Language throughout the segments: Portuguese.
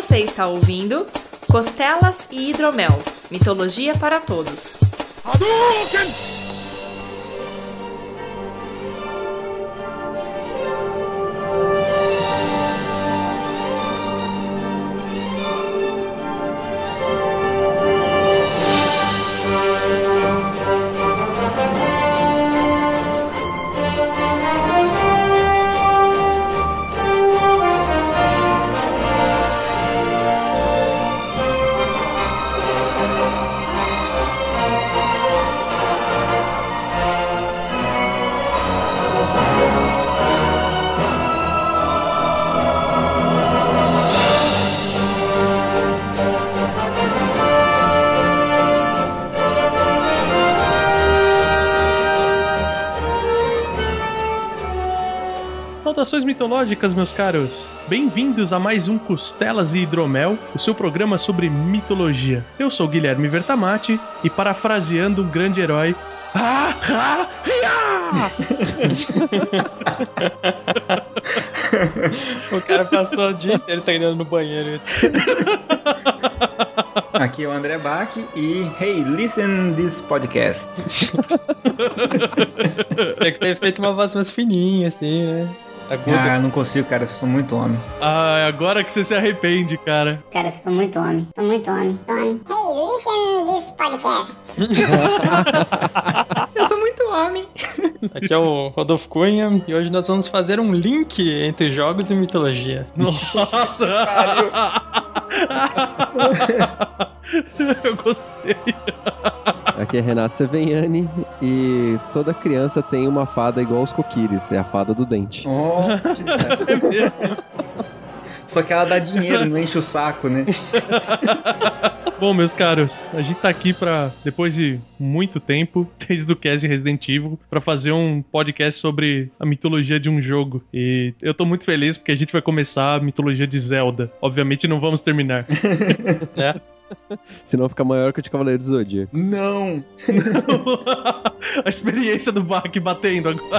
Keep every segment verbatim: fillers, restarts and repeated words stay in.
Você está ouvindo Costelas e Hidromel, mitologia para todos. Hadouken! Saudações mitológicas, meus caros! Bem-vindos a mais um Costelas e Hidromel, o seu programa sobre mitologia. Eu sou Guilherme Vertamati e, parafraseando um grande herói, ah, ah, ah! O cara passou o dia inteiro treinando no banheiro. Aqui é o André Bach e hey, listen this podcast. Tem que ter feito uma voz mais fininha, assim, né? Aguda. Ah, não consigo, cara, eu sou muito homem. Ah, agora que você se arrepende, cara. Cara, eu sou muito homem, sou muito homem. homem. Hey, listen this podcast. Eu sou muito homem. Aqui é o Rodolfo Cunha e hoje nós vamos fazer um link entre jogos e mitologia. Nossa! Eu gostei. Aqui é Renato Seveniani e toda criança tem uma fada igual os Coquires, é a fada do dente. Oh, é mesmo. Só que ela dá dinheiro, não enche o saco, né? Bom, meus caros, a gente tá aqui pra, depois de muito tempo, desde o cast Resident Evil, pra fazer um podcast sobre a mitologia de um jogo. E eu tô muito feliz porque a gente vai começar a mitologia de Zelda. Obviamente não vamos terminar. É. Senão fica maior que o de Cavaleiro do Zodíaco. Não! A experiência do Bach batendo agora.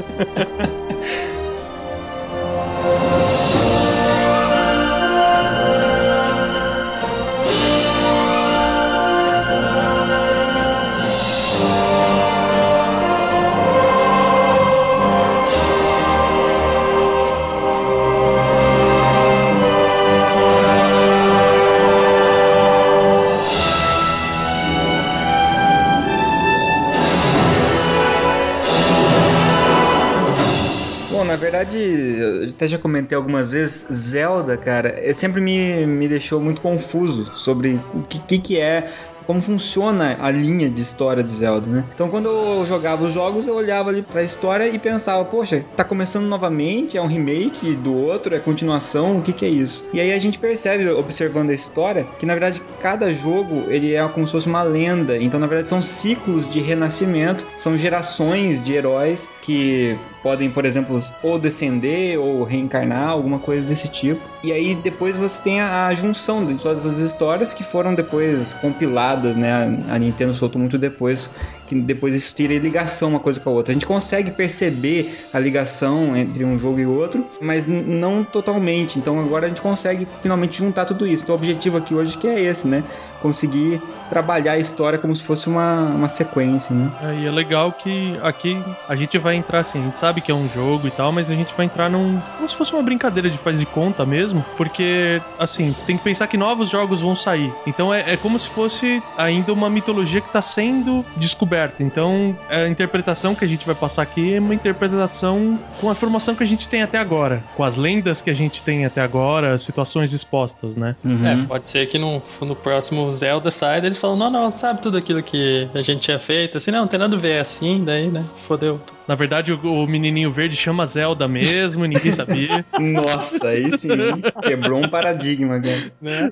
Na verdade, eu até já comentei algumas vezes, Zelda, cara, sempre me, me deixou muito confuso sobre o que, que, que é, como funciona a linha de história de Zelda, né? Então, quando eu jogava os jogos, eu olhava ali pra história e pensava, poxa, tá começando novamente, é um remake do outro, é continuação, o que que é isso? E aí a gente percebe, observando a história, que na verdade cada jogo, ele é como se fosse uma lenda. Então, na verdade, são ciclos de renascimento, são gerações de heróis que podem, por exemplo, ou descender ou reencarnar, alguma coisa desse tipo. E aí depois você tem a, a junção de todas as histórias que foram depois compiladas, né? A, a Nintendo soltou muito depois, que depois isso tira ligação uma coisa com a outra. A gente consegue perceber a ligação entre um jogo e outro, mas n- não totalmente. Então agora a gente consegue finalmente juntar tudo isso. Então o objetivo aqui hoje que é esse, né? Conseguir trabalhar a história como se fosse uma, uma sequência, né? É, e é legal que aqui a gente vai entrar assim, a gente sabe que é um jogo e tal, mas a gente vai entrar num... como se fosse uma brincadeira de faz de conta mesmo, porque, assim, tem que pensar que novos jogos vão sair. Então é, é como se fosse ainda uma mitologia que está sendo descoberta. Então a interpretação que a gente vai passar aqui é uma interpretação com a informação que a gente tem até agora, com as lendas que a gente tem até agora, as situações expostas, né? Uhum. É, pode ser que no, no próximo Zelda sai, eles falam, não, não, sabe tudo aquilo que a gente tinha feito, assim, não, não tem nada a ver, é assim, daí, né, fodeu. Na verdade, o, o menininho verde chama Zelda mesmo, ninguém sabia. Nossa, aí sim, quebrou um paradigma, cara. Né?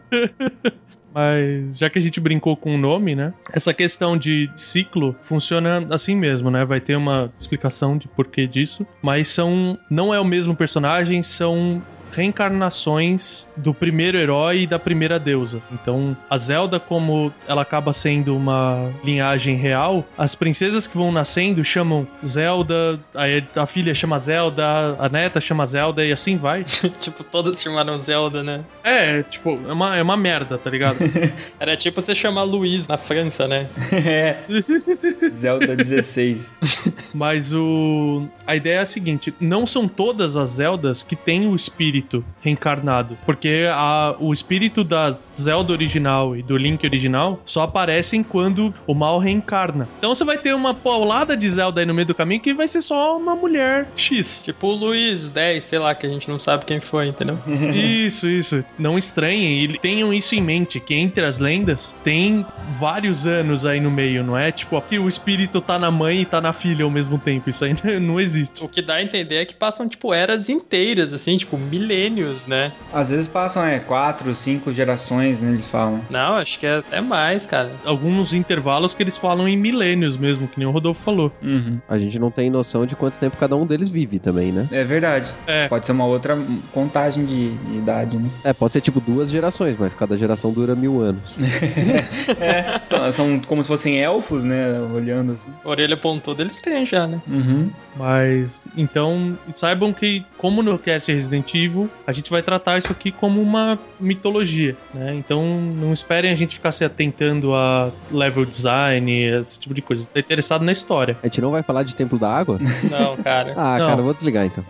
Mas já que a gente brincou com o nome, né? Essa questão de ciclo funciona assim mesmo, né? Vai ter uma explicação de porquê disso, mas são não é o mesmo personagem, são reencarnações do primeiro herói e da primeira deusa. Então, a Zelda, como ela acaba sendo uma linhagem real, as princesas que vão nascendo chamam Zelda, aí a filha chama Zelda, a neta chama Zelda e assim vai. Tipo, todas chamaram Zelda, né? É, tipo, é uma, é uma merda, tá ligado? Era tipo você chamar Luiz na França, né? É. Zelda dezesseis. Mas o... a ideia é a seguinte, não são todas as Zeldas que têm o espírito reencarnado, porque a, o espírito da Zelda original e do Link original só aparecem quando o mal reencarna. Então você vai ter uma paulada de Zelda aí no meio do caminho que vai ser só uma mulher X. Tipo o Luiz dez, sei lá, que a gente não sabe quem foi, entendeu? Isso, isso. Não estranhem e tenham isso em mente, que entre as lendas tem vários anos aí no meio, não é? Tipo, aqui o espírito tá na mãe e tá na filha ao mesmo tempo. Isso aí não existe. O que dá a entender é que passam, tipo, eras inteiras, assim, tipo, milênios, né? Às vezes passam, é, quatro, cinco gerações, né, eles falam. Não, acho que é até mais, cara. Alguns intervalos que eles falam em milênios mesmo, que nem o Rodolfo falou. Uhum. A gente não tem noção de quanto tempo cada um deles vive também, né? É verdade. É. Pode ser uma outra contagem de, de idade, né? É, pode ser tipo duas gerações, mas cada geração dura mil anos. É, são, são como se fossem elfos, né, olhando assim. Orelha pontuda eles têm já, né? Uhum. Mas, então, saibam que, como no cast Resident Evil, a gente vai tratar isso aqui como uma mitologia, né? Então, não esperem a gente ficar se atentando a level design, esse tipo de coisa. Tá interessado na história. A gente não vai falar de Templo da Água? Não, cara. Ah, Não. cara, eu vou desligar então.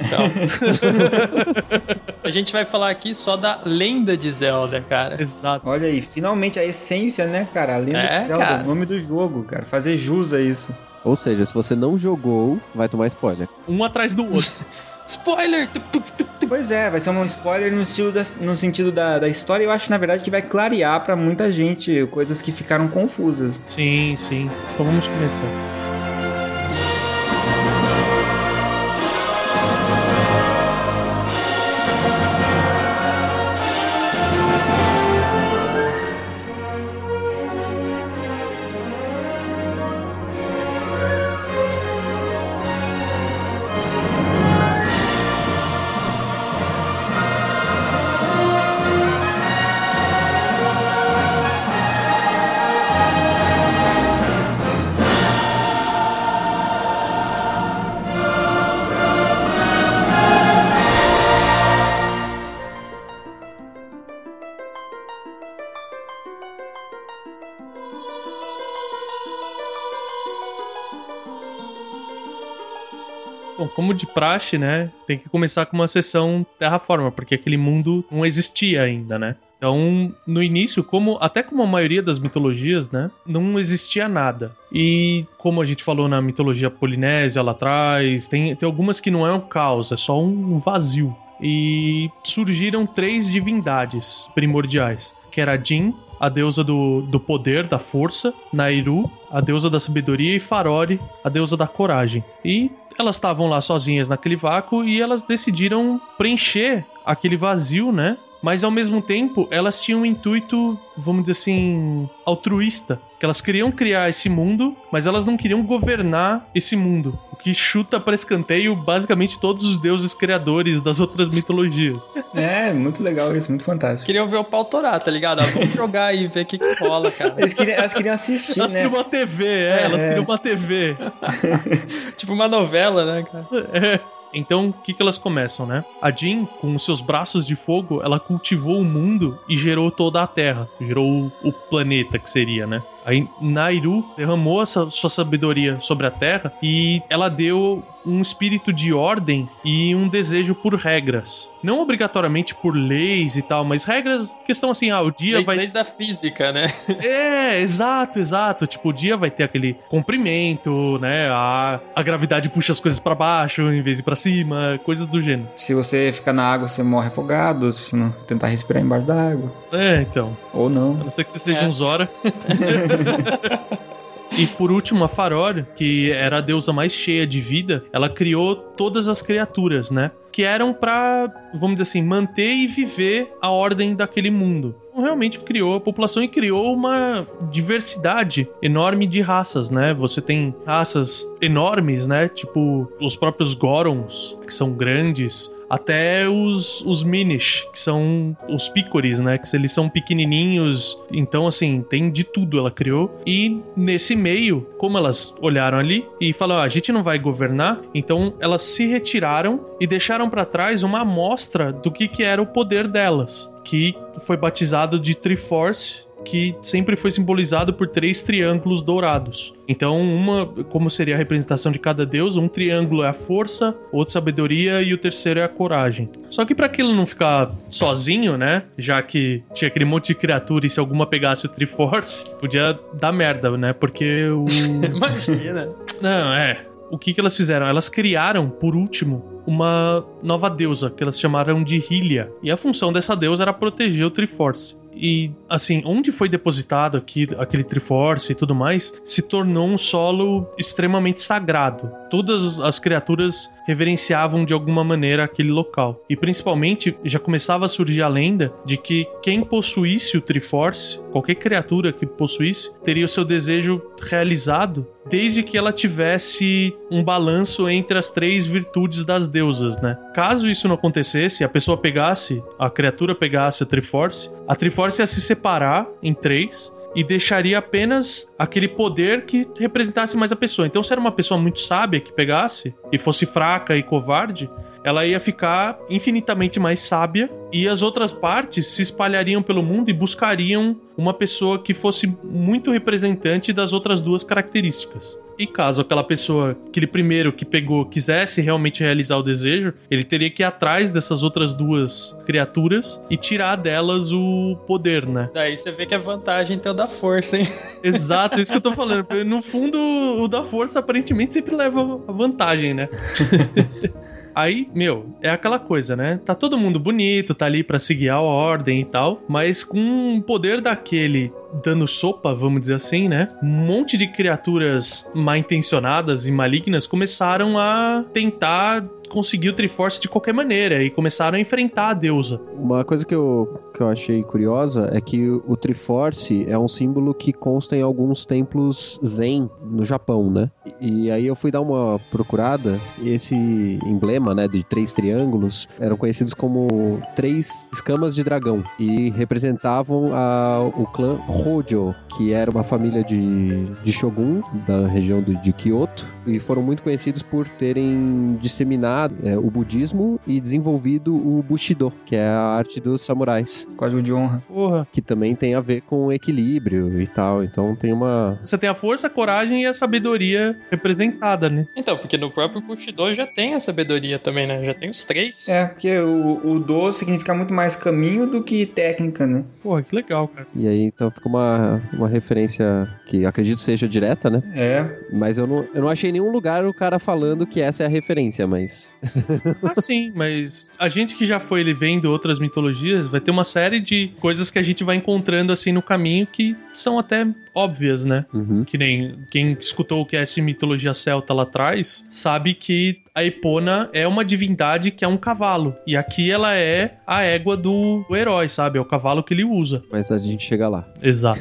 Então. A gente vai falar aqui só da lenda de Zelda, cara. Exato. Olha aí, finalmente a essência, né, cara? A lenda É, de Zelda, cara. o nome do jogo, cara. Fazer jus a isso. Ou seja, se você não jogou, vai tomar spoiler. Um atrás do outro. Spoiler! Pois é, vai ser um spoiler no, estilo da- no sentido da, da história. Eu acho, na verdade, que vai clarear pra muita gente coisas que ficaram confusas. Sim, sim. Então vamos começar. Bom, como de praxe, né, tem que começar com uma sessão terraforma, porque aquele mundo não existia ainda, né? Então, no início, como até como a maioria das mitologias, né, não existia nada. E como a gente falou na mitologia polinésia lá atrás, tem, tem algumas que não é um caos, é só um vazio. E surgiram três divindades primordiais, que era Jin, a deusa do, do poder, da força, Nairu, a deusa da sabedoria, e Farore, a deusa da coragem. E elas estavam lá sozinhas naquele vácuo e elas decidiram preencher aquele vazio, né? Mas ao mesmo tempo, elas tinham um intuito, vamos dizer assim, altruísta. Que elas queriam criar esse mundo, mas elas não queriam governar esse mundo. O que chuta para escanteio basicamente todos os deuses criadores das outras mitologias. É, muito legal isso, muito fantástico. Queriam ver o pau torar, tá ligado? Ah, vamos jogar aí e ver o que, que rola, cara. Eles queriam, elas queriam assistir, Elas né? queriam uma T V, é, É, elas é. queriam uma T V. Tipo uma novela, né, cara? É. Então, o que, que elas começam, né? A Jin, com os seus braços de fogo, ela cultivou o mundo e gerou toda a Terra. Gerou o, o planeta, que seria, né? Aí Nairu derramou essa sua sabedoria sobre a Terra e ela deu um espírito de ordem e um desejo por regras. Não obrigatoriamente por leis e tal, mas regras, questão assim, ah, o dia Desde, vai... desde a física, né? É, exato, exato. Tipo, o dia vai ter aquele comprimento, né? A, a gravidade puxa as coisas pra baixo em vez de pra cima, coisas do gênero. Se você ficar na água, você morre afogado. Se você não tentar respirar embaixo da água. É, então. Ou A não. não ser que você seja É. um Zora. E por último, a Farore, que era a deusa mais cheia de vida, ela criou todas as criaturas, né? Que eram pra, vamos dizer assim, manter e viver a ordem daquele mundo. Então, realmente criou a população e criou uma diversidade enorme de raças, né? Você tem raças enormes, né? Tipo os próprios Gorons, que são grandes. até os, os Minish, que são os Picoris, né? Que eles são pequenininhos, então assim, tem de tudo ela criou. E nesse meio, como elas olharam ali e falaram, ah, a gente não vai governar, então elas se retiraram e deixaram pra trás uma amostra do que, que era o poder delas, que foi batizado de Triforce, que sempre foi simbolizado por três triângulos dourados. Então, uma, como seria a representação de cada deus, um triângulo é a força, outro sabedoria e o terceiro é a coragem. Só que para aquilo não ficar sozinho, né, já que tinha aquele monte de criatura e se alguma pegasse o Triforce, podia dar merda, né, porque o... Imagina. Não, é... O que, que elas fizeram? Elas criaram, por último, uma nova deusa, que elas chamaram de Hylia. E a função dessa deusa era proteger o Triforce. E, assim, onde foi depositado aqui, aquele Triforce e tudo mais, se tornou um solo extremamente sagrado. Todas as criaturas reverenciavam de alguma maneira aquele local. E, principalmente, já começava a surgir a lenda de que quem possuísse o Triforce, qualquer criatura que possuísse, teria o seu desejo realizado desde que ela tivesse um balanço entre as três virtudes das deusas, né? Caso isso não acontecesse, a pessoa pegasse, a criatura pegasse a Triforce, a Triforce ia se separar em três e deixaria apenas aquele poder que representasse mais a pessoa. Então, se era uma pessoa muito sábia que pegasse e fosse fraca e covarde, ela ia ficar infinitamente mais sábia e as outras partes se espalhariam pelo mundo e buscariam uma pessoa que fosse muito representante das outras duas características. E caso aquela pessoa, aquele primeiro que pegou, quisesse realmente realizar o desejo, ele teria que ir atrás dessas outras duas criaturas e tirar delas o poder, né? Daí você vê que é vantagem ter o da força, hein? Exato, isso que eu tô falando. No fundo, o da força aparentemente sempre leva a vantagem, né? Aí, meu, é aquela coisa, né? Tá todo mundo bonito, tá ali pra seguir a ordem e tal, mas com um poder daquele dando sopa, vamos dizer assim, né? Um monte de criaturas mal intencionadas e malignas começaram a tentar conseguir o Triforce de qualquer maneira e começaram a enfrentar a deusa. Uma coisa que eu, que eu achei curiosa é que o Triforce é um símbolo que consta em alguns templos Zen no Japão, né? E aí eu fui dar uma procurada, esse emblema, né, de três triângulos, eram conhecidos como três escamas de dragão e representavam a, o clã Hojo, que era uma família de, de shogun da região do, de Kyoto, e foram muito conhecidos por terem disseminado é, o budismo e desenvolvido o Bushido, que é a arte dos samurais. Código de honra. Porra. Que também tem a ver com equilíbrio e tal, então tem uma... Você tem a força, a coragem e a sabedoria representada, né? Então, porque no próprio Bushido já tem a sabedoria também, né? Já tem os três. É, porque o, o do significa muito mais caminho do que técnica, né? Porra, que legal, cara. E aí, então fica uma, uma referência que acredito seja direta, né? É. Mas eu não, eu não achei nenhum lugar o cara falando que essa é a referência, mas... Ah, sim, mas a gente que já foi ele vendo outras mitologias, vai ter uma série de coisas que a gente vai encontrando assim no caminho que são até óbvias, né? Uhum. Que nem quem escutou o cast de mitologia celta lá atrás, sabe que a Epona é uma divindade que é um cavalo. E aqui ela é a égua do, do herói, sabe? É o cavalo que ele usa. Mas a gente chega lá. Exato.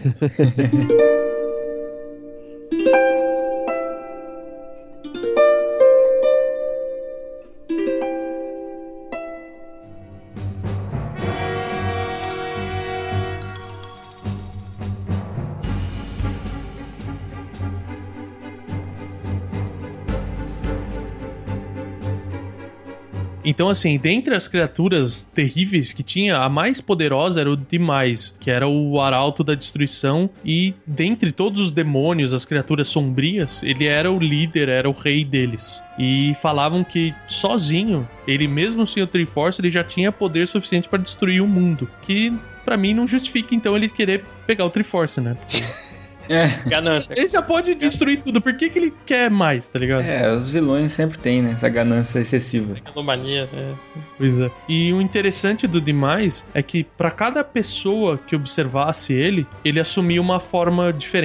Então, assim, dentre as criaturas terríveis que tinha, a mais poderosa era o Demais, que era o arauto da destruição, e dentre todos os demônios, as criaturas sombrias, ele era o líder, era o rei deles. E falavam que sozinho, ele mesmo sem o Triforce, ele já tinha poder suficiente para destruir o mundo. Que, pra mim, não justifica, então, ele querer pegar o Triforce, né? Porque... É. Ganância. Ele já pode destruir tudo, por que, que ele quer mais, tá ligado? É, os vilões sempre têm, né? Essa ganância excessiva. Megalomania, né? Pois é. E o interessante do Demais é que pra cada pessoa que observasse ele, ele assumia uma forma diferente.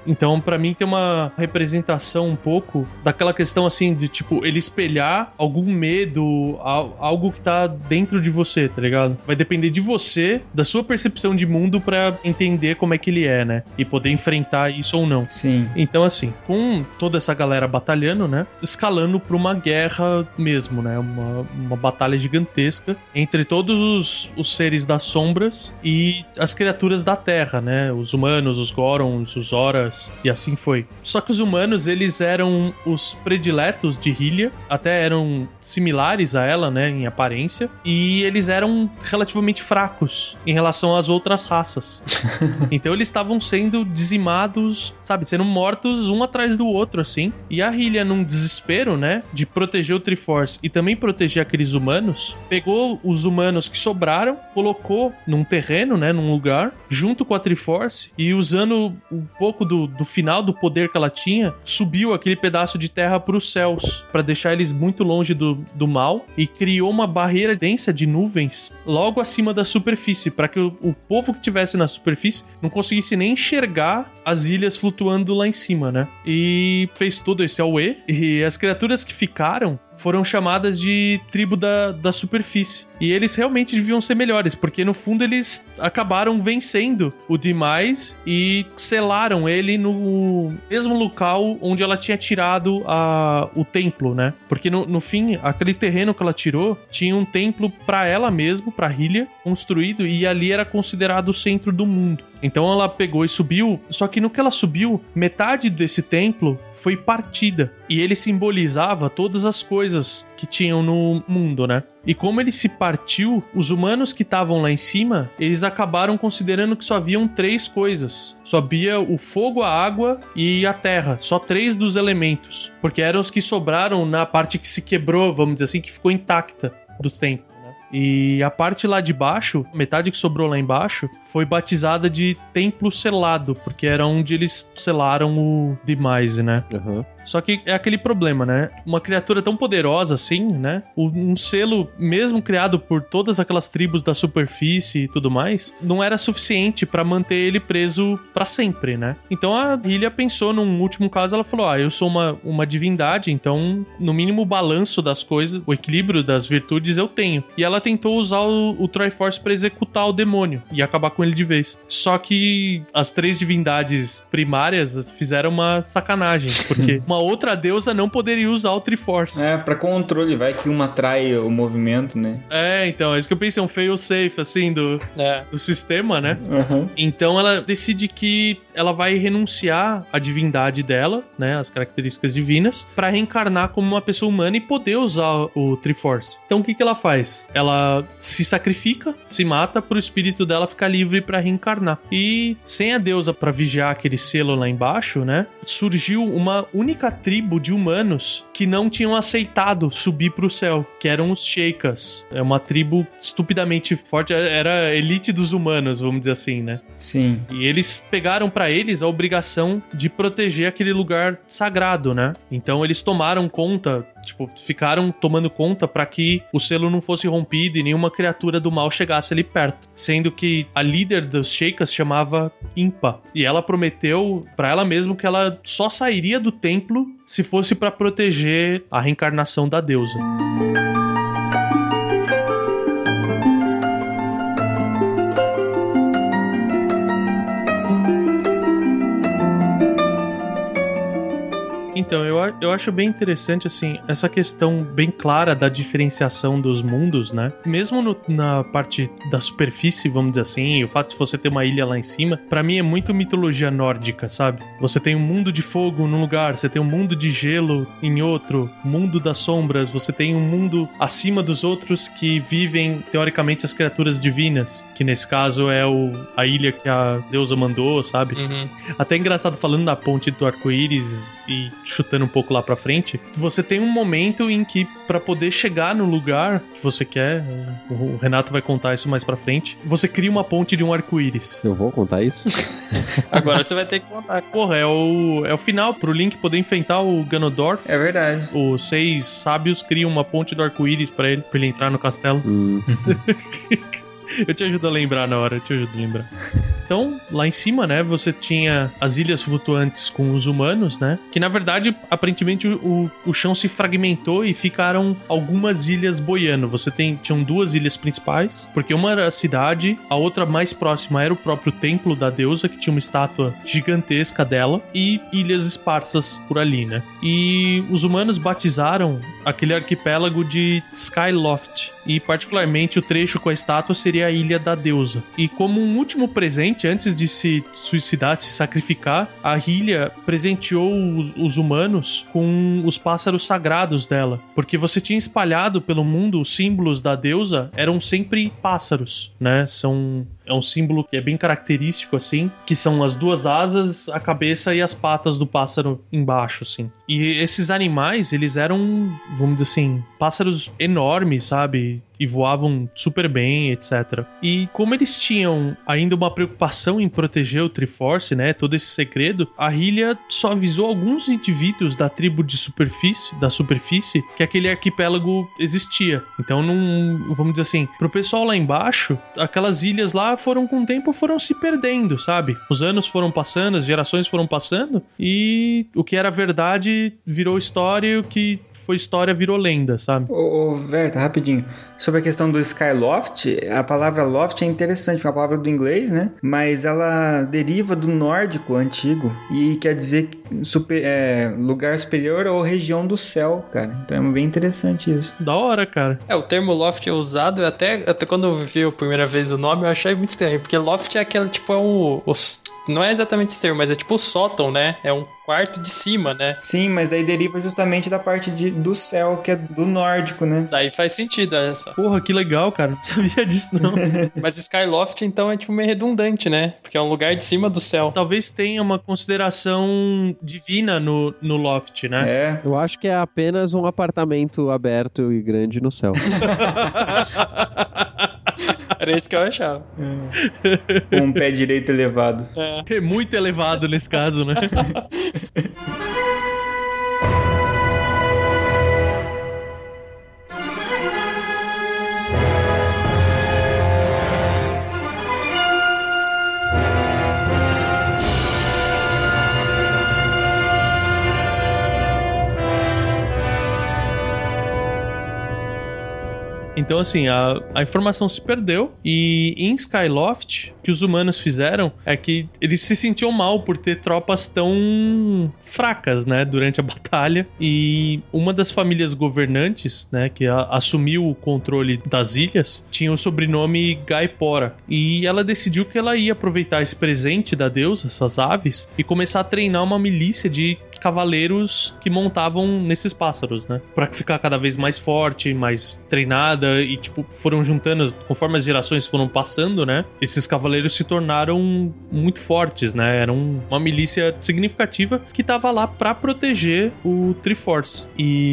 Então, pra mim, tem uma representação um pouco daquela questão, assim, de, tipo, ele espelhar algum medo, algo que tá dentro de você, tá ligado? Vai depender de você, da sua percepção de mundo pra entender como é que ele é, né? E poder enfrentar isso ou não. Sim. Então, assim, com toda essa galera batalhando, né? Escalando pra uma guerra mesmo, né? Uma, uma batalha gigantesca entre todos os, os seres das sombras e as criaturas da Terra, né? Os humanos, os Gorons, os Horas, e assim foi. Só que os humanos, eles eram os prediletos de Hylia, até eram similares a ela, né? Em aparência, e eles eram relativamente fracos em relação às outras raças. Então eles estavam sendo dizimados, sabe? Sendo mortos um atrás do outro, assim. E a Hylia, num desespero, né? De proteger o Triforce e também proteger aqueles humanos, pegou os humanos que sobraram, colocou num terreno, né? Num lugar, junto com a Triforce, e usando um pouco do, do final do poder que ela tinha, subiu aquele pedaço de terra pros céus, pra deixar eles muito longe do, do mal, e criou uma barreira densa de nuvens logo acima da superfície, para que o, o povo que estivesse na superfície não conseguisse nem enxergar as ilhas flutuando lá em cima, né? E fez todo esse auê, e as criaturas que ficaram foram chamadas de tribo da, da superfície. E eles realmente deviam ser melhores, porque no fundo eles acabaram vencendo o Demise e selaram ele no mesmo local onde ela tinha tirado a, o templo, né? Porque no, no fim, aquele terreno que ela tirou tinha um templo pra ela mesma, pra Hylia, construído, e ali era considerado o centro do mundo. Então ela pegou e subiu, só que no que ela subiu, metade desse templo foi partida. E ele simbolizava todas as coisas que tinham no mundo, né? E como ele se partiu, os humanos que estavam lá em cima, eles acabaram considerando que só haviam três coisas. Só havia o fogo, a água e a terra. Só três dos elementos. Porque eram os que sobraram na parte que se quebrou, vamos dizer assim, que ficou intacta do templo. E a parte lá de baixo, metade que sobrou lá embaixo, foi batizada de Templo Selado, porque era onde eles selaram o Demise, né? Uhum. Só que é aquele problema, né? Uma criatura tão poderosa assim, né? Um selo, mesmo criado por todas aquelas tribos da superfície e tudo mais, não era suficiente pra manter ele preso pra sempre, né? Então a Hylia pensou num último caso, ela falou, ah, eu sou uma, uma divindade, então no mínimo o balanço das coisas, o equilíbrio das virtudes eu tenho. E ela tentou usar o, o Triforce pra executar o demônio e acabar com ele de vez. Só que as três divindades primárias fizeram uma sacanagem, porque uma outra deusa não poderia usar o Triforce. É, pra controle, vai que uma atrai o movimento, né? É, então, é isso que eu pensei, um fail safe, assim, do, é. do sistema, né? Uhum. Então ela decide que ela vai renunciar à divindade dela, né, as características divinas, pra reencarnar como uma pessoa humana e poder usar o Triforce. Então o que que ela faz? Ela se sacrifica, se mata pro espírito dela ficar livre pra reencarnar. E sem a deusa pra vigiar aquele selo lá embaixo, né, surgiu uma única tribo de humanos que não tinham aceitado subir pro céu, que eram os Sheikas. É uma tribo estupidamente forte, era a elite dos humanos, vamos dizer assim, né? Sim. E eles pegaram pra eles a obrigação de proteger aquele lugar sagrado, né? Então eles tomaram conta, tipo, ficaram tomando conta pra que o selo não fosse rompido e nenhuma criatura do mal chegasse ali perto. Sendo que a líder dos Sheikas chamava Impa. E ela prometeu pra ela mesma que ela só sairia do templo se fosse pra proteger a reencarnação da deusa. Então, eu, eu acho bem interessante, assim, essa questão bem clara da diferenciação dos mundos, né? Mesmo no, na parte da superfície, vamos dizer assim, o fato de você ter uma ilha lá em cima, pra mim é muito mitologia nórdica, sabe? Você tem um mundo de fogo num lugar, você tem um mundo de gelo em outro, mundo das sombras, você tem um mundo acima dos outros que vivem, teoricamente, as criaturas divinas, que nesse caso é o, a ilha que a deusa mandou, sabe? Uhum. Até engraçado, falando da ponte do arco-íris e chutando um pouco lá pra frente, você tem um momento em que, pra poder chegar no lugar que você quer, o Renato vai contar isso mais pra frente, você cria uma ponte de um arco-íris. Eu vou contar isso? Agora você vai ter que contar. Porra, é o, é o final pro Link poder enfrentar o Ganondorf. É verdade. Os seis sábios criam uma ponte do arco-íris pra ele, pra ele entrar no castelo. Hum. Eu te ajudo a lembrar na hora, eu te ajudo a lembrar. Então, lá em cima, né, você tinha as ilhas flutuantes com os humanos, né, que na verdade, aparentemente, o, o chão se fragmentou e ficaram algumas ilhas boiando. Você tem, tinham duas ilhas principais, porque uma era a cidade, a outra mais próxima era o próprio templo da deusa, que tinha uma estátua gigantesca dela, e ilhas esparsas por ali, né. E os humanos batizaram aquele arquipélago de Skyloft, e particularmente o trecho com a estátua seria a Ilha da Deusa. E como um último presente, antes de se suicidar, de se sacrificar, a ilha presenteou os, os humanos com os pássaros sagrados dela, porque você tinha espalhado pelo mundo os símbolos da deusa, eram sempre pássaros, né? São... É um símbolo que é bem característico, assim, que são as duas asas, a cabeça e as patas do pássaro embaixo, assim. E esses animais, eles eram, vamos dizer assim, pássaros enormes, sabe? E voavam super bem, etcétera. E como eles tinham ainda uma preocupação em proteger o Triforce, né, todo esse segredo, a Hylia só avisou alguns indivíduos da tribo de superfície, da superfície, que aquele arquipélago existia. Então, não, vamos dizer assim, pro pessoal lá embaixo, aquelas ilhas lá foram com o tempo foram se perdendo, sabe? Os anos foram passando, as gerações foram passando, e o que era verdade virou história, e o que foi história virou lenda, sabe? Ô, ô Verta, rapidinho. Sobre a questão do Skyloft, a palavra loft é interessante, é uma palavra do inglês, né? Mas ela deriva do nórdico antigo e quer dizer super, é, lugar superior ou região do céu, cara. Então é bem interessante isso. Da hora, cara. É, o termo loft é usado, até, até quando eu vi a primeira vez o nome, eu achei muito estranho, porque loft é aquele, tipo, é um... Os, não é exatamente esse termo, mas é tipo o sótão, né? É um quarto de cima, né? Sim, mas daí deriva justamente da parte de, do céu, que é do nórdico, né? Daí faz sentido, olha só. Porra, que legal, cara. Não sabia disso, não. Mas Skyloft, então, é tipo meio redundante, né? Porque é um lugar de cima do céu. Talvez tenha uma consideração divina no, no loft, né? É. Eu acho que é apenas um apartamento aberto e grande no céu. Era isso que eu achava. É. Com um pé direito elevado. É. É muito elevado nesse caso, né? Então, assim, a, a informação se perdeu e em Skyloft, o que os humanos fizeram é que eles se sentiam mal por ter tropas tão fracas, né, durante a batalha. E uma das famílias governantes, né, que a, assumiu o controle das ilhas, tinha o sobrenome Gaipora. E ela decidiu que ela ia aproveitar esse presente da deusa, essas aves, e começar a treinar uma milícia de cavaleiros que montavam nesses pássaros, né, pra ficar cada vez mais forte, mais treinada. E, tipo, foram juntando, conforme as gerações foram passando, né? Esses cavaleiros se tornaram muito fortes, né? Eram uma milícia significativa que tava lá pra proteger o Triforce.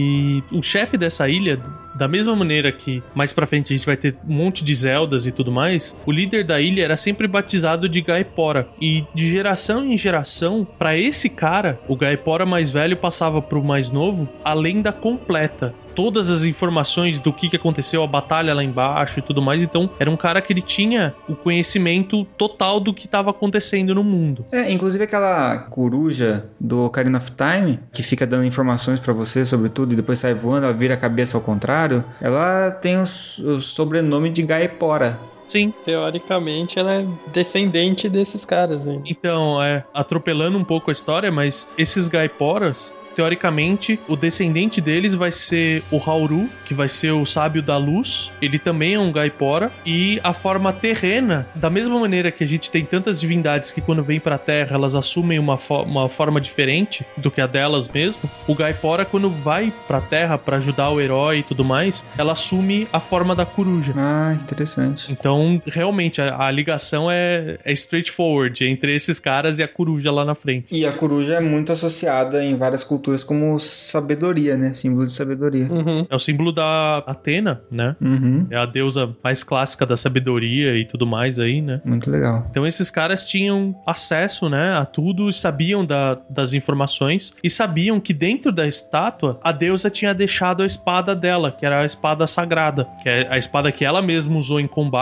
E o chefe dessa ilha, da mesma maneira que mais pra frente a gente vai ter um monte de Zeldas e tudo mais, o líder da ilha era sempre batizado de Gaipora. E de geração em geração, pra esse cara, o Gaipora mais velho passava pro mais novo a lenda completa. Todas as informações do que, que aconteceu, a batalha lá embaixo e tudo mais. Então, era um cara que ele tinha o conhecimento total do que estava acontecendo no mundo. É, inclusive aquela coruja do Ocarina of Time, que fica dando informações pra você sobre tudo e depois sai voando, ela vira a cabeça ao contrário, ela tem o, o sobrenome de Gaipora. Sim. Teoricamente, ela é descendente desses caras aí. Então, é, atropelando um pouco a história, mas esses Gaiporas, teoricamente, o descendente deles vai ser o Hauru, que vai ser o sábio da luz. Ele também é um Gaipora. E a forma terrena, da mesma maneira que a gente tem tantas divindades que quando vêm pra Terra, elas assumem uma, fo- uma forma diferente do que a delas mesmo, o Gaipora, quando vai pra Terra pra ajudar o herói e tudo mais, ela assume a forma da coruja. Ah, interessante. Então, realmente, a, a ligação é, é straightforward entre esses caras e a coruja lá na frente. E a coruja é muito associada em várias culturas como sabedoria, né? Símbolo de sabedoria. Uhum. É o símbolo da Atena, né? Uhum. É a deusa mais clássica da sabedoria e tudo mais aí, né? Muito legal. Então esses caras tinham acesso, né, a tudo, sabiam da, das informações e sabiam que dentro da estátua a deusa tinha deixado a espada dela, que era a espada sagrada, que é a espada que ela mesma usou em combate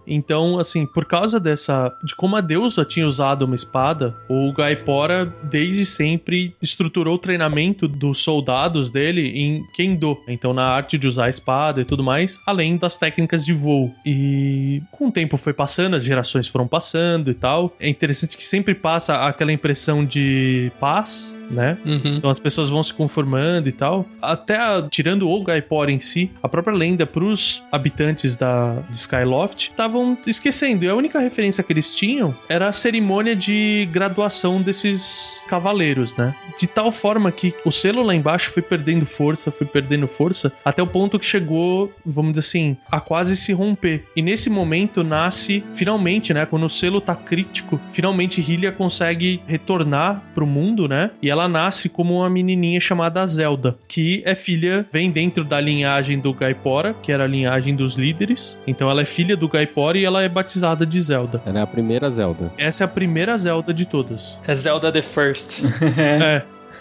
Então, assim, por causa dessa... de como a deusa tinha usado uma espada, o Gaipora, desde sempre, estruturou o treinamento dos soldados dele em Kendo. Então, na arte de usar a espada e tudo mais, além das técnicas de voo. E com o tempo foi passando, as gerações foram passando e tal. É interessante que sempre passa aquela impressão de paz, né? Uhum. Então as pessoas vão se conformando e tal. Até a, tirando o Gaipora em si, a própria lenda pros habitantes da de Skyloft estavam esquecendo. E a única referência que eles tinham era a cerimônia de graduação desses cavaleiros, né? De tal forma que o selo lá embaixo foi perdendo força, foi perdendo força, até o ponto que chegou, vamos dizer assim, a quase se romper. E nesse momento nasce, finalmente, né? Quando o selo tá crítico, finalmente Hylia consegue retornar pro mundo, né? E ela nasce como uma menininha chamada Zelda, que é filha, vem dentro da linhagem do Gaipora, que era a linhagem dos líderes. Então ela é filha do Gaipora e ela é batizada de Zelda. Ela é a primeira Zelda. Essa é a primeira Zelda de todas. É Zelda the First. É.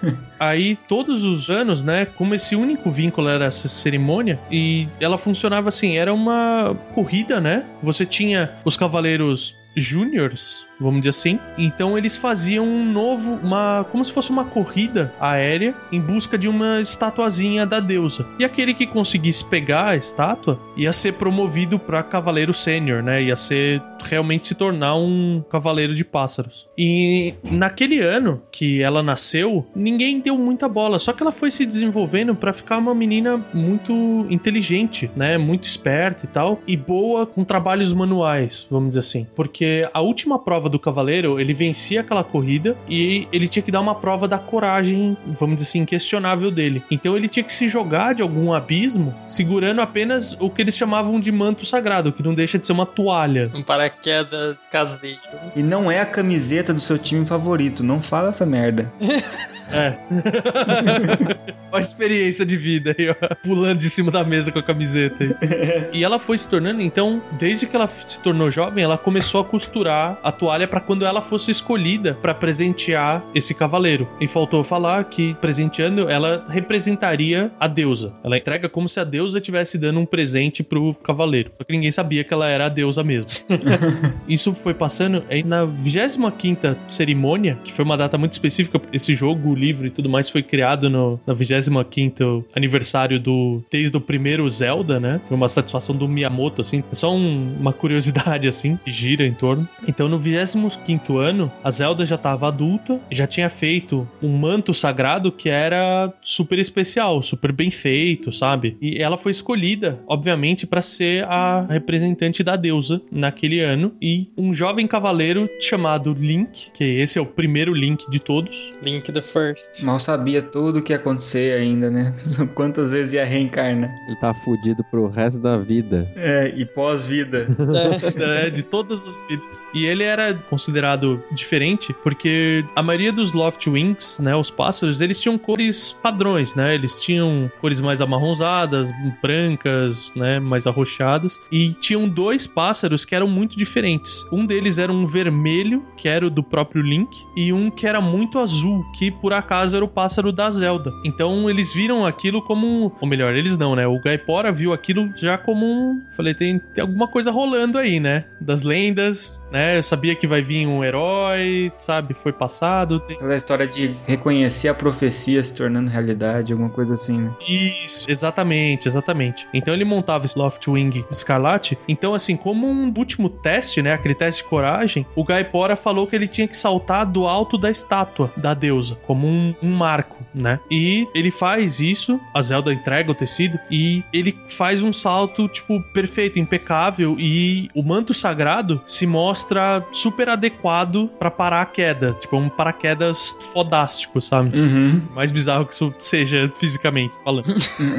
Aí, todos os anos, né, como esse único vínculo era essa cerimônia, e ela funcionava assim, era uma corrida, né? Você tinha os cavaleiros júniors, vamos dizer assim. Então eles faziam um novo, uma, como se fosse uma corrida aérea em busca de uma estatuazinha da deusa. E aquele que conseguisse pegar a estátua ia ser promovido para cavaleiro sênior, né? Ia ser realmente se tornar um cavaleiro de pássaros. E naquele ano que ela nasceu, ninguém deu muita bola, só que ela foi se desenvolvendo para ficar uma menina muito inteligente, né? Muito esperta e tal, e boa com trabalhos manuais, vamos dizer assim. Porque a última prova do cavaleiro, ele vencia aquela corrida e ele tinha que dar uma prova da coragem, vamos dizer assim, inquestionável dele. Então ele tinha que se jogar de algum abismo segurando apenas o que eles chamavam de manto sagrado, que não deixa de ser uma toalha. Um paraquedas caseiro. E não é a camiseta do seu time favorito, não fala essa merda. É. Olha a experiência de vida aí, ó. Pulando de cima da mesa com a camiseta aí. E ela foi se tornando, então, desde que ela se tornou jovem, ela começou a costurar a toalha pra quando ela fosse escolhida pra presentear esse cavaleiro. E faltou falar que, presenteando, ela representaria a deusa. Ela entrega como se a deusa estivesse dando um presente pro cavaleiro. Só que ninguém sabia que ela era a deusa mesmo. Isso foi passando aí na vigésima quinta cerimônia, que foi uma data muito específica, esse jogo, o livro e tudo mais foi criado no, na vigésima quinta aniversário do desde o primeiro Zelda, né? Foi uma satisfação do Miyamoto, assim. É só um, uma curiosidade, assim, que gira em torno. Então, no vigésimo quinto ano, a Zelda já estava adulta, já tinha feito um manto sagrado que era super especial, super bem feito, sabe? E ela foi escolhida, obviamente, para ser a representante da deusa naquele ano. E um jovem cavaleiro chamado Link, que esse é o primeiro Link de todos. Link the First. Mal sabia tudo o que ia acontecer ainda, né? Quantas vezes ia reencarnar. Ele tá fudido pro resto da vida. É, e pós-vida. É, de todas as vidas. E ele era considerado diferente porque a maioria dos Loftwings, né, os pássaros, eles tinham cores padrões, né? Eles tinham cores mais amarronzadas, brancas, né, mais arroxadas. E tinham dois pássaros que eram muito diferentes. Um deles era um vermelho, que era o do próprio Link, e um que era muito azul, que por acaso era o pássaro da Zelda. Então eles viram aquilo como... Ou melhor, eles não, né? O Gaipora viu aquilo já como um... Falei, tem, tem alguma coisa rolando aí, né? Das lendas, né? Eu sabia que vai vir um herói, sabe? Foi passado. Tem... Aquela história de reconhecer a profecia se tornando realidade, alguma coisa assim, né? Isso, exatamente, exatamente. Então ele montava esse Loftwing Escarlate. Então, assim, como um último teste, né? Aquele teste de coragem, o Gaipora falou que ele tinha que saltar do alto da estátua da deusa, como um, um marco, né? E ele faz isso, a Zelda entrega o tecido e ele faz um salto, tipo, perfeito, impecável, e o manto sagrado se mostra super adequado pra parar a queda, tipo, um paraquedas fodástico, sabe? Uhum. Mais bizarro que isso seja fisicamente falando.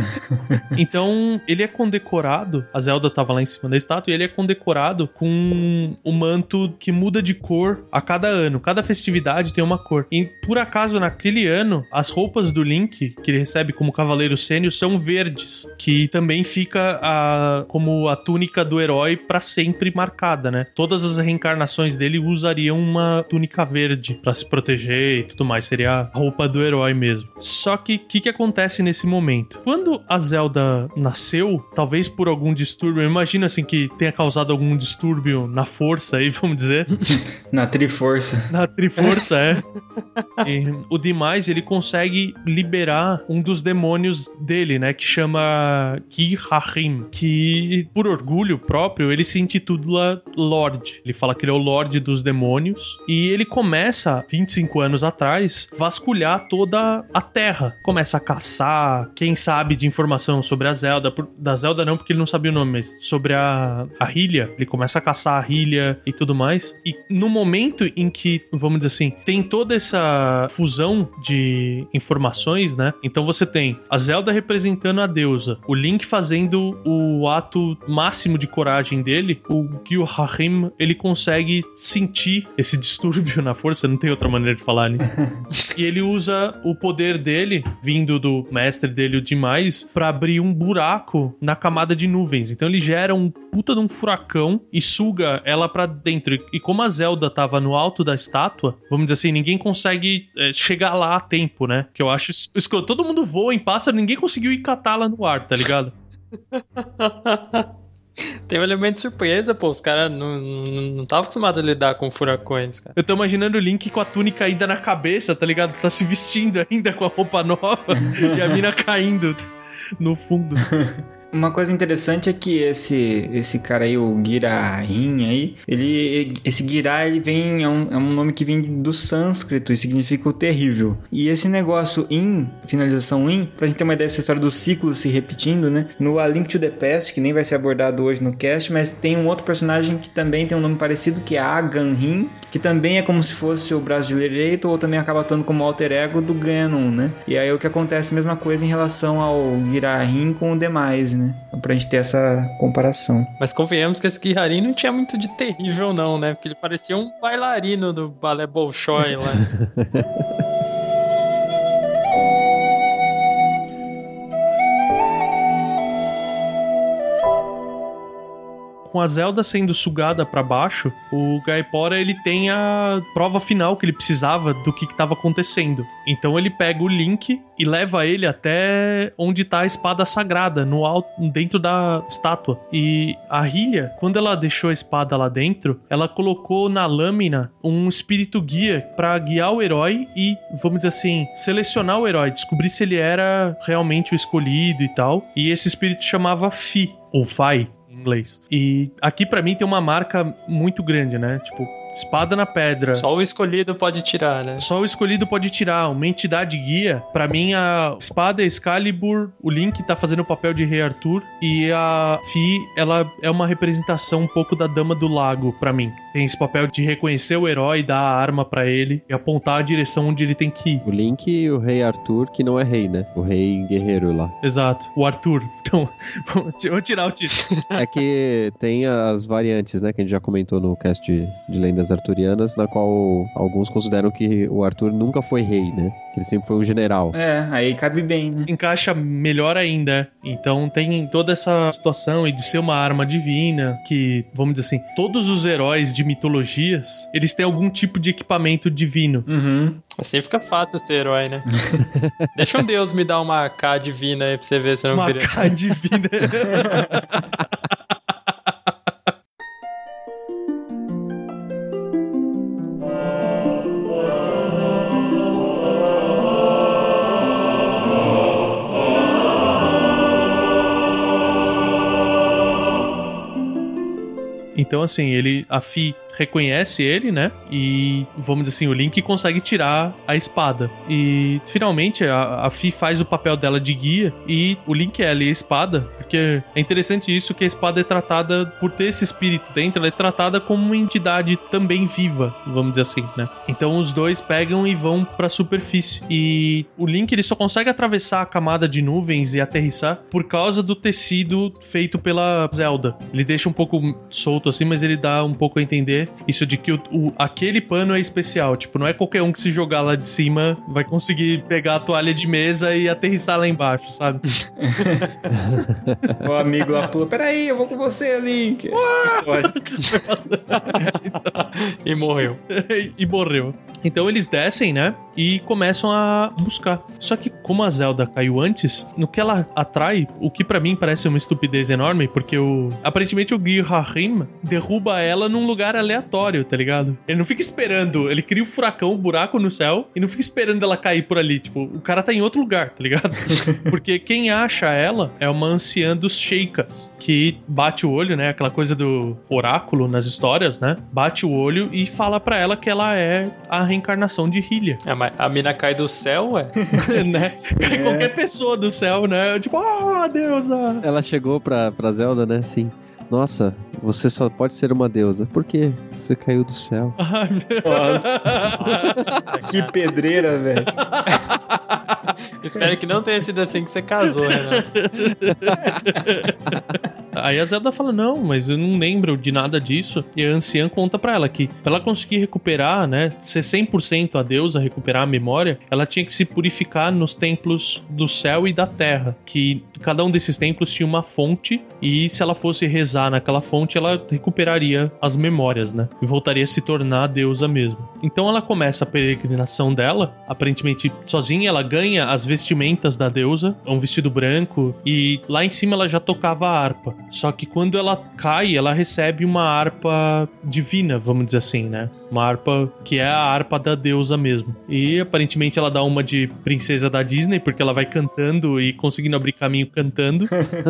Então, ele é condecorado, a Zelda tava lá em cima da estátua, e ele é condecorado com um manto que muda de cor a cada ano, cada festividade tem uma cor. E por acaso, naquele ano, as roupas do Link, que ele recebe como Cavaleiro Sênior, são verdes, que também fica a, como a túnica do herói pra sempre marcada, né? Todas todas as reencarnações dele usariam uma túnica verde pra se proteger e tudo mais. Seria a roupa do herói mesmo. Só que o que, que acontece nesse momento? Quando a Zelda nasceu, talvez por algum distúrbio, eu imagino assim que tenha causado algum distúrbio na força aí, vamos dizer. Na Triforça. Na Triforça, é. E o Demais, ele consegue liberar um dos demônios dele, né? Que chama Girahim. Que, por orgulho próprio, ele se intitula Lorde. Ele fala que ele é o Lorde dos demônios. E ele começa, vinte e cinco anos atrás, vasculhar toda a Terra. Começa a caçar, quem sabe de informação sobre a Zelda. Da Zelda não, porque ele não sabia o nome, mas sobre a, a Hylia. Ele começa a caçar a Hylia e tudo mais. E no momento em que, vamos dizer assim, tem toda essa fusão de informações, né? Então você tem a Zelda representando a deusa, o Link fazendo o ato máximo de coragem dele, o Girahim, ele consegue sentir esse distúrbio na força, não tem outra maneira de falar nisso. E ele usa o poder dele, vindo do mestre dele, o Demais, pra abrir um buraco na camada de nuvens. Então ele gera um puta de um furacão e suga ela pra dentro. E como a Zelda tava no alto da estátua, vamos dizer assim, ninguém consegue é, chegar lá a tempo, né? Que eu acho escroto. Todo mundo voa em pássaro, ninguém conseguiu ir catá-la no ar, tá ligado? Tem um elemento de surpresa, pô. Os caras não estavam acostumados a lidar com furacões, cara. Eu tô imaginando o Link com a túnica ainda na cabeça, tá ligado? Tá se vestindo ainda com a roupa nova e a mina caindo no fundo. Uma coisa interessante é que esse, esse cara aí, o Girahim aí, ele, esse Girah, ele vem, é um, é um nome que vem do sânscrito e significa o terrível. E esse negócio in, finalização in, pra gente ter uma ideia dessa história do ciclo se repetindo, né? No A Link to the Past, que nem vai ser abordado hoje no cast, mas tem um outro personagem que também tem um nome parecido, que é Aganhin, que também é como se fosse o braço direito, ou também acaba atuando como alter ego do Ganon, né? E aí o que acontece, a mesma coisa em relação ao Girahim com o Demais, né? Então, pra gente ter essa comparação. Mas convenhamos que esse Girahim não tinha muito de terrível, não, né? Porque ele parecia um bailarino do balé Bolshoi lá. Com a Zelda sendo sugada pra baixo, o Gaipora, ele tem a prova final que ele precisava do que estava acontecendo. Então ele pega o Link e leva ele até onde tá a espada sagrada, no alto, dentro da estátua. E a Hylia, quando ela deixou a espada lá dentro, ela colocou na lâmina um espírito guia pra guiar o herói e, vamos dizer assim, selecionar o herói, descobrir se ele era realmente o escolhido e tal. E esse espírito chamava Fi, ou Fai, inglês. E aqui pra mim tem uma marca muito grande, né? Tipo, espada na pedra. Só o escolhido pode tirar, né? Só o escolhido pode tirar. Uma entidade guia. Pra mim, a espada é Excalibur. O Link tá fazendo o papel de Rei Arthur. E a Fi, ela é uma representação um pouco da Dama do Lago, pra mim. Tem esse papel de reconhecer o herói, dar a arma pra ele e apontar a direção onde ele tem que ir. O Link e o Rei Arthur, que não é rei, né? O rei guerreiro lá. Exato. O Arthur. Então, vamos tirar o título. É que tem as variantes, né? Que a gente já comentou no cast de, de lendas arturianas, na qual alguns consideram que o Arthur nunca foi rei, né? Que ele sempre foi um general. É, aí cabe bem, né? Encaixa melhor ainda. Então tem toda essa situação e de ser uma arma divina, que, vamos dizer assim, todos os heróis de mitologias, eles têm algum tipo de equipamento divino. Uhum. Assim fica fácil ser herói, né? Deixa um deus me dar uma K divina aí pra você ver se não uma vira. Uma K divina. Então, assim, ele, a Fi reconhece ele, né? E, vamos dizer assim, o Link consegue tirar a espada. E, finalmente, a, a Fi faz o papel dela de guia e o Link é ali a espada, porque é interessante isso, que a espada é tratada, por ter esse espírito dentro, ela é tratada como uma entidade também viva, vamos dizer assim, né? Então, os dois pegam e vão pra superfície. E o Link, ele só consegue atravessar a camada de nuvens e aterrissar por causa do tecido feito pela Zelda. Ele deixa um pouco solto assim, mas ele dá um pouco a entender dizer isso de que o, o, aquele pano é especial. Tipo, não é qualquer um que se jogar lá de cima vai conseguir pegar a toalha de mesa e aterrissar lá embaixo, sabe? O amigo lá pula, peraí, eu vou com você, Link. E morreu. E morreu. Então eles descem, né? E começam a buscar. Só que como a Zelda caiu antes, no que ela atrai, o que pra mim parece uma estupidez enorme, porque o aparentemente o Girahim derruba ela num lugar aleatório, tá ligado? Ele não fica esperando, ele cria um furacão, um buraco no céu e não fica esperando ela cair por ali. Tipo, o cara tá em outro lugar, tá ligado? Porque quem acha ela é uma anciã dos Sheikas, que bate o olho, né? Aquela coisa do oráculo nas histórias, né? Bate o olho e fala pra ela que ela é a reencarnação de Hylia. É, mas a mina cai do céu, ué? Né? Cai É. qualquer pessoa do céu, né? Tipo, ah, oh, deusa! Ela chegou pra, pra Zelda, né? Assim, nossa, você só pode ser uma deusa. Por quê? Você caiu do céu. Ai, meu... Nossa, Nossa, que cara. pedreira, velho. Espero que não tenha sido assim que você casou, Renato. Aí a Zelda fala, não, mas eu não lembro de nada disso. E a anciã conta pra ela que pra ela conseguir recuperar, né, ser cem por cento a deusa, recuperar a memória, ela tinha que se purificar nos templos do céu e da terra, que cada um desses templos tinha uma fonte, e se ela fosse rezar naquela fonte, ela recuperaria as memórias, né, e voltaria a se tornar a deusa mesmo. Então ela começa a peregrinação dela, aparentemente sozinha, ela ganha as vestimentas da deusa, um vestido branco, e lá em cima ela já tocava a harpa. Só que quando ela cai, ela recebe uma harpa divina, vamos dizer assim, né? Uma harpa que é a harpa da deusa mesmo. E aparentemente ela dá uma de princesa da Disney, porque ela vai cantando e conseguindo abrir caminho cantando,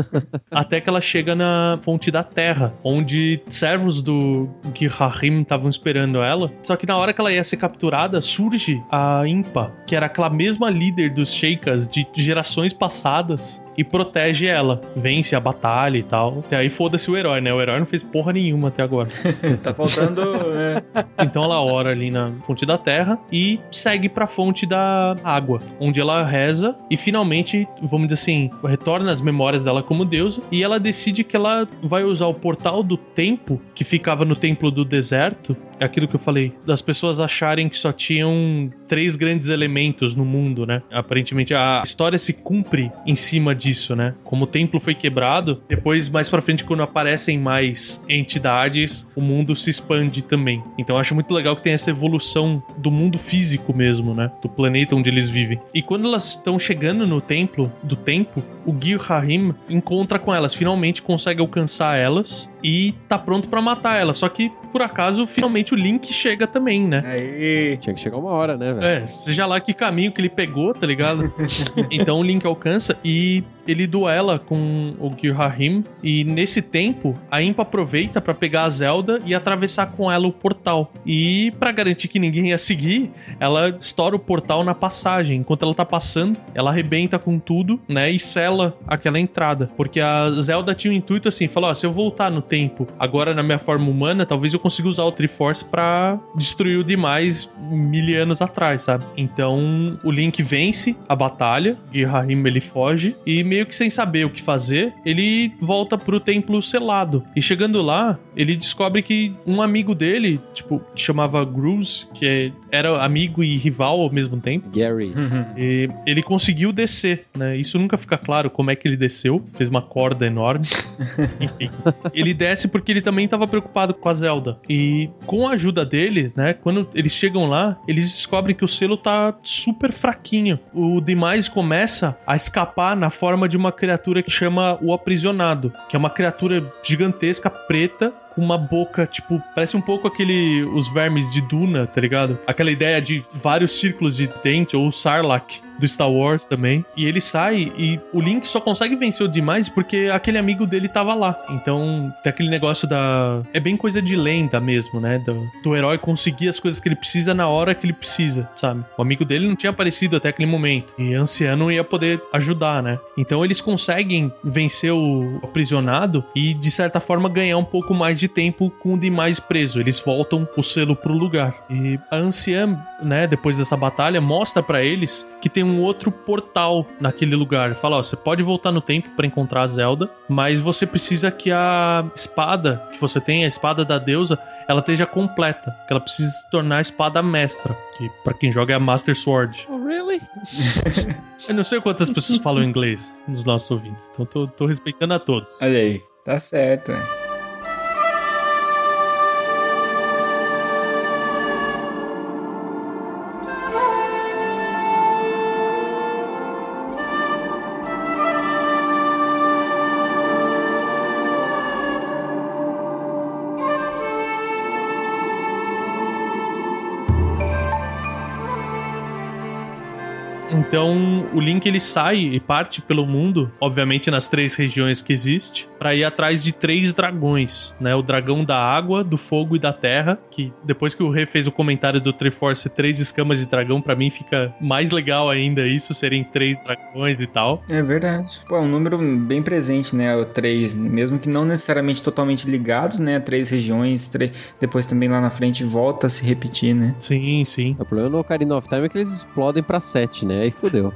até que ela chega na fonte da terra, onde servos do Girahim estavam esperando ela. Só que na hora que ela ia ser capturada, surge a Impa, que era aquela mesma líder dos Sheikas de gerações passadas, e protege ela. Vence a batalha e tal. Até aí foda-se o herói, né? O herói não fez porra nenhuma até agora. Tá faltando, né? Então ela ora ali na fonte da terra e segue pra fonte da água, onde ela reza e finalmente, vamos dizer assim, retorna as memórias dela como deusa, e ela decide que ela vai usar o portal do tempo, que ficava no templo do deserto. É aquilo que eu falei, das pessoas acharem que só tinham três grandes elementos no mundo, né? Aparentemente a história se cumpre em cima disso, né? Como o templo foi quebrado, depois mais pra frente, quando aparecem mais entidades, o mundo se expande também. Então eu acho muito legal que tem essa evolução do mundo físico mesmo, né? Do planeta onde eles vivem. E quando elas estão chegando no templo do tempo, o Girahim encontra com elas, finalmente consegue alcançar elas e tá pronto pra matar elas. Só que, por acaso, finalmente o Link chega também, né? Aí. Tinha que chegar uma hora, né, velho? É, seja lá que caminho que ele pegou, tá ligado? Então o Link alcança e ele duela com o Girahim, e nesse tempo a Impa aproveita pra pegar a Zelda e atravessar com ela o portal. E pra garantir que ninguém ia seguir, ela estoura o portal na passagem. Enquanto ela tá passando, ela arrebenta com tudo, né, e sela aquela entrada. Porque a Zelda tinha o intuito assim, falou, ó, se eu voltar no tempo agora na minha forma humana, talvez eu consiga usar o Triforce pra destruir o demais mil anos atrás, sabe? Então o Link vence a batalha, Girahim ele foge, e meio que sem saber o que fazer, ele volta pro templo selado. E chegando lá, ele descobre que um amigo dele, tipo, que chamava Gruz, que era amigo e rival ao mesmo tempo, Gary. e ele conseguiu descer, né? Isso nunca fica claro como é que ele desceu. Fez uma corda enorme. Enfim. Ele desce porque ele também estava preocupado com a Zelda. E com a ajuda deles, né? Quando eles chegam lá, eles descobrem que o selo tá super fraquinho. O Demise começa a escapar na forma de uma criatura que chama o Aprisionado, que é uma criatura gigantesca, preta, com uma boca, tipo, parece um pouco aquele, os vermes de Duna, tá ligado? Aquela ideia de vários círculos de dente, ou o Sarlacc do Star Wars também. E ele sai e o Link só consegue vencer o Demise porque aquele amigo dele tava lá. Então tem aquele negócio da... é bem coisa de lenda mesmo, né? Do, do herói conseguir as coisas que ele precisa na hora que ele precisa, sabe? O amigo dele não tinha aparecido até aquele momento. E a anciã não ia poder ajudar, né? Então eles conseguem vencer o aprisionado e, de certa forma, ganhar um pouco mais de tempo com o Demise preso. Eles voltam o selo pro lugar. E a anciã, né, depois dessa batalha, mostra pra eles que tem um outro portal naquele lugar. Fala, ó, você pode voltar no tempo pra encontrar a Zelda, mas você precisa que a espada que você tem, a espada da deusa, ela esteja completa, que ela precisa se tornar a espada mestra, que pra quem joga é a Master Sword. Oh, really? Eu não sei quantas pessoas falam inglês nos nossos ouvintes, então tô, tô respeitando a todos. Olha aí, tá certo, é. Então o Link ele sai e parte pelo mundo, obviamente nas três regiões que existe, pra ir atrás de três dragões, né? O dragão da água, do fogo e da terra, que depois que o Rê fez o comentário do Triforce três escamas de dragão, pra mim fica mais legal ainda isso, serem três dragões e tal. É verdade. Pô, é um número bem presente, né? O três, mesmo que não necessariamente totalmente ligados, né? Três regiões, três... depois também lá na frente volta a se repetir, né? Sim, sim. O problema no Ocarina of Time é que eles explodem pra sete, né? Aí fodeu.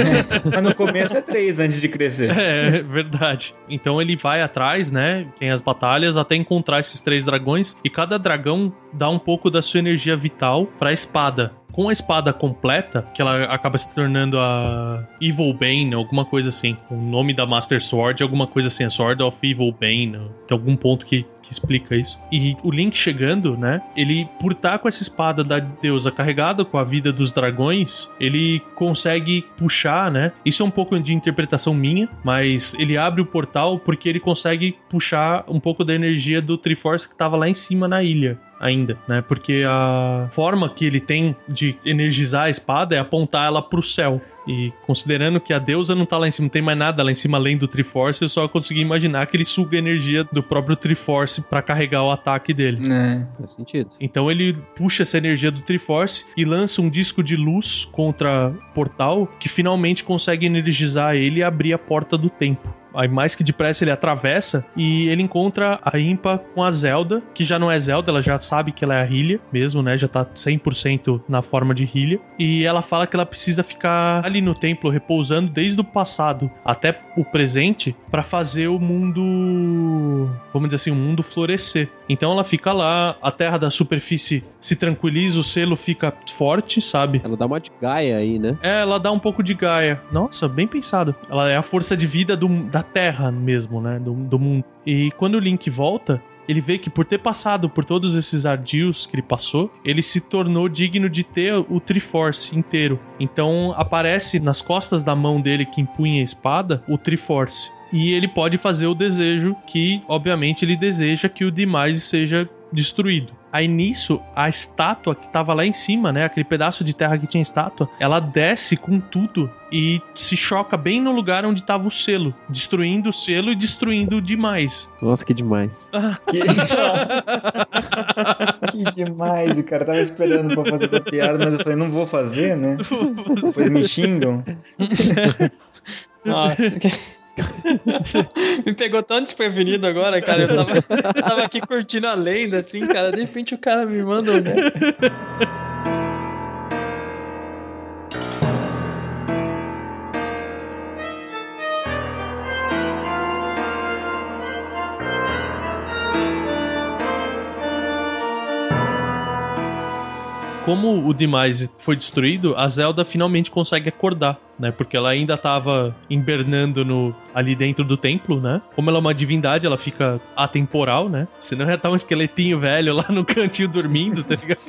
Mas no começo é três antes de crescer. É, verdade. Então ele vai atrás, né? Tem as batalhas até encontrar esses três dragões. E cada dragão dá um pouco da sua energia vital pra espada. Com a espada completa, que ela acaba se tornando a Evil Bane, alguma coisa assim. O nome da Master Sword é alguma coisa assim, a Sword of Evil Bane. Tem algum ponto que, que explica isso. E o Link chegando, né? Ele, por estar com essa espada da deusa carregada com a vida dos dragões, ele consegue puxar, né? Isso é um pouco de interpretação minha, mas ele abre o portal porque ele consegue puxar um pouco da energia do Triforce que estava lá em cima na ilha. Ainda, né? Porque a forma que ele tem de energizar a espada é apontar ela pro céu. E considerando que a deusa não tá lá em cima, não tem mais nada lá em cima além do Triforce, eu só consegui imaginar que ele suga a energia do próprio Triforce pra carregar o ataque dele. É. Faz sentido. Então ele puxa essa energia do Triforce e lança um disco de luz contra o portal que finalmente consegue energizar ele e abrir a porta do tempo. Aí mais que depressa ele atravessa e ele encontra a Impa com a Zelda, que já não é Zelda, ela já sabe que ela é a Hylia mesmo, né? Já tá cem por cento na forma de Hylia. E ela fala que ela precisa ficar ali no templo repousando desde o passado até o presente pra fazer o mundo, vamos dizer assim, o mundo florescer. Então ela fica lá, a terra da superfície se tranquiliza, o selo fica forte, sabe? Ela dá uma de Gaia aí, né? É, ela dá um pouco de Gaia. Nossa, bem pensado. Ela é a força de vida do, da Terra mesmo, né? Do, do mundo. E quando o Link volta, ele vê que por ter passado por todos esses ardios que ele passou, ele se tornou digno de ter o Triforce inteiro. Então aparece nas costas da mão dele que empunha a espada, o Triforce. E ele pode fazer o desejo que, obviamente, ele deseja que o Demise seja destruído. Aí nisso, a estátua que tava lá em cima, né, aquele pedaço de terra que tinha estátua, ela desce com tudo e se choca bem no lugar onde tava o selo, destruindo o selo e destruindo demais. Nossa, que demais. Que... que demais, o cara tava esperando pra fazer essa piada, mas eu falei, não vou fazer, né? Depois me xingam. Nossa, que... Me pegou tão desprevenido agora, cara. Eu tava, eu tava aqui curtindo a lenda, assim, cara. De repente o cara me manda um... Como o Demise foi destruído, a Zelda finalmente consegue acordar, né? Porque ela ainda tava hibernando no, ali dentro do templo, né? Como ela é uma divindade, ela fica atemporal, né? Senão já tá um esqueletinho velho lá no cantinho dormindo, tá ligado?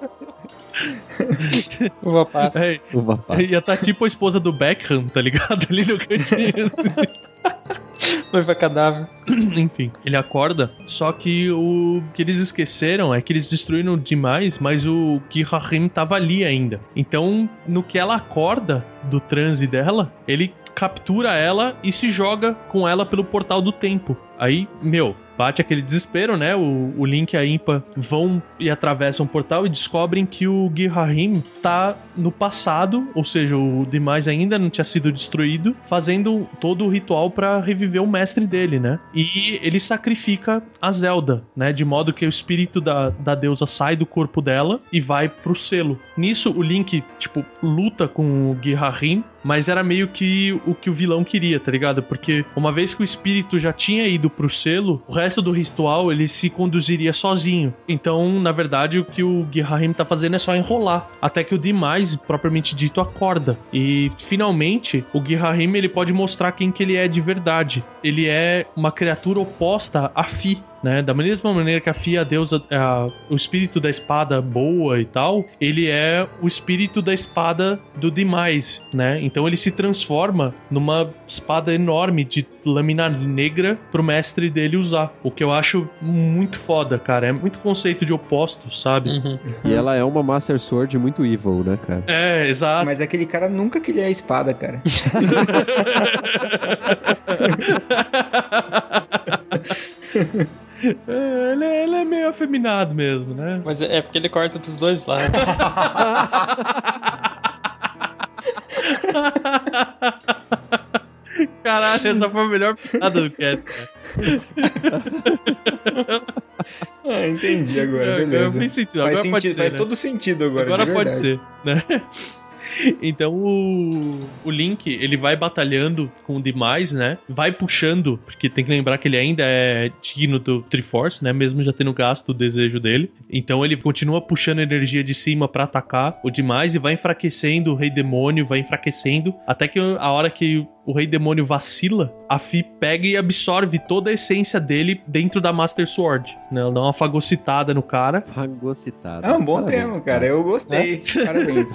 Uva passa. É, Uva passa. ia tá tipo a esposa do Beckham, tá ligado? Ali no cantinho, assim. Noiva cadáver. Enfim, ele acorda, só que o que eles esqueceram é que eles destruíram demais, mas o Girahim tava ali ainda. Então, no que ela acorda do transe dela, ele captura ela e se joga com ela pelo portal do tempo. Aí, meu, bate aquele desespero, né? O, o Link e a Impa vão e atravessam o portal e descobrem que o Girahim tá no passado, ou seja, o Demise ainda não tinha sido destruído, fazendo todo o ritual pra reviver o mestre dele, né? E ele sacrifica a Zelda, né? De modo que o espírito da, da deusa sai do corpo dela e vai pro selo. Nisso, o Link, tipo, luta com o Girahim, mas era meio que o que o vilão queria, tá ligado? Porque uma vez que o espírito já tinha ido pro selo, o resto do ritual ele se conduziria sozinho. Então, na verdade, o que o Girahim tá fazendo é só enrolar, até que o Demise, propriamente dito, acorda. E, finalmente, o Girahim ele pode mostrar quem que ele é de verdade. Ele é uma criatura oposta a Fi, né? Da mesma maneira que a Fi, a deusa, a, o espírito da espada boa e tal, ele é o espírito da espada do Demise, né? Então ele se transforma numa espada enorme de lâmina negra pro mestre dele usar, o que eu acho muito foda, cara. É muito conceito de opostos, sabe? Uhum. E ela é uma Master Sword muito evil, né, cara? É, exato. Mas aquele cara nunca queria a espada, cara. É, ele, é, ele é meio afeminado mesmo, né? Mas é porque ele corta pros dois lados. Caralho, essa foi a melhor piada do cast, cara. Ah, entendi agora, É, beleza. faz sentido, Faz, agora sentido, pode ser, faz né? todo sentido agora, Agora de pode verdade. ser, né? Então o, o Link, ele vai batalhando com o Demise, né? Vai puxando, porque tem que lembrar que ele ainda é digno do Triforce, né? Mesmo já tendo gasto o desejo dele. Então ele continua puxando energia de cima pra atacar o Demise e vai enfraquecendo o Rei Demônio, vai enfraquecendo, até que a hora que o Rei Demônio vacila, a Fi pega e absorve toda a essência dele dentro da Master Sword, né? Ela dá uma fagocitada no cara. Fagocitada. É um bom Parabéns, termo, cara. Eu gostei. Parabéns.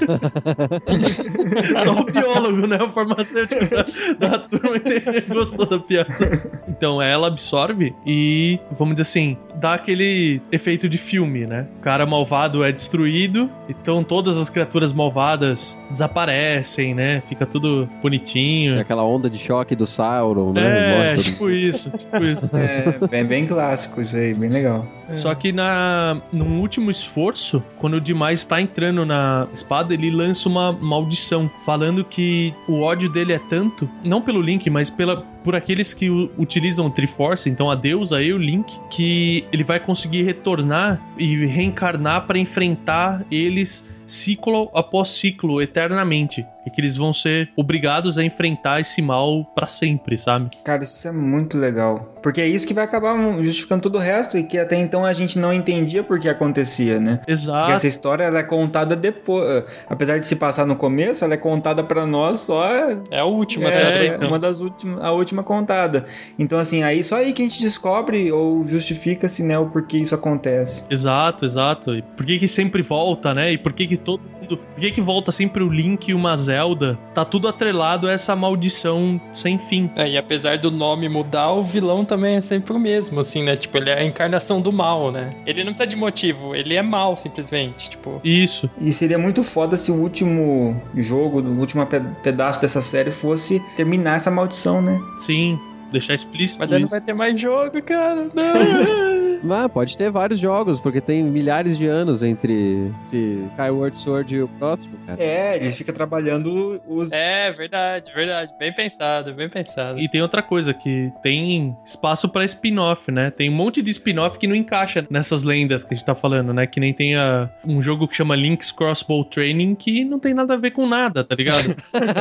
Só o biólogo, né? O farmacêutico da, da turma ele gostou da piada. Então ela absorve e, vamos dizer assim, dá aquele efeito de filme, né? O cara malvado é destruído, então todas as criaturas malvadas desaparecem, né? Fica tudo bonitinho. É aquela onda de choque do Sauron, né? É, Morre todo tipo isso, tipo isso. É bem, bem clássico isso aí, bem legal. Só que na, num último esforço, quando o Demise tá entrando na espada, ele lança uma maldição, falando que o ódio dele é tanto, não pelo Link, mas pela, por aqueles que u- utilizam o Triforce, então a deusa e o Link, que ele vai conseguir retornar e reencarnar pra enfrentar eles ciclo após ciclo, eternamente. E que eles vão ser obrigados a enfrentar esse mal pra sempre, sabe? Cara, isso é muito legal. Porque é isso que vai acabar justificando todo o resto e que até então a gente não entendia por que acontecia, né? Porque Exato. essa história ela é contada depois. Apesar de se passar no começo, ela é contada pra nós só. É a última, É, até. É, então. uma das últimas, a última contada. Então, assim, aí só aí que a gente descobre ou justifica-se, né, o porquê isso acontece. Exato, exato. E por que que sempre volta, né? E por que que todo mundo... Por que que volta sempre o Link e uma Zelda? Tá tudo atrelado a essa maldição sem fim. É, e apesar do nome mudar, o vilão também é sempre o mesmo, assim, né? Tipo, ele é a encarnação do mal, né? Ele não precisa de motivo, ele é mal, simplesmente, tipo... Isso. E seria muito foda se o último jogo, o último pe- pedaço dessa série fosse terminar essa maldição, né? Sim. Deixar explícito Mas daí não isso. vai ter mais jogo, cara. Não. Ah, pode ter vários jogos, porque tem milhares de anos entre esse Skyward Sword e o próximo, cara. É, ele fica trabalhando os... É, verdade, verdade. Bem pensado, bem pensado. E tem outra coisa, que tem espaço pra spin-off, né? Tem um monte de spin-off que não encaixa nessas lendas que a gente tá falando, né? Que nem tem a, um jogo que chama Link's Crossbow Training, que não tem nada a ver com nada, tá ligado?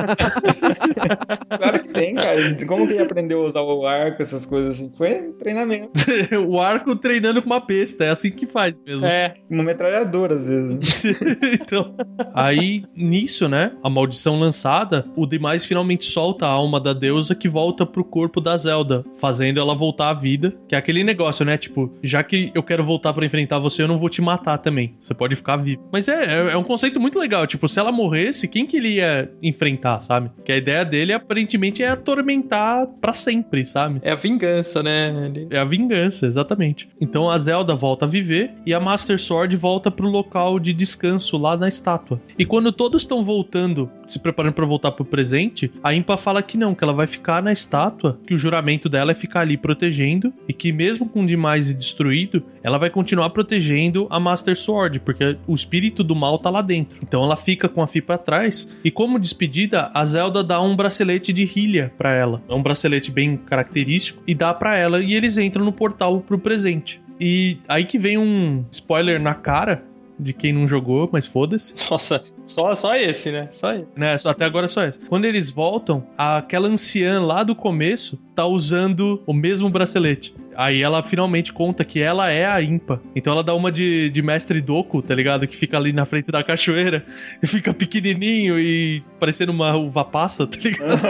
Claro que tem, cara. Como que ele aprendeu a usar o arco, essas coisas assim? Foi treinamento. O arco treinando com uma besta, é assim que faz mesmo. É, Uma metralhadora, às vezes. Então, aí nisso, né, a maldição lançada, o Demise finalmente solta a alma da deusa que volta pro corpo da Zelda, fazendo ela voltar à vida, que é aquele negócio, né, tipo, já que eu quero voltar pra enfrentar você, eu não vou te matar também, você pode ficar vivo. Mas é, é, é um conceito muito legal, tipo, se ela morresse, quem que ele ia enfrentar, sabe? Que a ideia dele, aparentemente, é atormentar pra sempre, sabe? é a vingança, né? Ele... É a vingança, exatamente. Então a Zelda volta a viver e a Master Sword volta pro local de descanso lá na estátua. E quando todos estão voltando, se preparando para voltar pro presente, a Impa fala que não, que ela vai ficar na estátua, que o juramento dela é ficar ali protegendo e que mesmo com o demais destruído, ela vai continuar protegendo a Master Sword, porque o espírito do mal tá lá dentro. Então ela fica com a Fi pra trás e como despedida, a Zelda dá um bracelete de Hylia pra ela. É um bracelete bem característico e dá pra ela e eles entram no portal pro presente. E aí que vem um spoiler na cara de quem não jogou, mas foda-se. Nossa, só, só esse, né? Só esse. Né? Até agora é só esse. Quando eles voltam, aquela anciã lá do começo tá usando o mesmo bracelete. Aí ela finalmente conta que ela é a Impa. Então ela dá uma de, de mestre Doku, tá ligado? Que fica ali na frente da cachoeira e fica pequenininho e parecendo uma uva passa, tá ligado?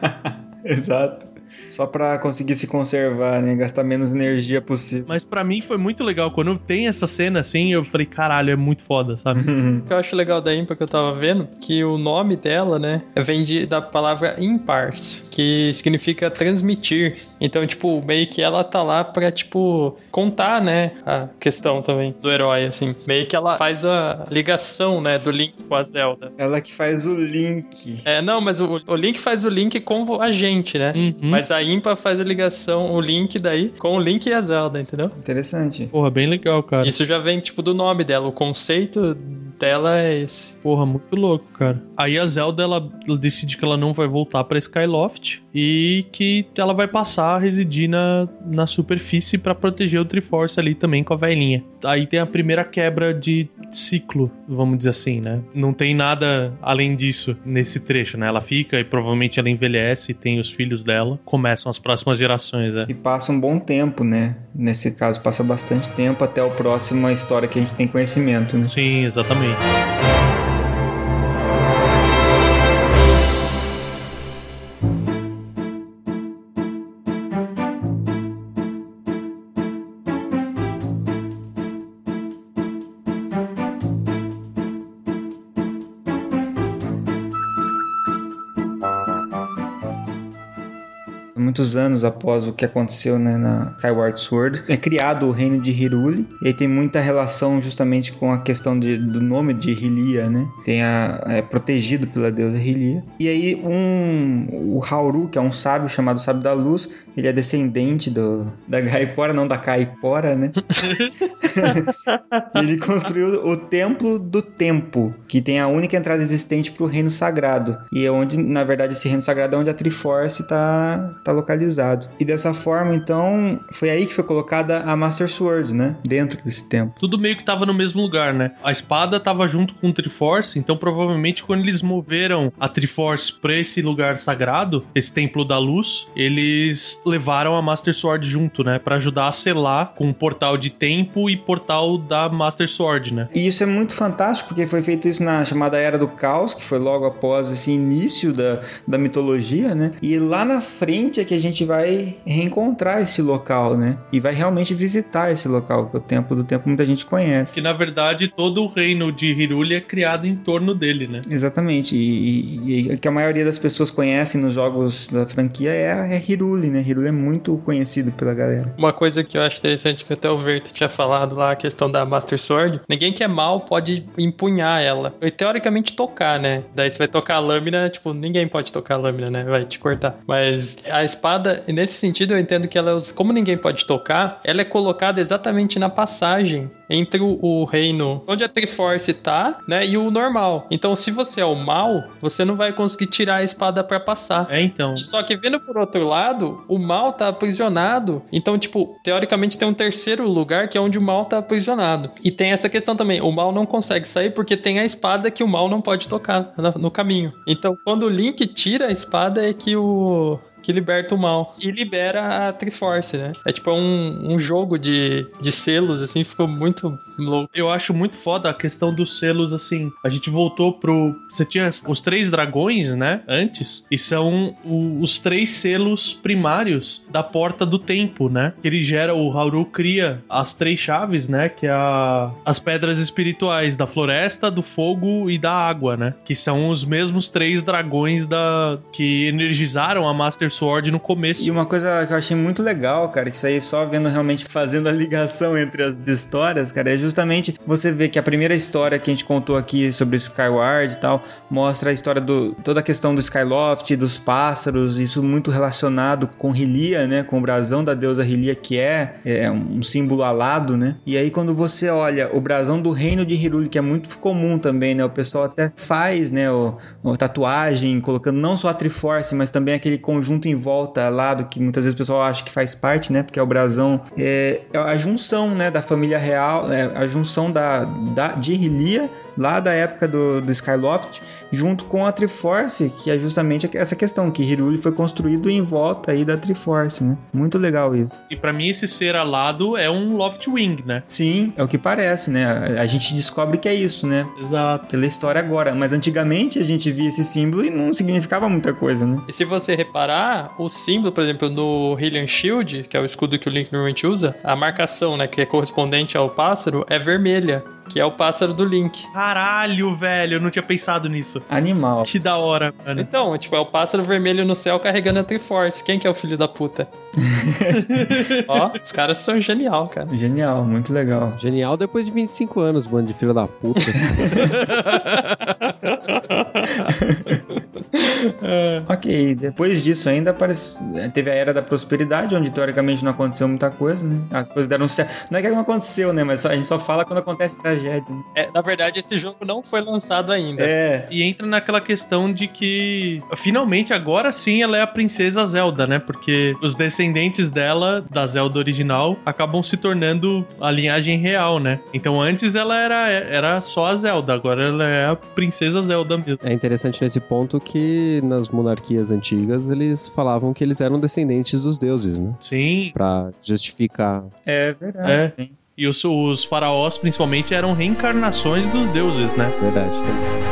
Exato. Só pra conseguir se conservar, né? Gastar menos energia possível. Mas pra mim foi muito legal. Quando tem essa cena assim, eu falei, caralho, é muito foda, sabe? O que eu acho legal da Impa que eu tava vendo, que o nome dela, né, vem de, da palavra impars, que significa transmitir. Então, tipo, meio que ela tá lá pra, tipo, contar, né, a questão também do herói, assim. Meio que ela faz a ligação, né, do Link com a Zelda. Ela que faz o link. É, não, mas o, o Link faz o link com a gente, né? Uhum. Mas a Impa faz a ligação, o Link daí, com o Link e a Zelda, entendeu? Interessante. Porra, bem legal, cara. Isso já vem, tipo, do nome dela. O conceito dela é esse. Porra, muito louco, cara. Aí a Zelda, ela, ela decide que ela não vai voltar pra Skyloft e que ela vai passar a residir na, na superfície pra proteger o Triforce ali também com a velhinha. Aí tem a primeira quebra de ciclo, vamos dizer assim, né? Não tem nada além disso nesse trecho, né? Ela fica e provavelmente ela envelhece e tem os filhos dela. Começam as próximas gerações, né? E passa um bom tempo, né? Nesse caso, passa bastante tempo até a próxima história que a gente tem conhecimento, né? Sim, exatamente. Muitos anos após o que aconteceu, né, na Skyward Sword, é criado o reino de Hyrule, e aí tem muita relação justamente com a questão de, do nome de Hylia, né? Tem a, é protegido pela deusa Hylia. E aí um, o Hauru, que é um sábio chamado Sábio da Luz, ele é descendente do, da Gaipora, não da Caipora, né? Ele construiu o Templo do Tempo, que tem a única entrada existente para o Reino Sagrado. E é onde, na verdade, esse Reino Sagrado é onde a Triforce está tá localizado. E dessa forma, então, foi aí que foi colocada a Master Sword, né? Dentro desse templo. Tudo meio que tava no mesmo lugar, né? A espada tava junto com o Triforce, então provavelmente quando eles moveram a Triforce pra esse lugar sagrado, esse Templo da Luz, eles levaram a Master Sword junto, né? Pra ajudar a selar com o portal de tempo e portal da Master Sword, né? E isso é muito fantástico, porque foi feito isso na chamada Era do Caos, que foi logo após esse início da, da mitologia, né? E lá na frente é que a gente vai reencontrar esse local, né? E vai realmente visitar esse local, que é o Templo do Tempo, muita gente conhece. Que na verdade todo o reino de Hyrule é criado em torno dele, né? Exatamente. E, e, e que a maioria das pessoas conhecem nos jogos da franquia é, é Hyrule, né? Hyrule é muito conhecido pela galera. Uma coisa que eu acho interessante, que até o Verto tinha falado lá, a questão da Master Sword, ninguém que é mal pode empunhar ela. E teoricamente tocar, né? Daí você vai tocar a lâmina, tipo, ninguém pode tocar a lâmina, né? Vai te cortar. Mas a espada, nesse sentido, eu entendo que ela, como ninguém pode tocar, ela é colocada exatamente na passagem entre o, o reino onde a Triforce tá, né? E o normal. Então, se você é o mal, você não vai conseguir tirar a espada pra passar. É, então. Só que vendo por outro lado, o mal tá aprisionado. Então, tipo, teoricamente tem um terceiro lugar que é onde o mal tá aprisionado. E tem essa questão também. O mal não consegue sair porque tem a espada que o mal não pode tocar no, no caminho. Então, quando o Link tira a espada é que o... que liberta o mal e libera a Triforce, né? É tipo um, um jogo de, de selos, assim, ficou muito louco. Eu acho muito foda a questão dos selos, assim. A gente voltou pro... Você tinha os três dragões, né? Antes. E são o, os três selos primários da Porta do Tempo, né? Ele gera, o Hauru cria as três chaves, né? Que é a, as pedras espirituais da floresta, do fogo e da água, né? Que são os mesmos três dragões da, que energizaram a Master Sword no começo. E uma coisa que eu achei muito legal, cara, que isso aí só vendo realmente fazendo a ligação entre as histórias, cara, é justamente você ver que a primeira história que a gente contou aqui sobre o Skyward e tal, mostra a história do toda a questão do Skyloft, dos pássaros, isso muito relacionado com Hylia, né, com o brasão da deusa Hylia, que é, é um símbolo alado, né? E aí quando você olha o brasão do reino de Hyrule, que é muito comum também, né, o pessoal até faz, né, o, o tatuagem, colocando não só a Triforce, mas também aquele conjunto em volta lá do que muitas vezes o pessoal acha que faz parte, né, porque é o brasão, é, é a junção, né, da família real, é a junção da, da, de Hylia, lá da época do, do Skyloft, junto com a Triforce, que é justamente essa questão, que Hyrule foi construído em volta aí da Triforce, né? Muito legal isso. E pra mim esse ser alado é um Loftwing, né? Sim, é o que parece, né? A gente descobre que é isso, né? Exato. Pela história agora, mas antigamente a gente via esse símbolo e não significava muita coisa, né? E se você reparar, o símbolo, por exemplo, no Hylian Shield, que é o escudo que o Link normalmente usa, a marcação, né, que é correspondente ao pássaro, é vermelha, que é o pássaro do Link. Caralho, velho, eu não tinha pensado nisso. Animal. Que da hora, mano. Então, tipo, é o pássaro vermelho no céu carregando a Triforce. Quem que é o filho da puta? Ó, os caras são genial, cara. Genial, muito legal. Genial depois de vinte e cinco anos, bando de filho da puta. Ok, depois disso ainda aparece... teve a Era da Prosperidade, onde teoricamente não aconteceu muita coisa, né? As coisas deram certo. Não é que não aconteceu, né? Mas só, a gente só fala quando acontece tragédia. Né? É, na verdade, esse jogo não foi lançado ainda. É. E entra naquela questão de que finalmente agora sim ela é a princesa Zelda, né? Porque os descendentes dela, da Zelda original, acabam se tornando a linhagem real, né? Então antes ela era, era só a Zelda, agora ela é a princesa Zelda mesmo. É interessante nesse ponto que nas monarquias antigas eles falavam que eles eram descendentes dos deuses, né? Sim. Pra justificar. É verdade. É. Sim. E os, os faraós, principalmente, eram reencarnações dos deuses, né? Verdade, também.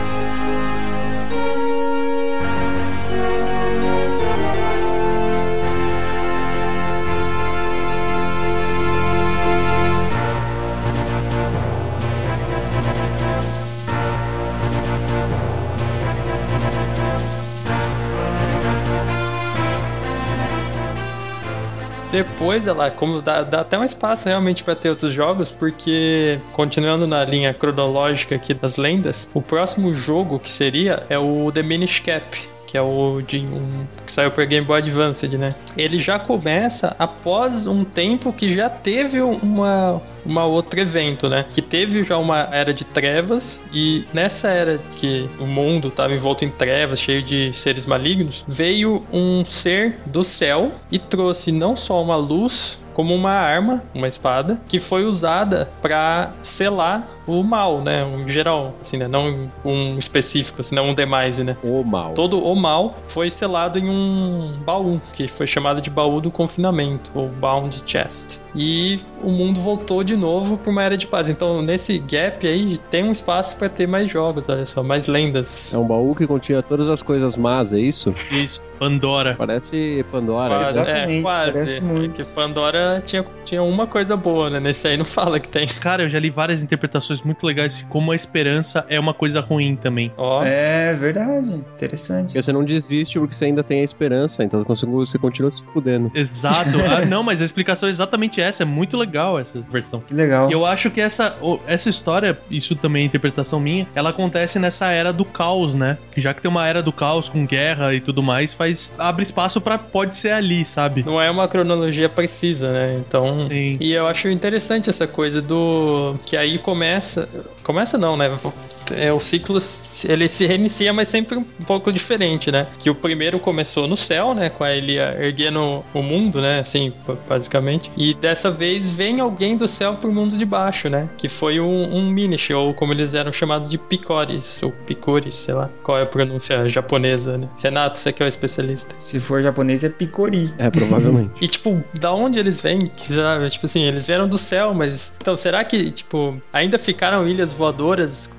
Depois ela, como dá, dá até um espaço realmente pra ter outros jogos, porque continuando na linha cronológica aqui das lendas, o próximo jogo que seria é o The Minish Cap, que é o de um, que saiu para Game Boy Advance, né? Ele já começa após um tempo que já teve uma uma outro evento, né? Que teve já uma era de trevas, e nessa era que o mundo estava envolto em trevas, cheio de seres malignos, veio um ser do céu e trouxe não só uma luz, como uma arma, uma espada, que foi usada para selar o mal, né? Em geral, assim, né? Não um específico, assim, não um demise, né? O mal. Todo o mal foi selado em um baú, que foi chamado de baú do confinamento, ou Bound Chest. E o mundo voltou de novo para uma era de paz. Então, nesse gap aí, tem um espaço para ter mais jogos, olha só, mais lendas. É um baú que continha todas as coisas más, é isso? Isso, Pandora. Parece Pandora. Quase, Exatamente, é, quase. parece muito. Porque Pandora tinha, tinha uma coisa boa, né? Nesse aí não fala que tem. Cara, eu já li várias interpretações muito legais de como a esperança é uma coisa ruim também. Ó. É verdade, interessante. Porque você não desiste porque você ainda tem a esperança, então você continua se fudendo. Exato. Ah, não, mas a explicação é exatamente essa. É muito legal essa versão. Que legal. E eu acho que essa, essa história, isso também é interpretação minha, ela acontece nessa era do caos, né? Que já que tem uma era do caos com guerra e tudo mais, faz, abre espaço pra pode ser ali, sabe? Não é uma cronologia precisa, né? Então... Sim. E eu acho interessante essa coisa do... Que aí começa... Começa não, né? É, o ciclo, ele se reinicia, mas sempre um pouco diferente, né? Que o primeiro começou no céu, né? Com a Hylia erguendo o mundo, né? Assim, basicamente. E dessa vez vem alguém do céu pro mundo de baixo, né? Que foi um, um Minish, ou como eles eram chamados de Picores, ou Picores, sei lá. Qual é a pronúncia japonesa, né? Renato, você que é o especialista. Se for japonês é Picori. É, provavelmente. E, tipo, da onde eles vêm? Que, sabe? Tipo assim, eles vieram do céu, mas... Então, será que, tipo, ainda ficaram ilhas voadoras com eles?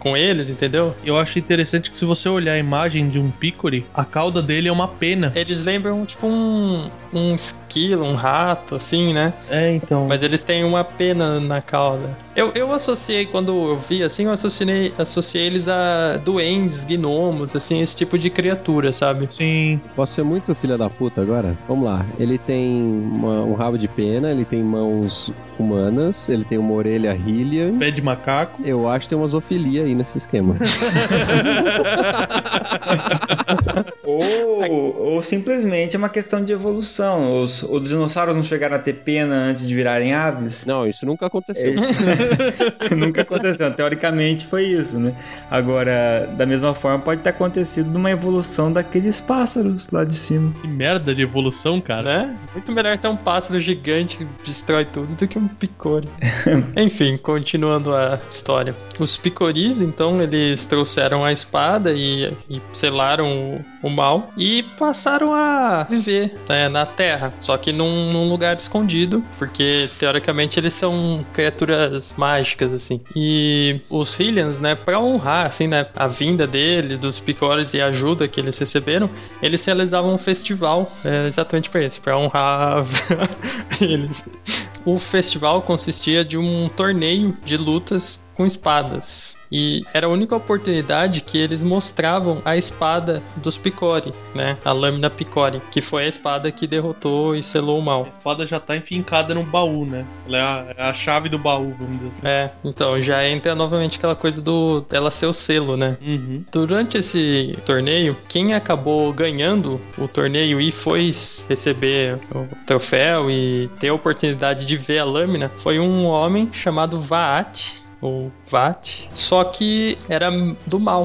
deles, entendeu? Eu acho interessante que se você olhar a imagem de um Picori, a cauda dele é uma pena. Eles lembram, tipo, um, um esquilo, um rato, assim, né? É, então. Mas eles têm uma pena na cauda. Eu, eu associei, quando eu vi, assim, eu associei, associei eles a duendes, gnomos, assim, esse tipo de criatura, sabe? Sim. Posso ser muito filha da puta agora? Vamos lá. Ele tem uma- um rabo de pena, ele tem mãos humanas, ele tem uma orelha Hylian. Pé de macaco. Eu acho que tem uma zoofilia aí nesse esquema. Ou, ou simplesmente é uma questão de evolução. Os, os dinossauros não chegaram a ter pena antes de virarem aves? Não, isso nunca aconteceu. Nunca aconteceu. Teoricamente foi isso, né? Agora, da mesma forma, pode ter acontecido numa evolução daqueles pássaros lá de cima. Que merda de evolução, cara. Né? Muito melhor ser um pássaro gigante que destrói tudo do que um picori. Enfim, continuando a história. Os picoris, então, eles trouxeram a espada e, e selaram o, o mal e passaram a viver, né, na Terra, só que num, num lugar escondido, porque teoricamente eles são criaturas mágicas, assim. E os Hylians, né, pra honrar, assim, né, a vinda dele, dos picoris e a ajuda que eles receberam, eles realizavam um festival, é, exatamente pra isso, pra honrar eles. O festival consistia de um torneio de lutas com espadas. E era a única oportunidade que eles mostravam a espada dos Picori, né? A lâmina Picori, que foi a espada que derrotou e selou o mal. A espada já tá enfincada no baú, né? Ela é a, é a chave do baú, vamos dizer assim. É, então já entra novamente aquela coisa do dela ser o selo, né? Uhum. Durante esse torneio, quem acabou ganhando o torneio e foi receber o troféu e ter a oportunidade de ver a lâmina foi um homem chamado Vaat, ou Vat, só que era do mal.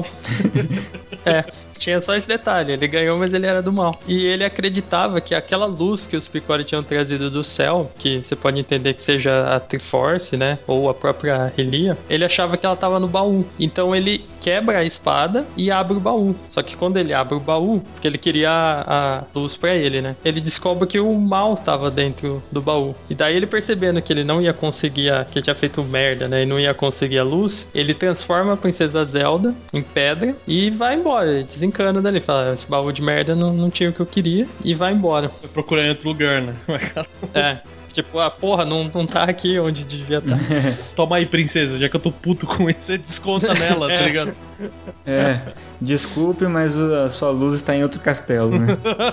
É, tinha só esse detalhe, ele ganhou, mas ele era do mal. E ele acreditava que aquela luz que os Picori tinham trazido do céu, que você pode entender que seja a Triforce, né, ou a própria Hylia, ele achava que ela tava no baú. Então ele quebra a espada e abre o baú. Só que quando ele abre o baú, porque ele queria a, a luz pra ele, né, ele descobre que o mal tava dentro do baú. E daí ele, percebendo que ele não ia conseguir, a, que ele tinha feito merda, né, e não ia conseguir a luz, ele transforma a Princesa Zelda em pedra e vai embora. Ele desencana dali, fala, esse baú de merda não, não tinha o que eu queria, e vai embora. Foi procurar em outro lugar, né? É. Tipo, ah, porra, não, não tá aqui onde devia estar. Toma aí, princesa, já que eu tô puto com isso, você desconta nela, tá ligado? É, desculpe, mas a sua luz está em outro castelo, né?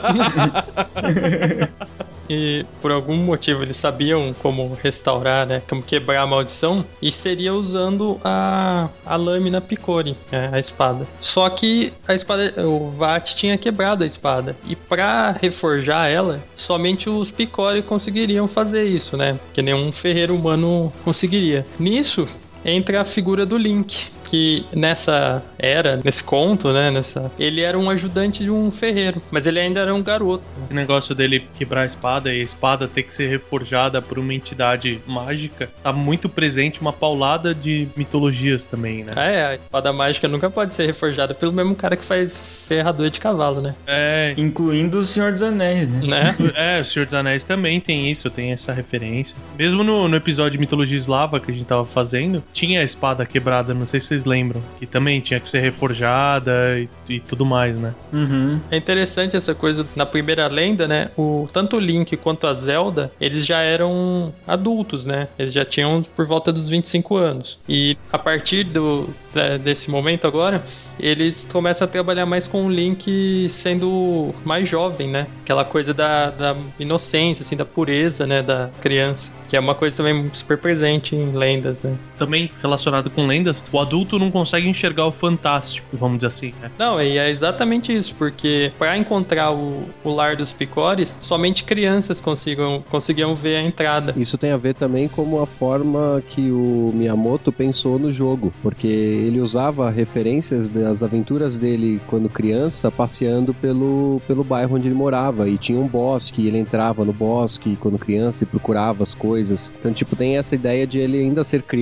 E por algum motivo eles sabiam como restaurar, né? Como quebrar a maldição. E seria usando a, a lâmina Picori, né, a espada. Só que a espada, o Vat tinha quebrado a espada. E pra reforjar ela, somente os Picori conseguiriam fazer isso, né? Porque nenhum ferreiro humano conseguiria. Nisso entra a figura do Link, que nessa era, nesse conto, né, nessa, ele era um ajudante de um ferreiro, mas ele ainda era um garoto. Esse negócio dele quebrar a espada e a espada ter que ser reforjada por uma entidade mágica, tá muito presente uma paulada de mitologias também, né? É, a espada mágica nunca pode ser reforjada pelo mesmo cara que faz ferradura de cavalo, né? É, Incluindo o Senhor dos Anéis, né? Né? é, o Senhor dos Anéis também tem isso, tem essa referência. Mesmo no, no episódio de mitologia eslava que a gente tava fazendo, tinha a espada quebrada, não sei se vocês lembram, que também tinha que ser reforjada e, e tudo mais, né? Uhum. É interessante essa coisa, na primeira lenda, né, o, tanto o Link quanto a Zelda, eles já eram adultos, né, eles já tinham por volta dos vinte e cinco anos, e a partir do, desse momento agora, eles começam a trabalhar mais com o Link sendo mais jovem, né, aquela coisa da, da inocência, assim, da pureza, né, da criança, que é uma coisa também super presente em lendas, né. Também relacionado com lendas, o adulto não consegue enxergar o fantástico, vamos dizer assim, né? Não, e é exatamente isso, porque para encontrar o, o lar dos Picores, somente crianças consigam, conseguiam ver a entrada. Isso tem a ver também com a forma que o Miyamoto pensou no jogo, porque ele usava referências das aventuras dele quando criança, passeando pelo, pelo bairro onde ele morava, e tinha um bosque, e ele entrava no bosque quando criança e procurava as coisas. Então, tipo, tem essa ideia de ele ainda ser criança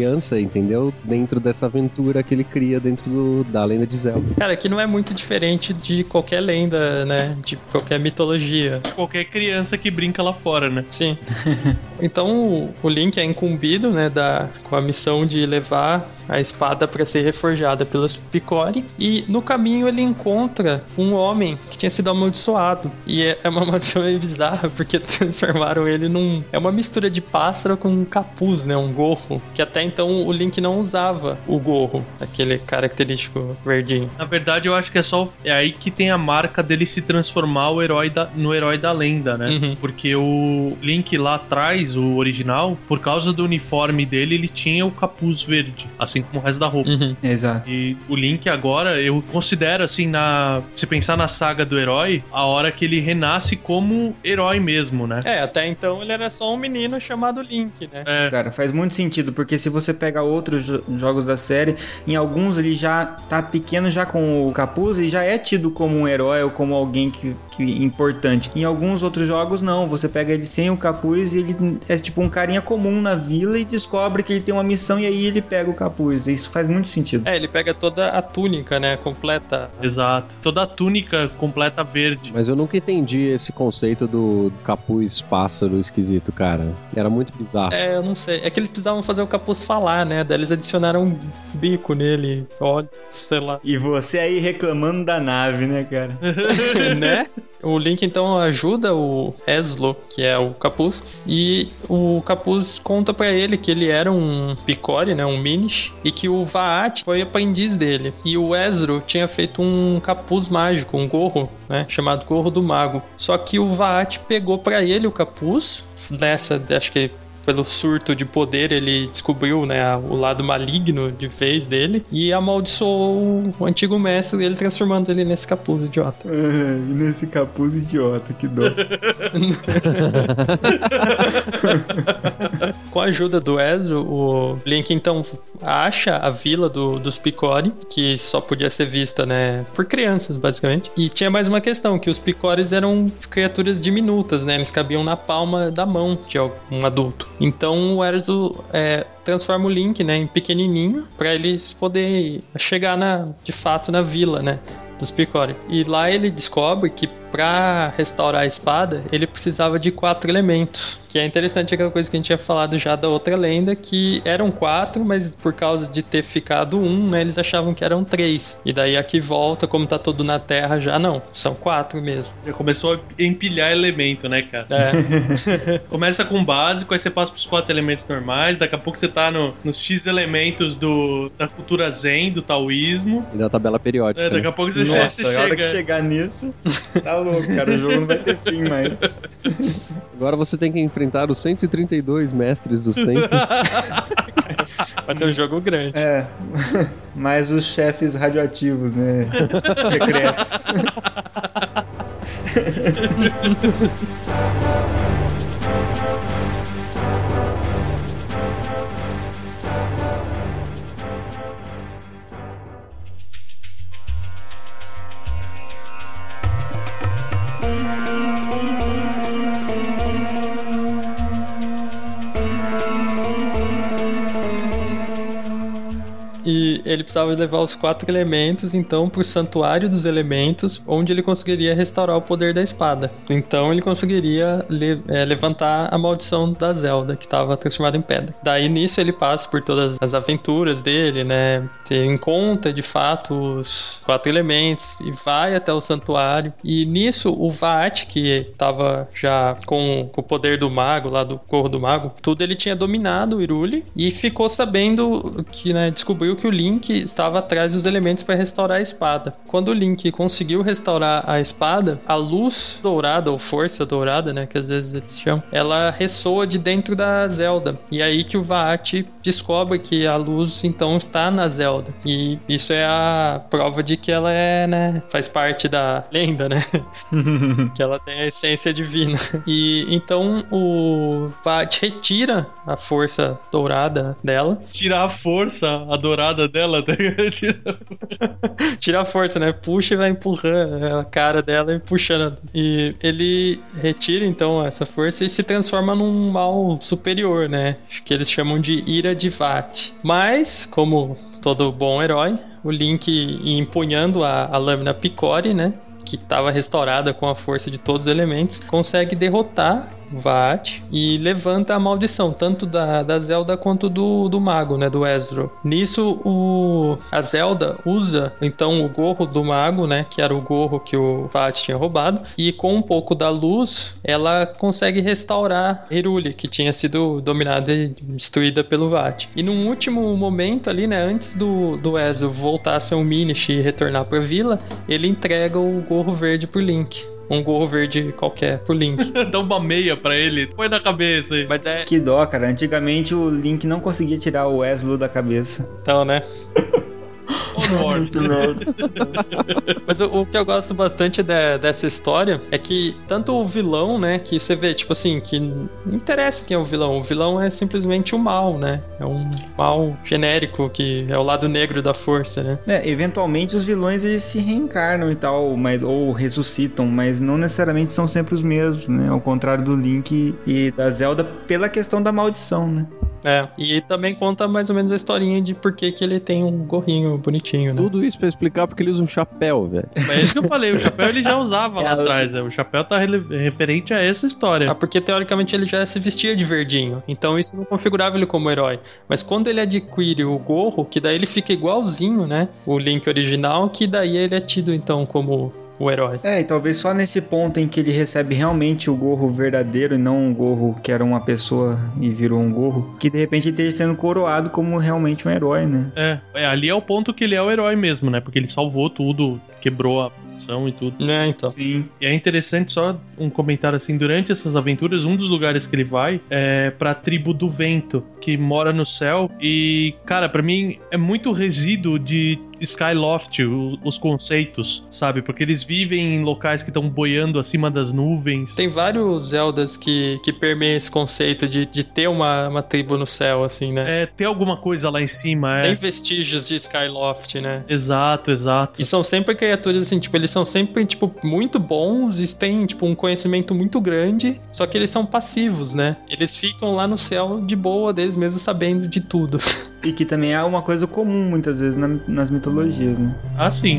entendeu? Dentro dessa aventura que ele cria dentro do, da lenda de Zelda. Cara, que não é muito diferente de qualquer lenda, né? De qualquer mitologia. Qualquer criança que brinca lá fora, né? Sim. Então o Link é incumbido, né, da, com a missão de levar a espada para ser reforjada pelos Picori, e no caminho ele encontra um homem que tinha sido amaldiçoado, e é, é uma maldição meio bizarra, porque transformaram ele num... é uma mistura de pássaro com um capuz, né, um gorro, que até então o Link não usava o gorro, aquele característico verdinho. Na verdade, eu acho que é só é aí que tem a marca dele se transformar o herói da, no herói da lenda, né? Uhum. Porque o Link lá atrás, o original, por causa do uniforme dele, ele tinha o capuz verde, assim como o resto da roupa. Uhum. Exato. E o Link agora, eu considero assim, na se pensar na saga do herói, a hora que ele renasce como herói mesmo, né? É, até então ele era só um menino chamado Link, né? É. Cara, faz muito sentido, porque se você pega outros jo- jogos da série, em alguns ele já tá pequeno, já com o capuz, e já é tido como um herói ou como alguém que, que importante. Em alguns outros jogos, não. Você pega ele sem o capuz e ele é tipo um carinha comum na vila e descobre que ele tem uma missão e aí ele pega o capuz. Isso faz muito sentido. É, ele pega toda a túnica, né, completa. Exato. Toda a túnica completa verde. Mas eu nunca entendi esse conceito do capuz pássaro esquisito, cara. Era muito bizarro. É, eu não sei. É que eles precisavam fazer o capuz falar, né? Daí eles adicionaram um bico nele, olha, sei lá. E você aí reclamando da nave, né, cara? Né? O Link então ajuda o Ezlo, que é o capuz, e o capuz conta pra ele que ele era um Picori, né, um Minish, e que o Vaat foi aprendiz dele. E o Ezro tinha feito um capuz mágico, um gorro, né, chamado Gorro do Mago. Só que o Vaat pegou pra ele o capuz, nessa, acho que pelo surto de poder, ele descobriu, né, o lado maligno de vez dele e amaldiçoou o antigo mestre dele, transformando ele nesse capuz idiota. Ah, e nesse capuz idiota, que dó. Com a ajuda do Ezro, o Link então acha a vila do, dos Picori, que só podia ser vista, né, por crianças, basicamente. E tinha mais uma questão, que os Picoris eram criaturas diminutas, né, eles cabiam na palma da mão de um adulto. Então o Ezro é, transforma o Link, né, em pequenininho, para eles poderem chegar na, de fato na vila, né, dos Picori. E lá ele descobre que para restaurar a espada, ele precisava de quatro elementos. Que é interessante aquela coisa que a gente tinha falado já da outra lenda, que eram quatro, mas por causa de ter ficado um, né, eles achavam que eram três. E daí aqui volta, como tá tudo na terra, já não. São quatro mesmo. Já começou a empilhar elemento, né, cara? É. Começa com o básico, aí você passa pros quatro elementos normais, daqui a pouco você tá no, nos X elementos do, da cultura Zen, do taoísmo. E da tabela periódica. É, daqui né? a pouco você, Nossa, você a hora chega... que chegar nisso, tá louco, cara. O jogo não vai ter fim mais. Agora você tem que enfrentar os cento e trinta e dois mestres dos tempos. Vai ser um jogo grande. É, mais os chefes radioativos, né? Secretos. E ele precisava levar os quatro elementos, então, pro Santuário dos Elementos, onde ele conseguiria restaurar o poder da espada. Então ele conseguiria le- é, levantar a maldição da Zelda, que estava transformada em pedra. Daí nisso ele passa por todas as aventuras dele, né? Ele encontra de fato os quatro elementos e vai até o santuário. E nisso o Vaat, que estava já com, com o poder do mago, lá do Gorro do Mago, tudo ele tinha dominado o Hyrule e ficou sabendo que, né, descobriu que o Link estava atrás dos elementos para restaurar a espada. Quando o Link conseguiu restaurar a espada, a luz dourada, ou força dourada, né, que às vezes eles chamam, ela ressoa de dentro da Zelda. E é aí que o Vaat descobre que a luz então está na Zelda. E isso é a prova de que ela é, né, faz parte da lenda, né? Que ela tem a essência divina. E então o Vaat retira a força dourada dela. Tirar a força, adorar dourada dela. Tira a força, né? Puxa e vai empurrando a cara dela e puxando. E ele retira, então, essa força e se transforma num mal superior, né? Acho que eles chamam de Ira de Vat. Mas, como todo bom herói, o Link, empunhando a, a lâmina Picori, né? Que estava restaurada com a força de todos os elementos, consegue derrotar Vat e levanta a maldição, tanto da, da Zelda quanto do, do mago, né, do Ezro. Nisso, o, a Zelda usa, então, o gorro do mago, né, que era o gorro que o Vat tinha roubado, e com um pouco da luz, ela consegue restaurar Hyrule, que tinha sido dominada e destruída pelo Vat. E num último momento ali, né, antes do, do Ezro voltar a ser um Minish e retornar pra vila, ele entrega o gorro verde pro Link. Um gorro verde qualquer pro Link. Dá uma meia pra ele, põe na cabeça aí. Mas é... Que dó, cara. Antigamente o Link não conseguia tirar o Ezlo da cabeça. Então, né? Muito Mas o, o que eu gosto bastante de, dessa história é que tanto o vilão, né, que você vê, tipo assim, que não interessa quem é o vilão, o vilão é simplesmente o mal, né, é um mal genérico que é o lado negro da força, né. É, eventualmente os vilões eles se reencarnam e tal, mas, ou ressuscitam, mas não necessariamente são sempre os mesmos, né, ao contrário do Link e da Zelda pela questão da maldição, né. É, e também conta mais ou menos a historinha de por que que ele tem um gorrinho bonitinho, né? Tudo isso pra explicar porque ele usa um chapéu, velho. Mas é isso que eu falei, o chapéu ele já usava lá atrás, o chapéu tá rele- referente a essa história. Ah, porque teoricamente ele já se vestia de verdinho, então isso não configurava ele como herói. Mas quando ele adquire o gorro, que daí ele fica igualzinho, né? O Link original, que daí ele é tido então como o herói. É, e talvez só nesse ponto em que ele recebe realmente o gorro verdadeiro e não um gorro que era uma pessoa e virou um gorro, que de repente ele esteja sendo coroado como realmente um herói, né? É, é, ali é o ponto que ele é o herói mesmo, né? Porque ele salvou tudo, quebrou a função e tudo. É, então. Sim. E é interessante só um comentário assim, durante essas aventuras, um dos lugares que ele vai é pra tribo do vento, que mora no céu e, cara, pra mim é muito resíduo de Skyloft, os, os conceitos, sabe? Porque eles vivem em locais que estão boiando acima das nuvens. Tem vários Zeldas que, que permeiam esse conceito de, de ter uma, uma tribo no céu, assim, né? É, ter alguma coisa lá em cima, é. Tem vestígios de Skyloft, né? Exato, exato. E são sempre criaturas, assim, tipo, eles são sempre, tipo, muito bons e têm, tipo, um conhecimento muito grande, só que eles são passivos, né? Eles ficam lá no céu de boa deles mesmo sabendo de tudo. E que também é uma coisa comum muitas vezes na, nas mitologias, né? Ah, sim.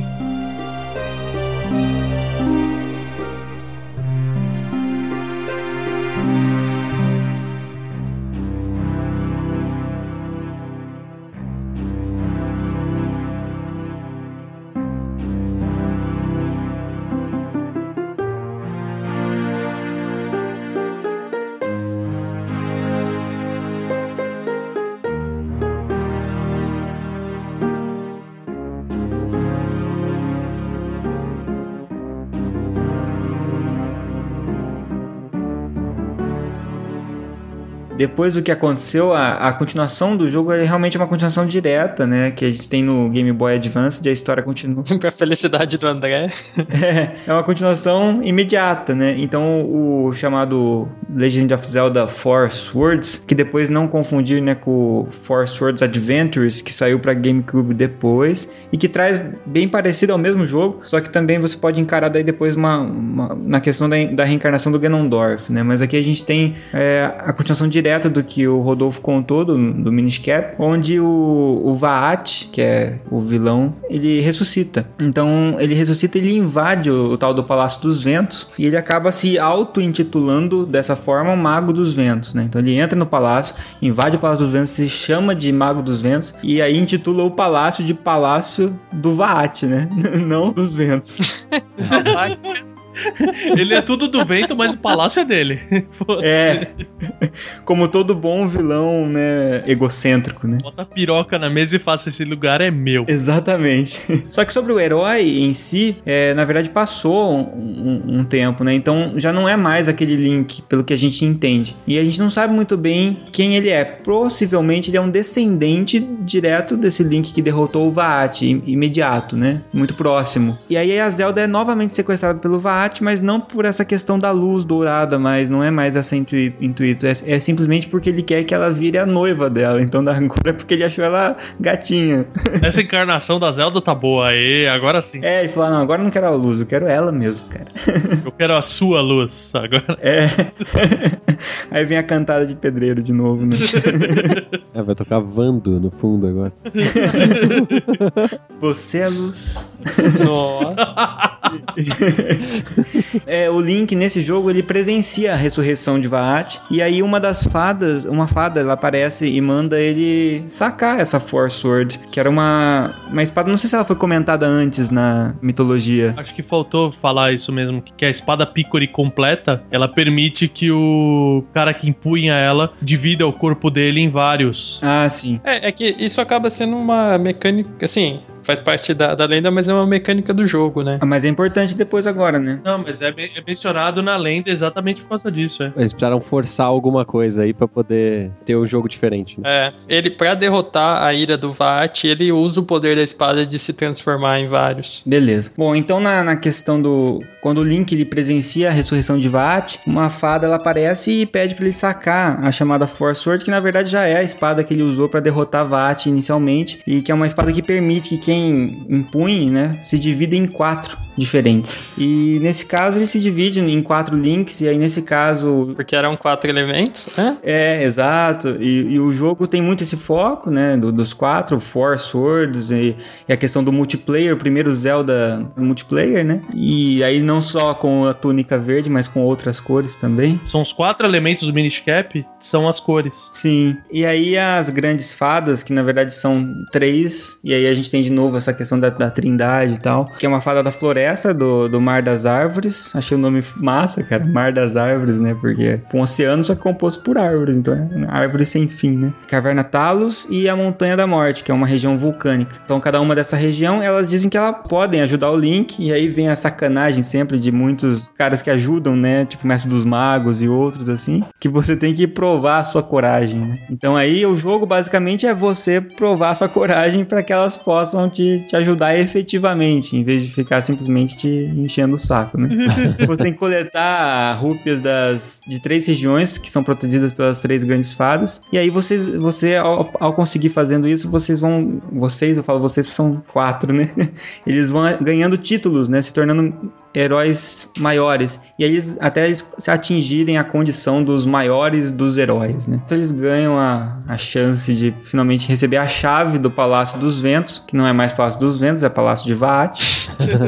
Depois do que aconteceu, a, a continuação do jogo é realmente uma continuação direta, né? Que a gente tem no Game Boy Advance e a história continua. Pra felicidade do André. É, é uma continuação imediata, né? Então o chamado Legend of Zelda Four Swords, que depois não confundir, né, com o Four Swords Adventures, que saiu pra GameCube depois, e que traz bem parecido ao mesmo jogo, só que também você pode encarar daí depois uma, uma na questão da, da reencarnação do Ganondorf, né? Mas aqui a gente tem é, a continuação direta do que o Rodolfo contou do, do Minish Cap, onde o, o Vaat, que é o vilão, ele ressuscita. Então ele ressuscita e ele invade o, o tal do Palácio dos Ventos e ele acaba se auto-intitulando dessa forma Mago dos Ventos, né? Então ele entra no palácio, invade o Palácio dos Ventos, se chama de Mago dos Ventos e aí intitula o palácio de Palácio do Vaat, né? Não dos Ventos. Ele é tudo do vento, mas o palácio é dele. É, como todo bom vilão, né, egocêntrico, né? Bota a piroca na mesa e faça esse lugar é meu. Exatamente. Só que sobre o herói em si, é, na verdade passou um, um, um tempo, né? Então já não é mais aquele Link, pelo que a gente entende. E a gente não sabe muito bem quem ele é. Possivelmente ele é um descendente direto desse Link que derrotou o Vaat, imediato, né? Muito próximo. E aí a Zelda é novamente sequestrada pelo Vaat Vaat, mas não por essa questão da luz dourada, mas não é mais essa intuito, intuito. É, é simplesmente porque ele quer que ela vire a noiva dela, então agora é porque ele achou ela gatinha. Essa encarnação da Zelda tá boa aí, agora sim. É, ele falou, não, agora eu não quero a luz, eu quero ela mesmo, cara. Eu quero a sua luz agora. É. Aí vem a cantada de pedreiro de novo, né? É, vai tocar Vando no fundo agora. Você é a luz. Nossa. É, o Link nesse jogo ele presencia a ressurreição de Vaat, e aí uma das fadas, uma fada, ela aparece e manda ele sacar essa Force Sword, que era uma, uma espada, não sei se ela foi comentada antes na mitologia. Acho que faltou falar isso mesmo, que a espada Picori completa, ela permite que o cara que empunha ela divida o corpo dele em vários. Ah, sim. É, é que isso acaba sendo uma mecânica, assim, faz parte da, da lenda, mas é uma mecânica do jogo, né? Mas é importante depois agora, né? Não, mas é, é mencionado na lenda exatamente por causa disso, é. Eles precisaram forçar alguma coisa aí pra poder ter um jogo diferente, né? É, ele, pra derrotar a ira do Vaat, ele usa o poder da espada de se transformar em vários. Beleza. Bom, então na, na questão do... Quando o Link ele presencia a ressurreição de Vaat, uma fada ela aparece e pede pra ele sacar a chamada Force Sword, que na verdade já é a espada que ele usou pra derrotar Vaat inicialmente, e que é uma espada que permite que quem impunhe, né, se divida em quatro diferentes. E nesse caso ele se divide em quatro links, e aí nesse caso... Porque eram quatro elementos, né? É, exato. E, e o jogo tem muito esse foco, né, do, dos quatro, Four Swords, e, e a questão do multiplayer, o primeiro Zelda multiplayer, né? E aí não só com a túnica verde, mas com outras cores também. São os quatro elementos do Minish Cap, são as cores. Sim. E aí as grandes fadas, que na verdade são três, e aí a gente tem de novo essa questão da, da trindade e tal, que é uma fada da floresta, do, do Mar das Árvores. Achei o nome massa, cara, Mar das Árvores, né, porque é um oceano só que composto por árvores, então é árvores sem fim, né. Caverna Talos e a Montanha da Morte, que é uma região vulcânica. Então cada uma dessa região, elas dizem que elas podem ajudar o Link, e aí vem a sacanagem sempre de muitos caras que ajudam, né, tipo Mestre dos Magos e outros assim, que você tem que provar a sua coragem, né. Então aí o jogo basicamente é você provar a sua coragem para que elas possam te, te ajudar efetivamente, em vez de ficar simplesmente te enchendo o saco, né? Você tem que coletar rúpias das, de três regiões que são protegidas pelas três grandes fadas, e aí vocês, você, ao, ao conseguir fazendo isso, vocês vão, vocês, eu falo vocês porque são quatro, né? Eles vão ganhando títulos, né? Se tornando heróis maiores, e aí eles, até eles se atingirem a condição dos maiores dos heróis, né? Então eles ganham a, a chance de finalmente receber a chave do Palácio dos Ventos, que não é mais Palácio dos Ventos, é Palácio de Vaat.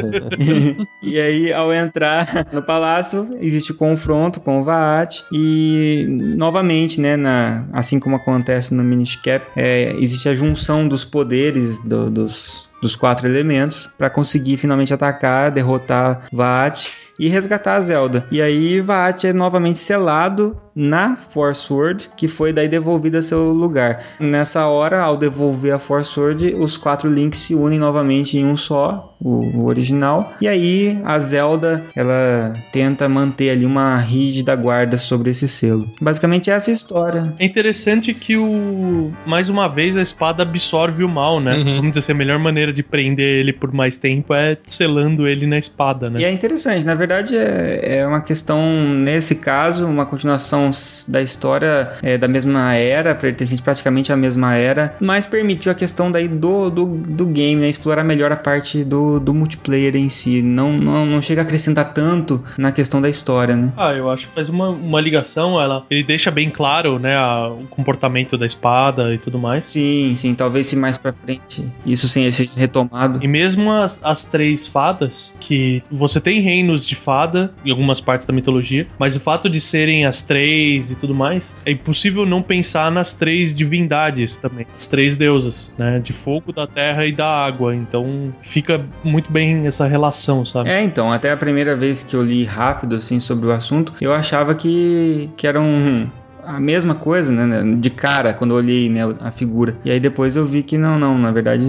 e, e aí, ao entrar no palácio, existe o confronto com o Vaat, e novamente, né, na, assim como acontece no Minish Cap, é, existe a junção dos poderes do, dos dos quatro elementos para conseguir finalmente atacar, derrotar Vaat e resgatar a Zelda. E aí Vaat é novamente selado na Force Sword, que foi daí devolvida a seu lugar. Nessa hora, ao devolver a Force Sword, os quatro Links se unem novamente em um só, o, o original. E aí a Zelda, ela tenta manter ali uma rígida guarda sobre esse selo. Basicamente essa é a história. É interessante que o mais uma vez a espada absorve o mal, né? Uhum. Vamos dizer assim, a melhor maneira de prender ele por mais tempo é selando ele na espada, né? E é interessante, na verdade é, é uma questão, nesse caso, uma continuação da história é, da mesma era, pertencente praticamente à mesma era, mas permitiu a questão daí do, do, do game, né? Explorar melhor a parte do, do multiplayer em si, não, não, não chega a acrescentar tanto na questão da história, né? Ah, eu acho que faz uma, uma ligação, ela, ele deixa bem claro, né, a, o comportamento da espada e tudo mais. Sim, sim, talvez se mais pra frente isso sim seja retomado. E mesmo as, as três fadas, que você tem reinos de fada em algumas partes da mitologia, mas o fato de serem as três e tudo mais, é impossível não pensar nas três divindades também, as três deusas, né, de fogo, da terra e da água, então fica muito bem essa relação, sabe? É, então, até a primeira vez que eu li rápido, assim, sobre o assunto, eu achava que, que era um... a mesma coisa, né, de cara, quando eu olhei, né, a figura. E aí depois eu vi que não, não, na verdade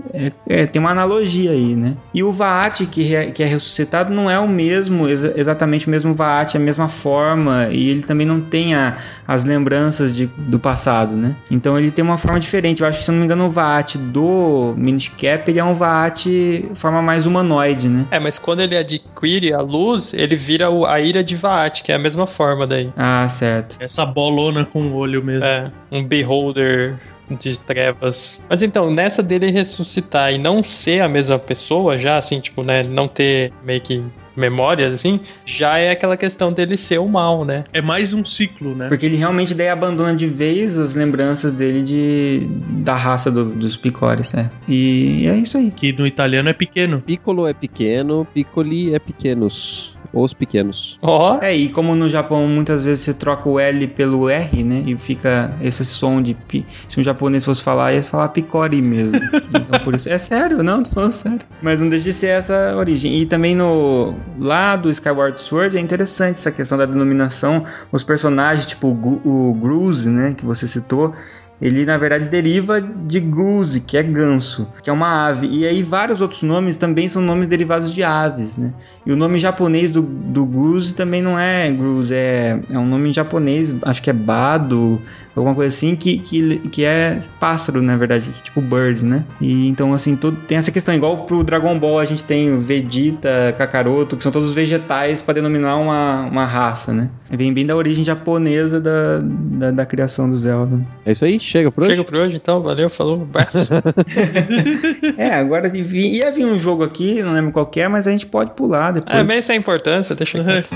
é, é, tem uma analogia aí, né? E o Vaat, que, re, que é ressuscitado, não é o mesmo, exa, exatamente o mesmo Vaat, a mesma forma, e ele também não tem a, as lembranças de, do passado, né? Então ele tem uma forma diferente. Eu acho que, se eu não me engano, o Vaat do Minish Cap, ele é um Vaat forma mais humanoide, né? É, mas quando ele adquire a luz, ele vira o, a ira de Vaat, que é a mesma forma daí. Ah, certo. Essa bolona com o olho mesmo. É, um beholder de trevas. Mas então, nessa dele ressuscitar e não ser a mesma pessoa, já assim, tipo, né, não ter meio que memórias, assim, já é aquela questão dele ser o mal, né? É mais um ciclo, né? Porque ele realmente daí abandona de vez as lembranças dele de, da raça do, dos Picores, é. E é isso aí. Que no italiano é pequeno. Piccolo é pequeno, piccoli é pequenos. Os pequenos. Ó. Oh. É, e como no Japão muitas vezes você troca o L pelo R, né? E fica esse som de pi. Se um japonês fosse falar, ia falar Picori mesmo. Então por isso. É sério, não, tô falando sério. Mas não deixa de ser essa origem. E também no. Lá do Skyward Sword é interessante essa questão da denominação. Os personagens, tipo o, o Gruze, né? Que você citou. Ele, na verdade, deriva de goose, que é ganso, que é uma ave. E aí vários outros nomes também são nomes derivados de aves, né? E o nome japonês do, do goose também não é goose, é, é um nome em japonês, acho que é bado, alguma coisa assim, que, que, que é pássaro, na verdade, tipo bird, né? E então, assim, todo, tem essa questão. Igual pro Dragon Ball a gente tem o Vegeta, Kakaroto, que são todos vegetais para denominar uma, uma raça, né? Vem bem da origem japonesa da, da, da criação do Zelda. É isso aí? Chega por hoje? Chega por hoje, então. Valeu, falou, abraço. É, agora ia vir um jogo aqui, não lembro qual que é, mas a gente pode pular depois. É, meio sem importância, deixa eu ver.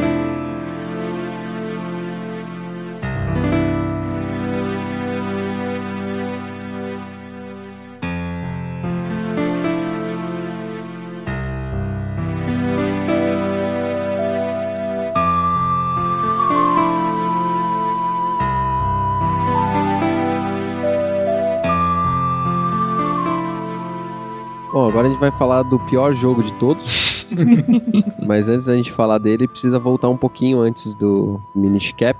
Bom, agora a gente vai falar do pior jogo de todos. Mas antes da gente falar dele, precisa voltar um pouquinho antes do Minish Cap,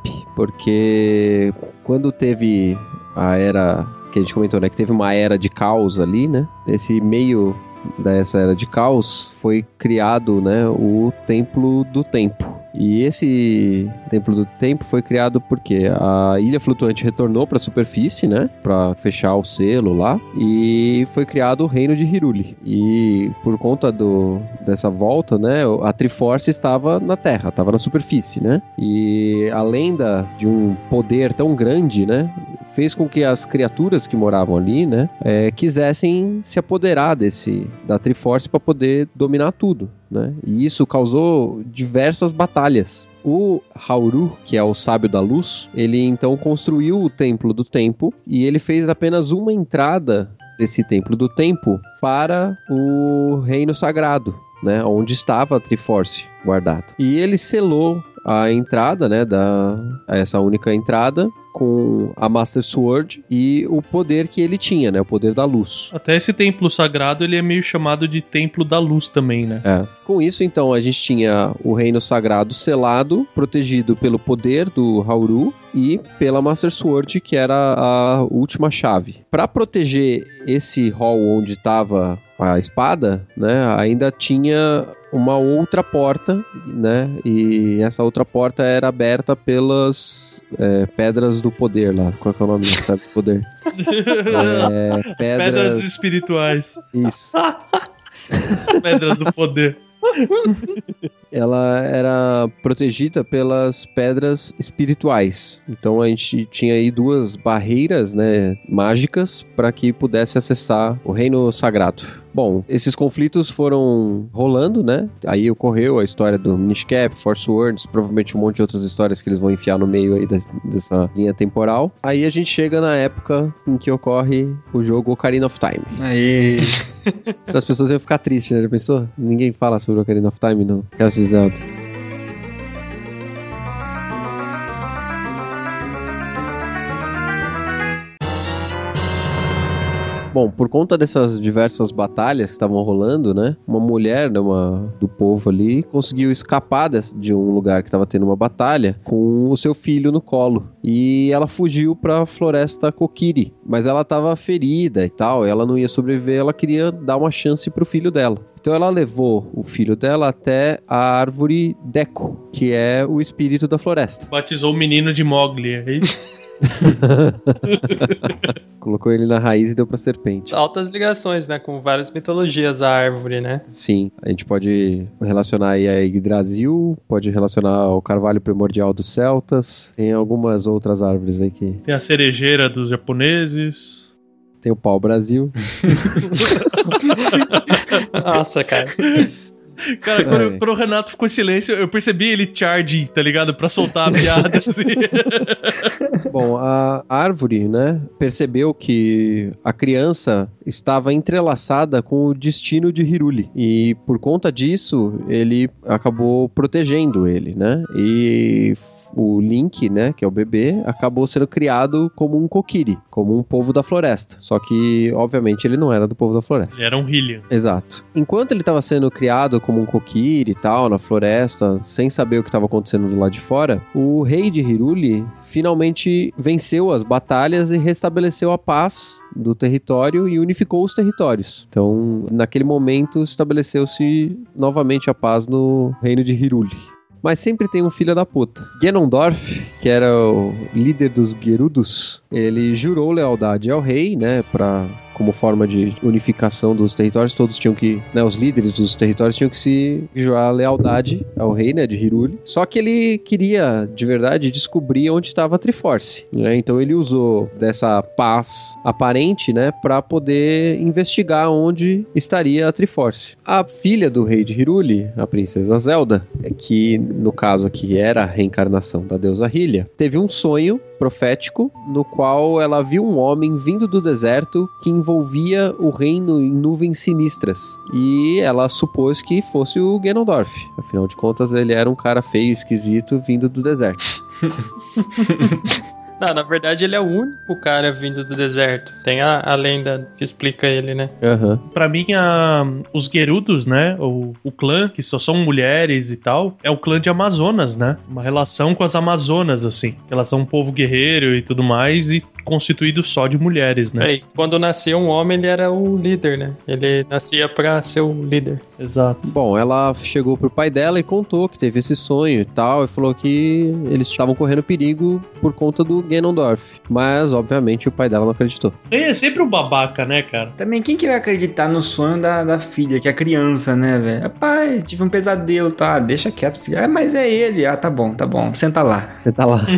porque quando teve a era que a gente comentou, né, que teve uma era de caos ali, né? Esse meio dessa era de caos foi criado, né, o Templo do Tempo. E esse Templo do Tempo foi criado porque a Ilha Flutuante retornou para a superfície, né, para fechar o selo lá, e foi criado o Reino de Hyrule. E por conta do, dessa volta, né, a Triforce estava na Terra, estava na superfície, né, e a lenda de um poder tão grande, né, fez com que as criaturas que moravam ali, né, é, quisessem se apoderar desse, da Triforce para poder dominar tudo, né, e isso causou diversas batalhas. O Hauru, que é o Sábio da Luz, ele então construiu o Templo do Tempo e ele fez apenas uma entrada desse Templo do Tempo para o Reino Sagrado, né, onde estava a Triforce guardada. E ele selou a entrada, né, da, essa única entrada, com a Master Sword e o poder que ele tinha, né, o poder da luz. Até esse templo sagrado, ele é meio chamado de Templo da Luz também, né? É. Com isso, então, a gente tinha o Reino Sagrado selado, protegido pelo poder do Hauru e pela Master Sword, que era a última chave. Para proteger esse hall onde estava a espada, né, ainda tinha uma outra porta, né, e essa outra porta era aberta pelas é, pedras do poder lá. Qual que é o nome das pedras do poder? É, As pedras... pedras espirituais. Isso. As pedras do poder. Ela era protegida pelas pedras espirituais. Então a gente tinha aí duas barreiras, né, mágicas para que pudesse acessar o reino sagrado. Bom, esses conflitos foram rolando, né? Aí ocorreu a história do Minish Cap, Force Words, provavelmente um monte de outras histórias que eles vão enfiar no meio aí de, dessa linha temporal. Aí a gente chega na época em que ocorre o jogo Ocarina of Time. Aí. As pessoas iam ficar tristes, né? Já pensou? Ninguém fala sobre Ocarina of Time, não. Graças a Zelda. Bom, por conta dessas diversas batalhas que estavam rolando, né? Uma mulher né, uma, do povo ali conseguiu escapar de, de um lugar que estava tendo uma batalha com o seu filho no colo. E ela fugiu para a floresta Kokiri. Mas ela estava ferida e tal, ela não ia sobreviver, ela queria dar uma chance pro filho dela. Então ela levou o filho dela até a árvore Deko, que é o espírito da floresta. Batizou o menino de Mowgli, é isso? Colocou ele na raiz e deu pra serpente. Altas ligações, né? Com várias mitologias a árvore, né? Sim, a gente pode relacionar aí a Yggdrasil, pode relacionar ao carvalho primordial dos celtas, tem algumas outras árvores aí que... Tem a cerejeira dos japoneses... Tem o pau-brasil. Nossa, cara. Cara, quando, quando o Renato ficou em silêncio, eu percebi ele charge, tá ligado? Pra soltar a piada, assim. Bom, a árvore, né, percebeu que a criança estava entrelaçada com o destino de Hyrule. E por conta disso, ele acabou protegendo ele, né? E o Link, né, que é o bebê, acabou sendo criado como um Kokiri, como um povo da floresta. Só que, obviamente, ele não era do povo da floresta. Ele era um Hylian. Exato. Enquanto ele estava sendo criado como um Kokiri e tal, na floresta, sem saber o que estava acontecendo do lado de fora, o rei de Hyrule finalmente venceu as batalhas e restabeleceu a paz do território e unificou os territórios. Então, naquele momento, estabeleceu-se novamente a paz no reino de Hyrule. Mas sempre tem um filho da puta. Ganondorf, que era o líder dos Gerudos, ele jurou lealdade ao rei, né, pra... como forma de unificação dos territórios, todos tinham que, né, os líderes dos territórios tinham que se jurar lealdade ao rei, né, de Hyrule. Só que ele queria, de verdade, descobrir onde estava a Triforce, né? Então ele usou dessa paz aparente, né, para poder investigar onde estaria a Triforce. A filha do rei de Hyrule, a princesa Zelda, que no caso aqui era a reencarnação da deusa Hylia, teve um sonho profético no qual ela viu um homem vindo do deserto que envolvia o reino em nuvens sinistras. E ela supôs que fosse o Ganondorf. Afinal de contas, ele era um cara feio, esquisito, vindo do deserto. Não, na verdade ele é o único cara vindo do deserto. Tem a, a lenda que explica ele, né? Uhum. Pra mim, a, os Gerudos, né? O, o clã, que só são mulheres e tal, é o clã de Amazonas, né? Uma relação com as Amazonas, assim. Elas são um povo guerreiro e tudo mais, e constituído só de mulheres, né? É, quando nascia um homem, ele era o líder, né? Ele nascia pra ser o líder. Exato. Bom, ela chegou pro pai dela e contou que teve esse sonho e tal, e falou que eles estavam correndo perigo por conta do Ganondorf. Mas, obviamente, o pai dela não acreditou. É sempre um babaca, né, cara? Também, quem que vai acreditar no sonho da, da filha, que é a criança, né, velho? Pai, tive um pesadelo, tá? Deixa quieto, filha. Ah, mas é ele. Ah, tá bom, tá bom. Senta lá. Senta lá.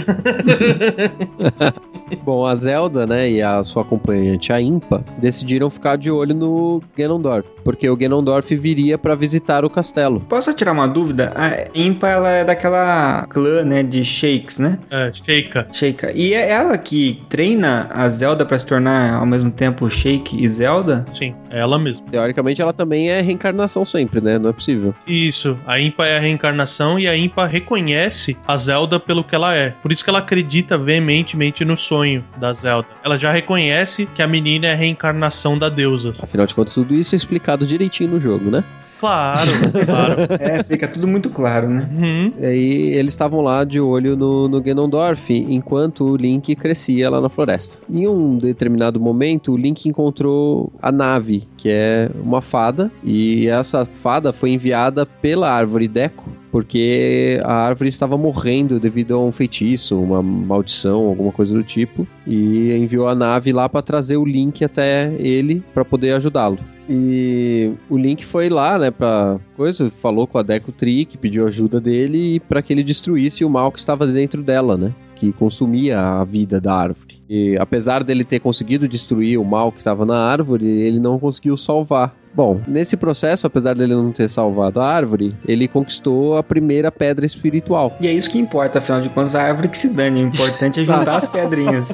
Bom, a Zelda, né, e a sua acompanhante, a Impa, decidiram ficar de olho no Ganondorf, porque o Ganondorf viria pra visitar o castelo. Posso tirar uma dúvida? A Impa, ela é daquela clã, né, de Shakes, né? É, Sheikah. Sheikah. E é ela que treina a Zelda pra se tornar, ao mesmo tempo, Sheik e Zelda? Sim, é ela mesma. Teoricamente, ela também é reencarnação sempre, né? Não é possível. Isso, a Impa é a reencarnação e a Impa reconhece a Zelda pelo que ela é. Por isso que ela acredita veementemente no sonho da Zelda. Ela já reconhece que a menina é a reencarnação da deusa. Afinal de contas, tudo isso é explicado direitinho no jogo, né? Claro, claro. É, fica tudo muito claro, né? Uhum. E aí eles estavam lá de olho no, no Ganondorf, enquanto o Link crescia lá na floresta. Em um determinado momento, o Link encontrou a Navi, que é uma fada, e essa fada foi enviada pela árvore Deko, porque a árvore estava morrendo devido a um feitiço, uma maldição, alguma coisa do tipo, e enviou a Navi lá para trazer o Link até ele para poder ajudá-lo. E o Link foi lá, né, pra coisa, falou com a Deku Tree, que pediu ajuda dele para que ele destruísse o mal que estava dentro dela, né, que consumia a vida da árvore. E apesar dele ter conseguido destruir o mal que estava na árvore, ele não conseguiu salvar Bom, nesse processo, apesar dele não ter salvado a árvore, ele conquistou a primeira pedra espiritual. E é isso que importa, afinal de contas, a árvore que se dane. O importante é juntar as pedrinhas.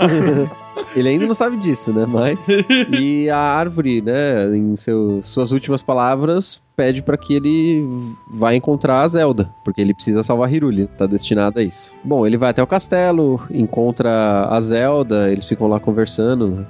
Ele ainda não sabe disso, né? Mas... E a árvore, né, em seu, suas últimas palavras, pede pra que ele vá encontrar a Zelda, porque ele precisa salvar Hyrule, tá destinado a isso. Bom, ele vai até o castelo, encontra a Zelda, eles ficam lá conversando,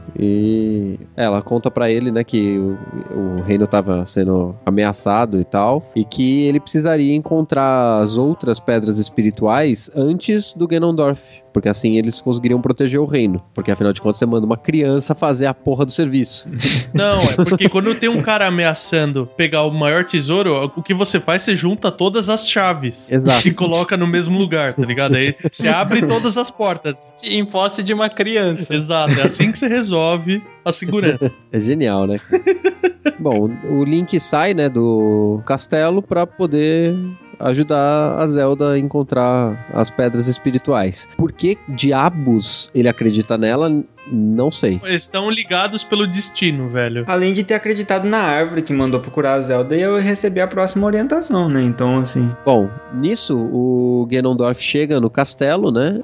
e ela conta pra ele, né, que o, o reino tava sendo ameaçado e tal, e que ele precisaria encontrar as outras pedras espirituais antes do Ganondorf, porque assim eles conseguiriam proteger o reino, porque afinal de contas você manda uma criança fazer a porra do serviço. Não, é porque quando tem um cara ameaçando pegar o maior tesouro, o que você faz, você junta todas as chaves. Exato. E coloca no mesmo lugar, tá ligado? Aí você abre todas as portas. Em posse de uma criança. Exato, é assim que você resolve a segurança. É genial, né? Bom, o Link sai, né, do castelo pra poder ajudar a Zelda a encontrar as pedras espirituais. Por que diabos ele acredita nela? Não sei. Eles estão ligados pelo destino, velho. Além de ter acreditado na árvore que mandou procurar a Zelda e eu receber a próxima orientação, né? Então, assim... Bom, nisso o Ganondorf chega no castelo, né?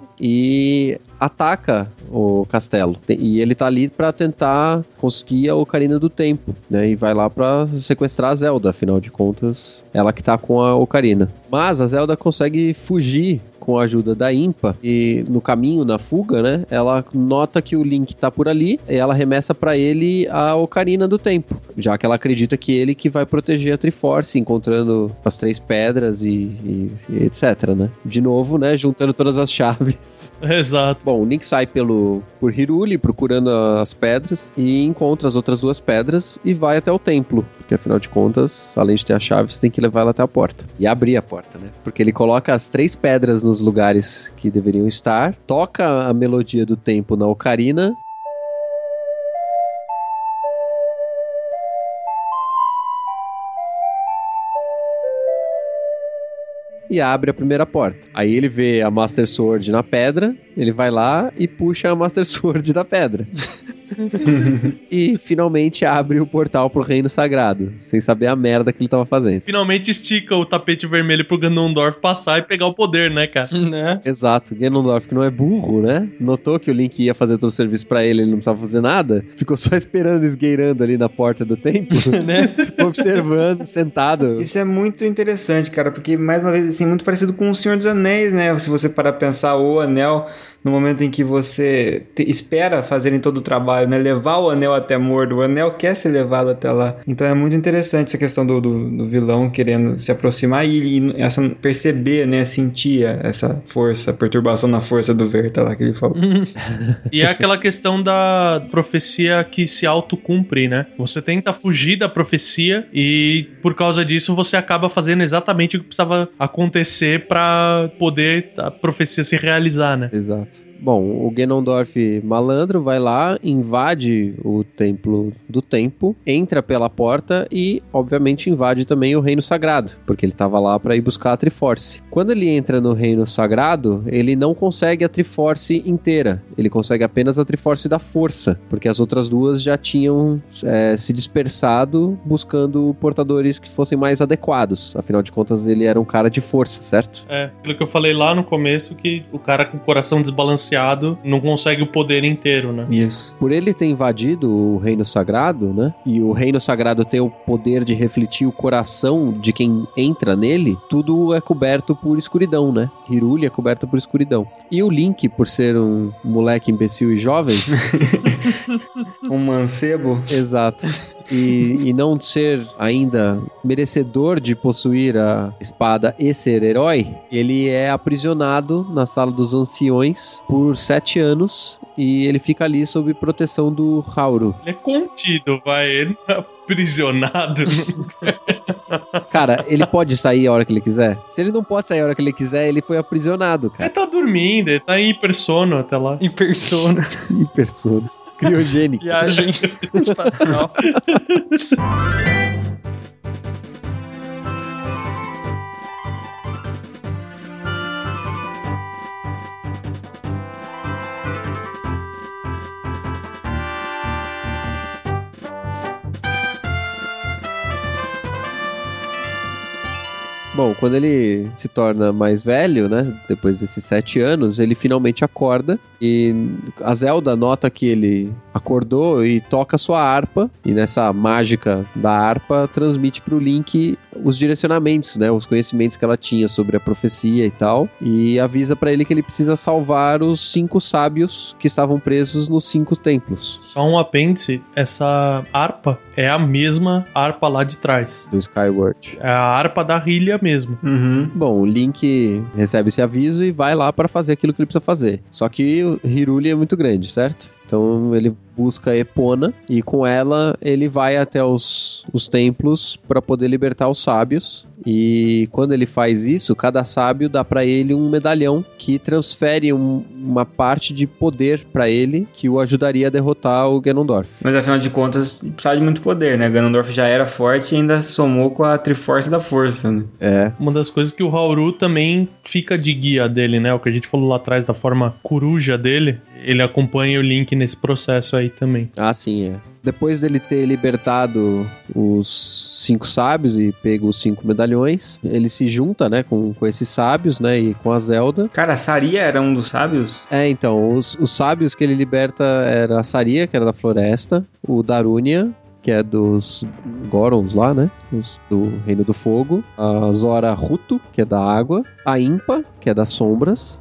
E ataca o castelo. E ele tá ali pra tentar conseguir a Ocarina do Tempo, né? E vai lá pra sequestrar a Zelda, afinal de contas, ela que tá com a Ocarina. Mas a Zelda consegue fugir com a ajuda da Impa, e no caminho, na fuga, né, ela nota que o Link tá por ali, e ela remessa pra ele a Ocarina do Tempo, já que ela acredita que ele que vai proteger a Triforce, encontrando as três pedras e, e, e etc, né. De novo, né, juntando todas as chaves. Exato. Bom, o Link sai pelo, por Hyrule, procurando as pedras, e encontra as outras duas pedras, e vai até o templo, porque afinal de contas, além de ter a chave, você tem que levar ela até a porta, e abrir a porta, né, porque ele coloca as três pedras no nos lugares que deveriam estar, toca a melodia do tempo na Ocarina e abre a primeira porta. Aí ele vê a Master Sword na pedra, ele vai lá e puxa a Master Sword da pedra. E finalmente abre o portal pro Reino Sagrado, sem saber a merda que ele tava fazendo. Finalmente estica o tapete vermelho pro Ganondorf passar e pegar o poder, né, cara? Né? Exato, Ganondorf, que não é burro, né? Notou que o Link ia fazer todo o serviço pra ele, ele não precisava fazer nada. Ficou só esperando, esgueirando ali na porta do templo, né? Ficou observando, sentado. Isso é muito interessante, cara, porque, mais uma vez, assim, muito parecido com o Senhor dos Anéis, né? Se você parar pra pensar, o anel, no momento em que você te, espera fazerem todo o trabalho, né? Levar o anel até Mordor, o anel quer ser levado até lá. Então é muito interessante essa questão do, do, do vilão querendo se aproximar e, e essa, perceber, né? Sentir essa força, perturbação na força do Verta lá que ele falou. E é aquela questão da profecia que se autocumpre, né? Você tenta fugir da profecia e por causa disso você acaba fazendo exatamente o que precisava acontecer pra poder a profecia se realizar, né? Exato. Bom, o Ganondorf malandro vai lá, invade o Templo do Tempo, entra pela porta e, obviamente, invade também o Reino Sagrado, porque ele estava lá para ir buscar a Triforce. Quando ele entra no Reino Sagrado, ele não consegue a Triforce inteira, ele consegue apenas a Triforce da Força, porque as outras duas já tinham é, se dispersado buscando portadores que fossem mais adequados. Afinal de contas, ele era um cara de força, certo? É, aquilo que eu falei lá no começo, que o cara com o coração desbalanceado não consegue o poder inteiro, né? Isso. Por ele ter invadido o Reino Sagrado, né? E o Reino Sagrado ter o poder de refletir o coração de quem entra nele, tudo é coberto por escuridão, né? Hyrule é coberto por escuridão. E o Link, por ser um moleque imbecil e jovem... um mancebo. Exato. E, e não ser ainda merecedor de possuir a espada e ser herói, ele é aprisionado na Sala dos Anciões por sete anos e ele fica ali sob proteção do Hauru. Ele é contido, vai, ele é aprisionado. Cara, ele pode sair a hora que ele quiser? Se ele não pode sair a hora que ele quiser, ele foi aprisionado, cara. Ele tá dormindo, ele tá em hipersono até lá. Hipersono. Hipersono. Criogênico. Viagem espacial. Bom, quando ele se torna mais velho, né, depois desses sete anos, ele finalmente acorda e a Zelda nota que ele acordou e toca sua harpa, e nessa mágica da harpa transmite pro Link os direcionamentos, né, os conhecimentos que ela tinha sobre a profecia e tal, e avisa pra ele que ele precisa salvar os cinco sábios que estavam presos nos cinco templos. Só um apêndice, essa harpa é a mesma harpa lá de trás. Do Skyward. É a harpa da Hylia mesmo. Uhum. Bom, o Link recebe esse aviso e vai lá para fazer aquilo que ele precisa fazer. Só que o Hyrule é muito grande, certo? Então ele busca Epona e com ela ele vai até os, os templos para poder libertar os sábios. E quando ele faz isso, cada sábio dá para ele um medalhão que transfere um, uma parte de poder para ele que o ajudaria a derrotar o Ganondorf. Mas afinal de contas, precisava de muito poder, né? Ganondorf já era forte e ainda somou com a Triforce da Força, né? É. Uma das coisas que o Hauru também fica de guia dele, né? O que a gente falou lá atrás da forma coruja dele, ele acompanha o Link nesse processo aí também. Ah, sim, é. Depois dele ter libertado os cinco sábios e pego os cinco medalhões, ele se junta, né, com, com esses sábios, né, e com a Zelda. Cara, a Saria era um dos sábios? É, então, os, os sábios que ele liberta era a Saria, que era da floresta, o Darunia, que é dos Gorons lá, né, os do Reino do Fogo, a Zora Huto, que é da água, a Impa, que é das sombras,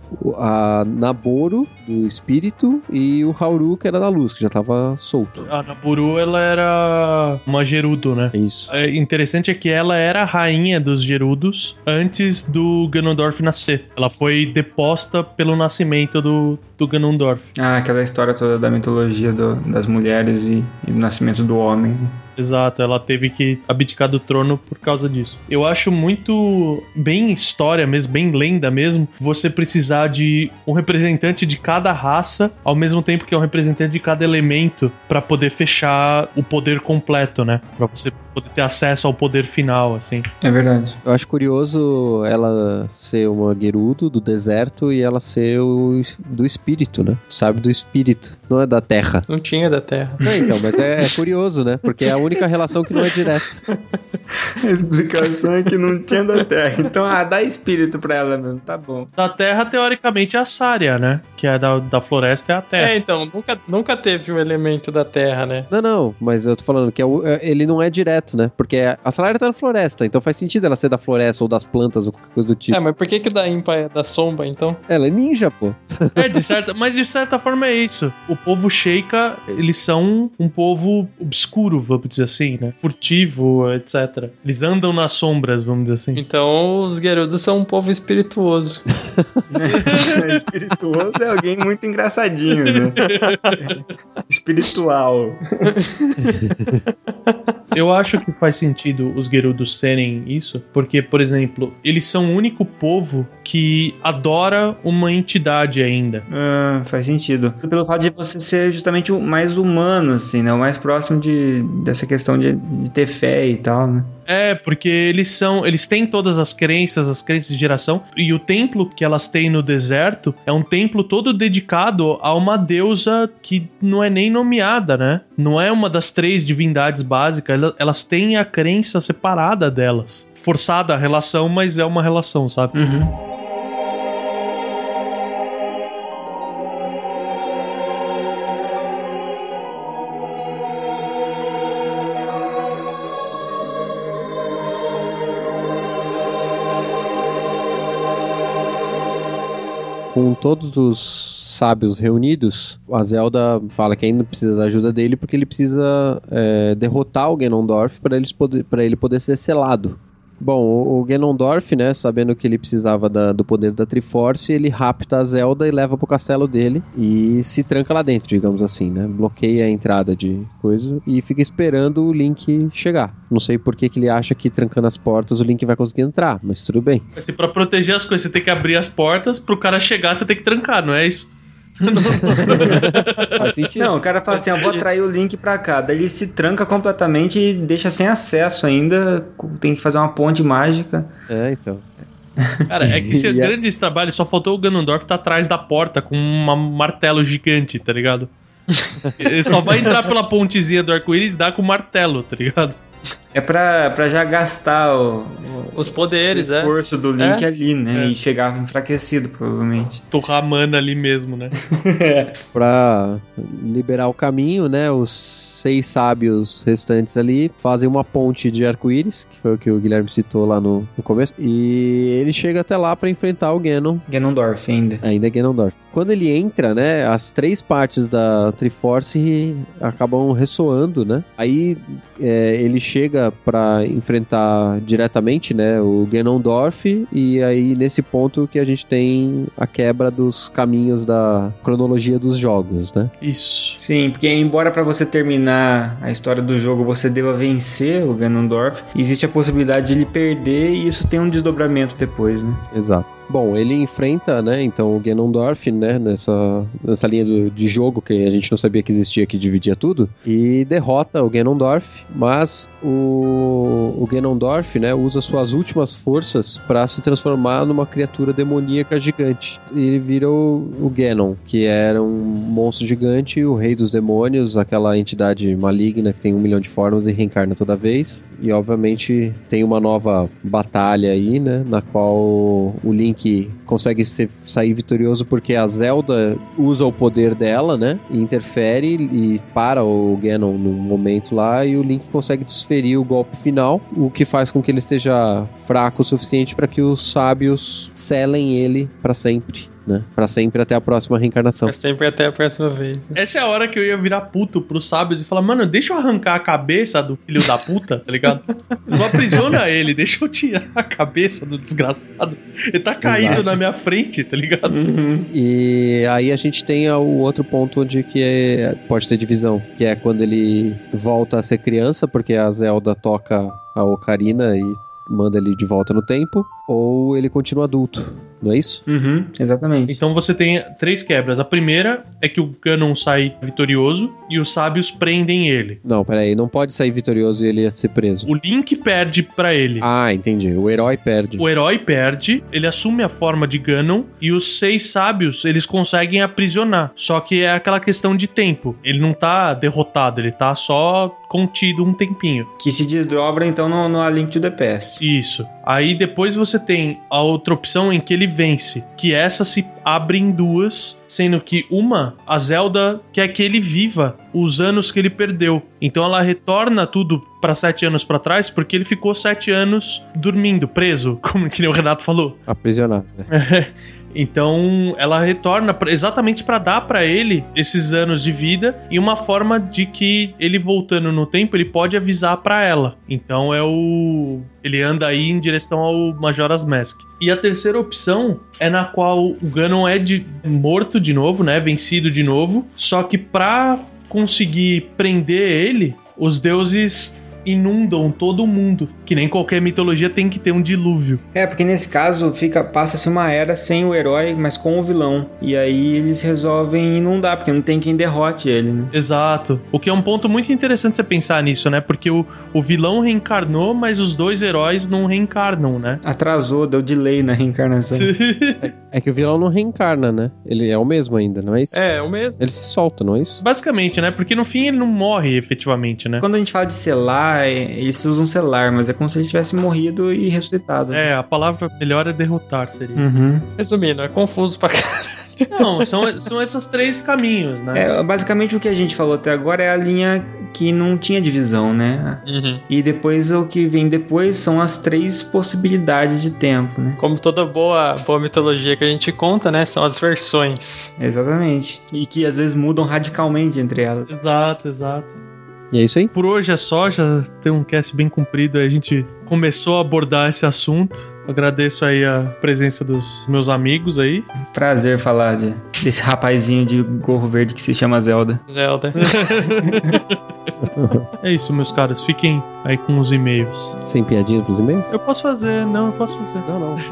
a Naboro, do espírito, e o Hauru, que era da luz, que já tava solto. A Naburu, ela era uma Gerudo, né? É isso. É interessante é que ela era a rainha dos Gerudos antes do Ganondorf nascer. Ela foi deposta pelo nascimento do, do Ganondorf. Ah, aquela história toda da mitologia do, das mulheres e, e do nascimento do homem. Exato, ela teve que abdicar do trono por causa disso. Eu acho muito bem história mesmo, bem lenda mesmo, você precisar de um representante de cada raça, ao mesmo tempo que é um representante de cada elemento, pra poder fechar o poder completo, né? Pra você poder ter acesso ao poder final, assim. É verdade. Eu acho curioso ela ser uma Gerudo do deserto e ela ser o do espírito, né? Sabe, do espírito, não é da terra. Não tinha da Terra. Não, então, mas é, é curioso, né? Porque é a única relação que não é direta. A explicação é que não tinha da Terra. Então, ah, dá espírito pra ela mesmo, tá bom. Da terra, teoricamente, é a Saria, né? Que é da, da floresta, é a terra. É, então, nunca, nunca teve o elemento da Terra, né? Não, não, mas eu tô falando que é o, é, ele não é direto, né? Porque a Saria tá na floresta, então faz sentido ela ser da floresta ou das plantas ou qualquer coisa do tipo. É, mas por que que o da Impa é da sombra, então? Ela é ninja, pô. É, de certa, mas de certa forma é isso. O povo Sheikah, eles são um povo obscuro, vamos dizer assim, né? Furtivo, etcétera. Eles andam nas sombras, vamos dizer assim. Então, os Gerudos são um povo espirituoso. Espirituoso é alguém muito engraçadinho, né? Espiritual. Eu acho que faz sentido os Gerudos serem isso, porque, por exemplo, eles são o único povo que adora uma entidade ainda. Ah, faz sentido. Pelo fato de você ser justamente o mais humano, assim, né? O mais próximo de, dessa questão de, de ter fé e tal, né? É, porque eles são, eles têm todas as crenças, as crenças de geração, e o templo que elas têm no deserto é um templo todo dedicado a uma deusa que não é nem nomeada, né? Não é uma das três divindades básicas, elas têm a crença separada delas. Forçada a relação, mas é uma relação, sabe? Uhum. Com todos os sábios reunidos, a Zelda fala que ainda precisa da ajuda dele porque ele precisa é, derrotar o Ganondorf para poder, para ele poder ser selado. Bom, o, o Ganondorf, né, sabendo que ele precisava da, do poder da Triforce, ele rapta a Zelda e leva pro castelo dele e se tranca lá dentro, digamos assim, né? Bloqueia a entrada de coisa e fica esperando o Link chegar. Não sei por que, que ele acha que trancando as portas o Link vai conseguir entrar, mas tudo bem. Se pra proteger as coisas você tem que abrir as portas, pro cara chegar você tem que trancar, não é isso? Faz sentido. Não, o cara fala assim, eu vou atrair o Link pra cá. Daí ele se tranca completamente e deixa sem acesso ainda. Tem que fazer uma ponte mágica. É, então. Cara, é que esse E é- grande esse trabalho só faltou o Ganondorf tá atrás da porta com um martelo gigante, tá ligado? Ele só vai entrar pela pontezinha do arco-íris e dar com o martelo, tá ligado? É pra, pra já gastar o, os poderes, o esforço é. do Link É. ali, né? É. E chegava enfraquecido, provavelmente. Torrar mana ali mesmo, né? Pra liberar o caminho, né? Os seis sábios restantes ali fazem uma ponte de arco-íris, que foi o que o Guilherme citou lá no, no começo. E ele chega até lá pra enfrentar o Ganon. Ganondorf ainda. Ainda é Ganondorf. Quando ele entra, né, as três partes da Triforce acabam ressoando, né? Aí é, ele chega pra enfrentar diretamente, né, o Ganondorf, e aí nesse ponto que a gente tem a quebra dos caminhos da cronologia dos jogos, né? Isso. Sim, porque embora pra você terminar a história do jogo você deva vencer o Ganondorf, existe a possibilidade de ele perder e isso tem um desdobramento depois, né? Exato. Bom, ele enfrenta, né, então o Ganondorf, né, nessa, nessa linha do, de jogo que a gente não sabia que existia, que dividia tudo, e derrota o Ganondorf, mas o, o Ganondorf, né, usa suas últimas forças para se transformar numa criatura demoníaca gigante. E ele vira o, o Ganon, que era um monstro gigante, o rei dos demônios, aquela entidade maligna que tem um milhão de formas e reencarna toda vez. E obviamente tem uma nova batalha aí, né, na qual o Link consegue ser, sair vitorioso porque a Zelda usa o poder dela, né, e interfere e para o Ganon num momento lá, e o Link consegue desferir o golpe final, o que faz com que ele esteja fraco o suficiente para que os sábios selem ele para sempre. Né? Pra sempre até a próxima reencarnação. Pra sempre até a próxima vez. Né? Essa é a hora que eu ia virar puto pros sábios e falar, mano, deixa eu arrancar a cabeça do filho da puta, tá ligado? Não aprisiona ele, deixa eu tirar a cabeça do desgraçado. Ele tá caído Exato. na minha frente, tá ligado? Uhum. E aí a gente tem o outro ponto onde que é, pode ter divisão, que é quando ele volta a ser criança, porque a Zelda toca a Ocarina e manda ele de volta no tempo, ou ele continua adulto, não é isso? Uhum, exatamente. Então você tem três quebras. A primeira é que o Ganon sai vitorioso e os sábios prendem ele. Não, peraí, não pode sair vitorioso e ele ia ser preso. O Link perde pra ele. Ah, entendi, o herói perde. O herói perde, ele assume a forma de Ganon e os seis sábios, eles conseguem aprisionar. Só que é aquela questão de tempo. Ele não tá derrotado, ele tá só contido um tempinho. Que se desdobra então no, no A Link to the Past. Isso. Aí depois você tem a outra opção em que ele vence, que essa se abre em duas, sendo que uma, a Zelda quer que ele viva os anos que ele perdeu. Então ela retorna tudo para sete anos para trás, porque ele ficou sete anos dormindo, preso, como que nem o Renato falou. Aprisionado, né? Então ela retorna pra, exatamente para dar para ele esses anos de vida e uma forma de que ele voltando no tempo ele pode avisar para ela. Então é o ele anda aí em direção ao Majora's Mask. E a terceira opção é na qual o Ganon é de, morto de novo, né, vencido de novo. Só que para conseguir prender ele, os deuses inundam todo mundo, que nem qualquer mitologia tem que ter um dilúvio. É, porque nesse caso fica passa-se uma era sem o herói, mas com o vilão. E aí eles resolvem inundar, porque não tem quem derrote ele, né? Exato. O que é um ponto muito interessante você pensar nisso, né? Porque o, o vilão reencarnou, mas os dois heróis não reencarnam, né? Atrasou, deu delay na reencarnação. É que o vilão não reencarna, né? Ele é o mesmo ainda, não é isso? É, é o mesmo. Ele se solta, não é isso? Basicamente, né? Porque no fim ele não morre efetivamente, né? Quando a gente fala de selar, eles usam selar, mas é como se ele tivesse morrido e ressuscitado. É, a palavra melhor é derrotar, seria. Uhum. Resumindo, é confuso pra caralho. Não, são, são esses três caminhos, né? É, basicamente o que a gente falou até agora é a linha que não tinha divisão, né? Uhum. E depois o que vem depois são as três possibilidades de tempo, né? Como toda boa, boa mitologia que a gente conta, né? São as versões. Exatamente. E que às vezes mudam radicalmente entre elas. Exato, exato. E é isso aí? Por hoje é só, já tem um cast bem comprido, aí a gente começou a abordar esse assunto. Agradeço aí a presença dos meus amigos aí. Prazer falar de, desse rapazinho de gorro verde que se chama Zelda. Zelda. É isso, meus caras. Fiquem aí com os e-mails. Sem piadinha pros e-mails? Eu posso fazer, não, eu posso fazer. Não, não.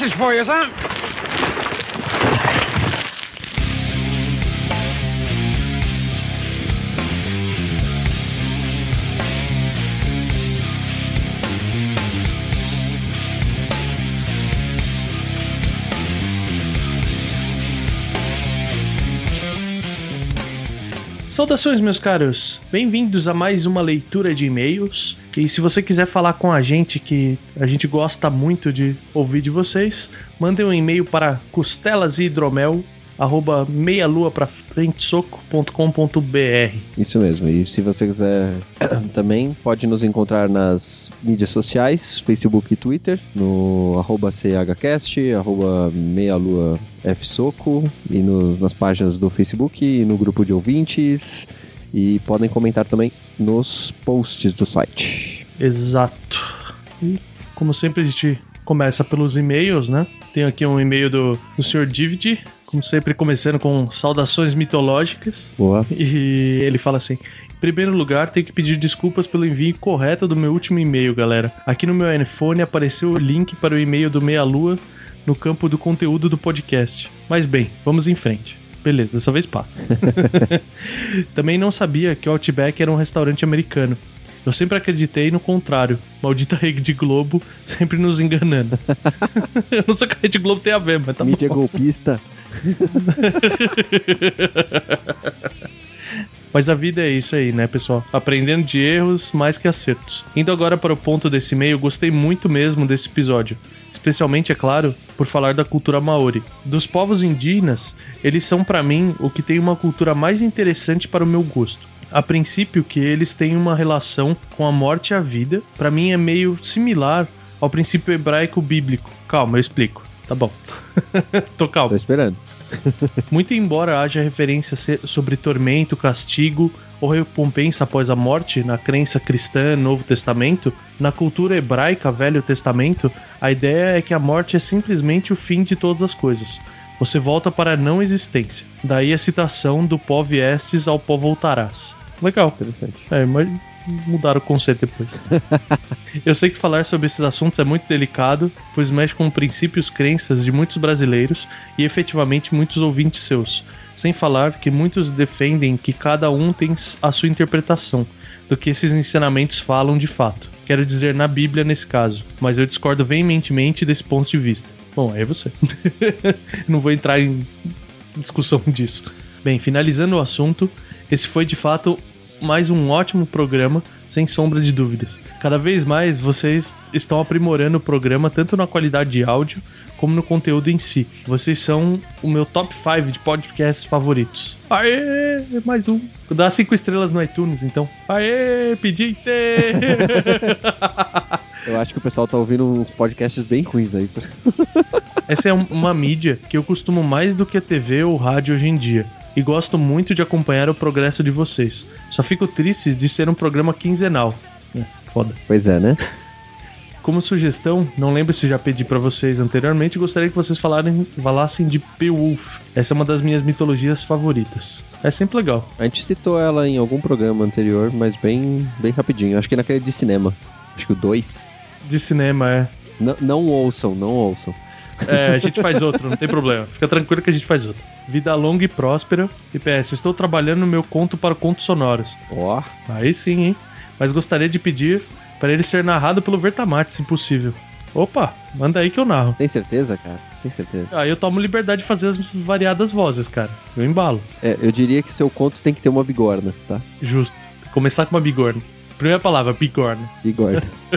message for you, son. Saudações, meus caros! Bem-vindos a mais uma leitura de e-mails. E se você quiser falar com a gente, que a gente gosta muito de ouvir de vocês, mandem um e-mail para costelas e hidromel arroba meialua pra frente soco ponto com ponto b r. Isso mesmo. E se você quiser também, pode nos encontrar nas mídias sociais, Facebook e Twitter, no arroba chcast, arroba meialuafsoco, e nos, nas páginas do Facebook e no grupo de ouvintes. E podem comentar também nos posts do site. Exato. E como sempre a gente começa pelos e-mails, né? Tem aqui um e-mail do, do senhor David, como sempre começando com saudações mitológicas. Boa. E ele fala assim: em primeiro lugar, tenho que pedir desculpas pelo envio correto do meu último e-mail, galera. Aqui no meu iPhone apareceu o link para o e-mail do Meia Lua no campo do conteúdo do podcast. Mas bem, vamos em frente. Beleza, dessa vez passa. Também não sabia que o Outback era um restaurante americano. Eu sempre acreditei no contrário. Maldita Rede Globo sempre nos enganando. Eu não sei o que a Rede Globo tem a ver, mas tá Mídia bom. golpista. Mas a vida é isso aí, né, pessoal? Aprendendo de erros mais que acertos. Indo agora para o ponto desse e-mail, gostei muito mesmo desse episódio. Especialmente, é claro, por falar da cultura maori. Dos povos indígenas, eles são para mim o que tem uma cultura mais interessante para o meu gosto. A princípio que eles têm uma relação com a morte e a vida, pra mim é meio similar ao princípio hebraico bíblico. Calma, eu explico. Tá bom. Tô calmo. Tô esperando. Muito embora haja referência sobre tormento, castigo ou recompensa após a morte na crença cristã Novo Testamento, na cultura hebraica Velho Testamento, a ideia é que a morte é simplesmente o fim de todas as coisas. Você volta para a não existência. Daí a citação do pó viestes ao pó voltarás. Legal. Interessante. É, mas mudaram o conceito depois. Eu sei que falar sobre esses assuntos é muito delicado, pois mexe com princípios, crenças de muitos brasileiros e efetivamente muitos ouvintes seus. Sem falar que muitos defendem que cada um tem a sua interpretação do que esses ensinamentos falam de fato. Quero dizer, na Bíblia nesse caso, mas eu discordo veementemente desse ponto de vista. Bom, é você. Não vou entrar em discussão disso. Bem, finalizando o assunto, esse foi de fato mais um ótimo programa, sem sombra de dúvidas. Cada vez mais vocês estão aprimorando o programa tanto na qualidade de áudio como no conteúdo em si. Vocês são o meu top cinco de podcasts favoritos. Aê, mais um. Dá cinco estrelas no iTunes, então. Aê, pedinte! Eu acho que o pessoal tá ouvindo uns podcasts bem ruins aí. Essa é uma mídia que eu costumo mais do que a T V ou rádio hoje em dia. E gosto muito de acompanhar o progresso de vocês. Só fico triste de ser um programa quinzenal. É, foda. Pois é, né? Como sugestão, não lembro se já pedi pra vocês anteriormente, gostaria que vocês falarem, falassem de Beowulf. Essa é uma das minhas mitologias favoritas. É sempre legal. A gente citou ela em algum programa anterior, mas bem, bem rapidinho. Acho que naquele de cinema. Acho que o dois. De cinema, é. N- não ouçam, não ouçam. É, a gente faz outro, não tem problema. Fica tranquilo que a gente faz outro. Vida longa e próspera. E P S, estou trabalhando no meu conto para contos sonoros. Ó. Oh. Aí sim, hein? Mas gostaria de pedir para ele ser narrado pelo Vertamate, se possível. Opa, manda aí que eu narro. Tem certeza, cara? Tem certeza. Aí eu tomo liberdade de fazer as variadas vozes, cara. Eu embalo. É, eu diria que seu conto tem que ter uma bigorna, tá? Justo. Começar com uma bigorna. Primeira palavra, bigorna. Bigorna.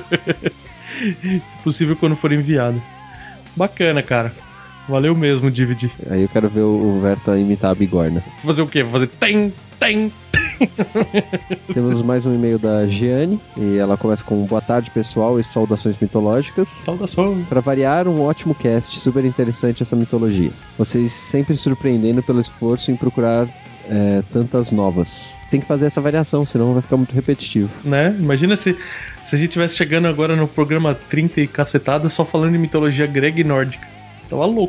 Se possível, quando for enviado. Bacana, cara. Valeu mesmo, David. Aí eu quero ver o Verta imitar a bigorna. Fazer o quê? Vou fazer tem, tem, tem. Temos mais um e-mail da Giane. E ela começa com: boa tarde, pessoal, e saudações mitológicas. Saudações. Para variar, um ótimo cast, super interessante essa mitologia. Vocês sempre surpreendendo pelo esforço em procurar é, tantas novas. Tem que fazer essa variação, senão vai ficar muito repetitivo. Né? Imagina se, se a gente estivesse chegando agora no programa trinta e cacetada só falando de mitologia grega e nórdica. Tava louco.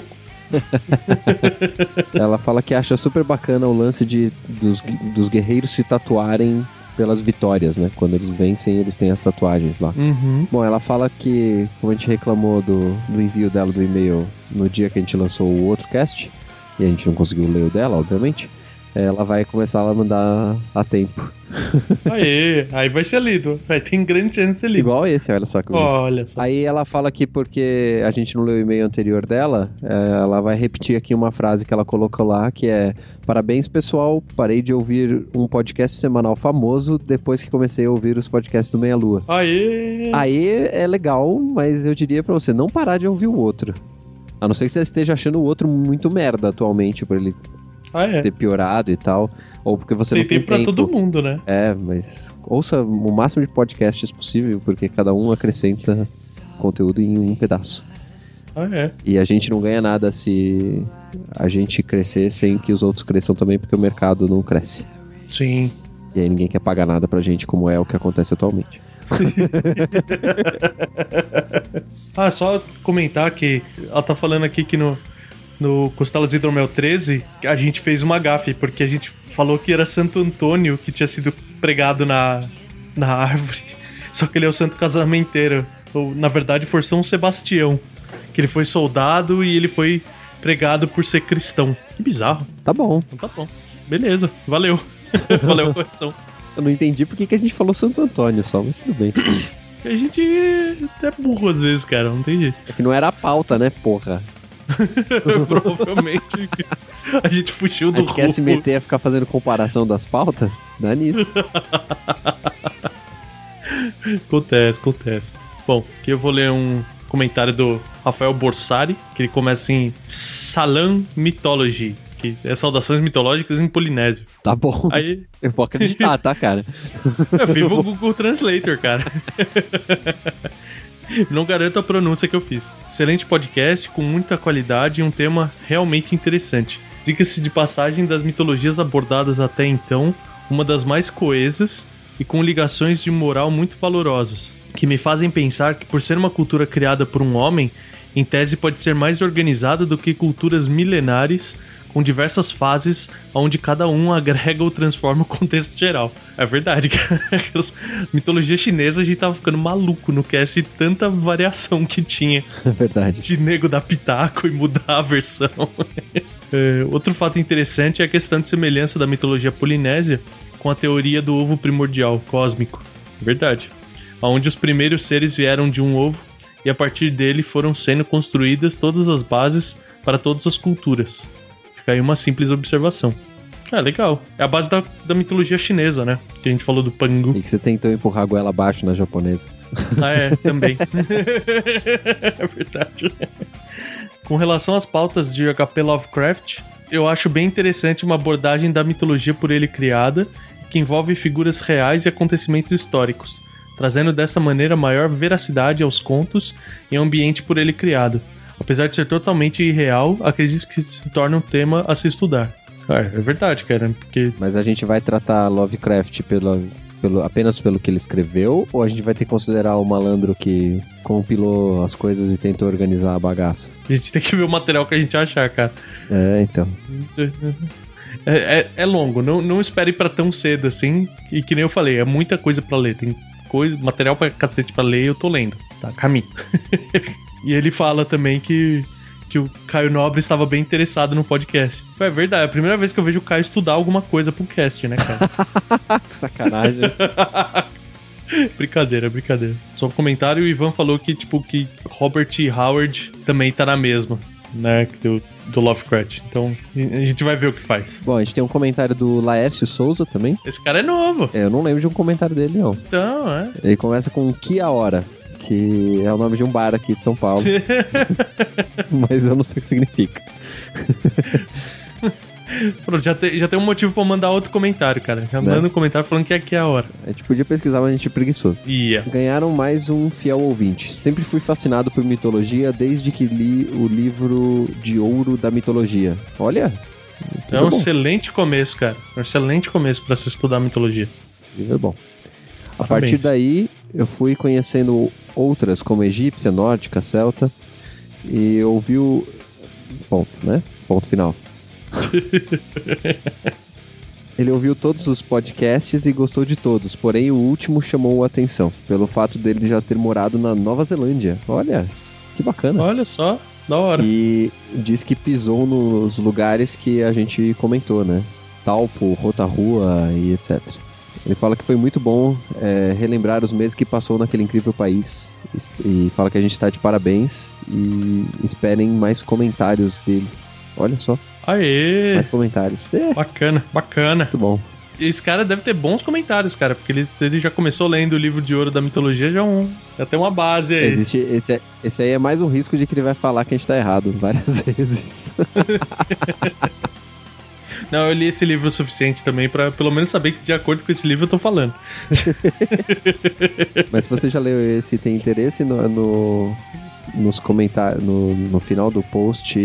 Ela fala que acha super bacana o lance de, dos, dos guerreiros se tatuarem pelas vitórias, né? Quando eles vencem, eles têm as tatuagens lá. Uhum. Bom, ela fala que, como a gente reclamou do, do envio dela do e-mail no dia que a gente lançou o outro cast, e a gente não conseguiu ler o dela, obviamente, ela vai começar a mandar a tempo. Aê, aí vai ser lido. Vai ter grande chance de ser lido. Igual esse, olha só. Que olha só. Aí ela fala que porque a gente não leu o e-mail anterior dela, ela vai repetir aqui uma frase que ela colocou lá, que é: parabéns, pessoal, parei de ouvir um podcast semanal famoso depois que comecei a ouvir os podcasts do Meia Lua. Aê! Aí é legal, mas eu diria pra você não parar de ouvir o outro. A não ser que você esteja achando o outro muito merda atualmente, por ele ah, é. ter piorado e tal. Ou porque você tem não tem tempo pra tempo. todo mundo, né? É, mas ouça o máximo de podcasts possível, porque cada um acrescenta conteúdo em um pedaço. Ah, é. E a gente não ganha nada se a gente crescer sem que os outros cresçam também, porque o mercado não cresce. Sim. E aí ninguém quer pagar nada pra gente, como é o que acontece atualmente. Ah, só comentar que ela tá falando aqui que no, no Costelas Hidromel treze a gente fez uma gafe, porque a gente falou que era Santo Antônio que tinha sido pregado na, na árvore, só que ele é o santo casamenteiro, ou na verdade foi São Sebastião, que ele foi soldado e ele foi pregado por ser cristão. Que bizarro. Tá bom. Então tá bom, beleza, valeu. Valeu a correção. Eu não entendi por que que a gente falou Santo Antônio só, mas tudo bem. A gente é burro às vezes, cara, não tem jeito. É que não era a pauta, né, porra? Provavelmente a gente fugiu do rumo. A gente quer se meter a ficar fazendo comparação das pautas? Dá nisso. Acontece, acontece. Bom, aqui eu vou ler um comentário do Rafael Borsari, que ele começa em Salam Mythology, que é saudações mitológicas em polinésio. Tá bom. Aí... Eu vou acreditar, tá, cara? Eu vivo o Google Translator, cara. Não garanto a pronúncia que eu fiz. Excelente podcast, com muita qualidade e um tema realmente interessante. Diga-se de passagem, das mitologias abordadas até então, uma das mais coesas e com ligações de moral muito valorosas, que me fazem pensar que, por ser uma cultura criada por um homem, em tese pode ser mais organizada do que culturas milenares, com diversas fases, onde cada um agrega ou transforma o contexto geral. É verdade, cara. Mitologia chinesa, a gente tava ficando maluco no cast, tanta variação que tinha. É verdade. De nego dar pitaco e mudar a versão. É, outro fato interessante é a questão de semelhança da mitologia polinésia com a teoria do ovo primordial, cósmico. É verdade. Onde os primeiros seres vieram de um ovo e a partir dele foram sendo construídas todas as bases para todas as culturas. Aí uma simples observação. Ah, legal. É a base da, da mitologia chinesa, né? Que a gente falou do Pangu. E que você tentou empurrar a goela abaixo na japonesa. Ah, é, também. É verdade. Com relação às pautas de H P Lovecraft, eu acho bem interessante uma abordagem da mitologia por ele criada, que envolve figuras reais e acontecimentos históricos, trazendo dessa maneira maior veracidade aos contos e ao ambiente por ele criado. Apesar de ser totalmente irreal, acredito que se torna um tema a se estudar. Ah, é verdade, cara, porque... Mas a gente vai tratar Lovecraft pela, pelo, apenas pelo que ele escreveu, ou a gente vai ter que considerar o malandro que compilou as coisas e tentou organizar a bagaça? A gente tem que ver o material que a gente achar, cara. É, então... É, é, é longo, não, não espere pra tão cedo assim, e que nem eu falei, é muita coisa pra ler, tem coisa, material pra cacete pra ler e eu tô lendo, tá? Caminho. E ele fala também que, que o Caio Nobre estava bem interessado no podcast. É verdade, é a primeira vez que eu vejo o Caio estudar alguma coisa pro cast, né, cara? Que sacanagem. Brincadeira, brincadeira. Só um comentário, o Ivan falou que, tipo, que Robert E. Howard também tá na mesma, né, do, do Lovecraft. Então, a gente vai ver o que faz. Bom, a gente tem um comentário do Laércio Souza também. Esse cara é novo. É, eu não lembro de um comentário dele, não. Então, é. Ele começa com Que a Hora, que é o nome de um bar aqui de São Paulo. Mas eu não sei o que significa. Pronto, já tem, já tem um motivo pra mandar outro comentário, cara. Já né? manda um comentário falando que aqui é a hora. A gente podia pesquisar, mas a gente é preguiçoso. Yeah. Ganharam mais um fiel ouvinte. Sempre fui fascinado por mitologia desde que li o livro de ouro da mitologia. Olha, é um bom. excelente começo, cara. Um excelente começo pra se estudar mitologia. É bom. A Parabéns. partir daí, eu fui conhecendo outras, como egípcia, nórdica, celta, e ouvi o... Ponto, né? Ponto final. Ele ouviu todos os podcasts e gostou de todos, porém o último chamou a atenção, pelo fato dele já ter morado na Nova Zelândia. Olha, que bacana. Olha só, da hora. E diz que pisou nos lugares que a gente comentou, né? Taupo, Rotorua e etcétera. Ele fala que foi muito bom é, relembrar os meses que passou naquele incrível país. E, e fala que a gente tá de parabéns e esperem mais comentários dele. Olha só. Aê! Mais comentários. É. Bacana, bacana. Muito bom. Esse cara deve ter bons comentários, cara, porque ele, ele já começou lendo o livro de ouro da mitologia, já, um, já tem uma base aí. Existe, esse, esse aí é mais um risco de que ele vai falar que a gente tá errado várias vezes. Não, eu li esse livro o suficiente também pra pelo menos saber que de acordo com esse livro eu tô falando. Mas se você já leu esse e tem interesse, no, no, nos comentários, no, no final do post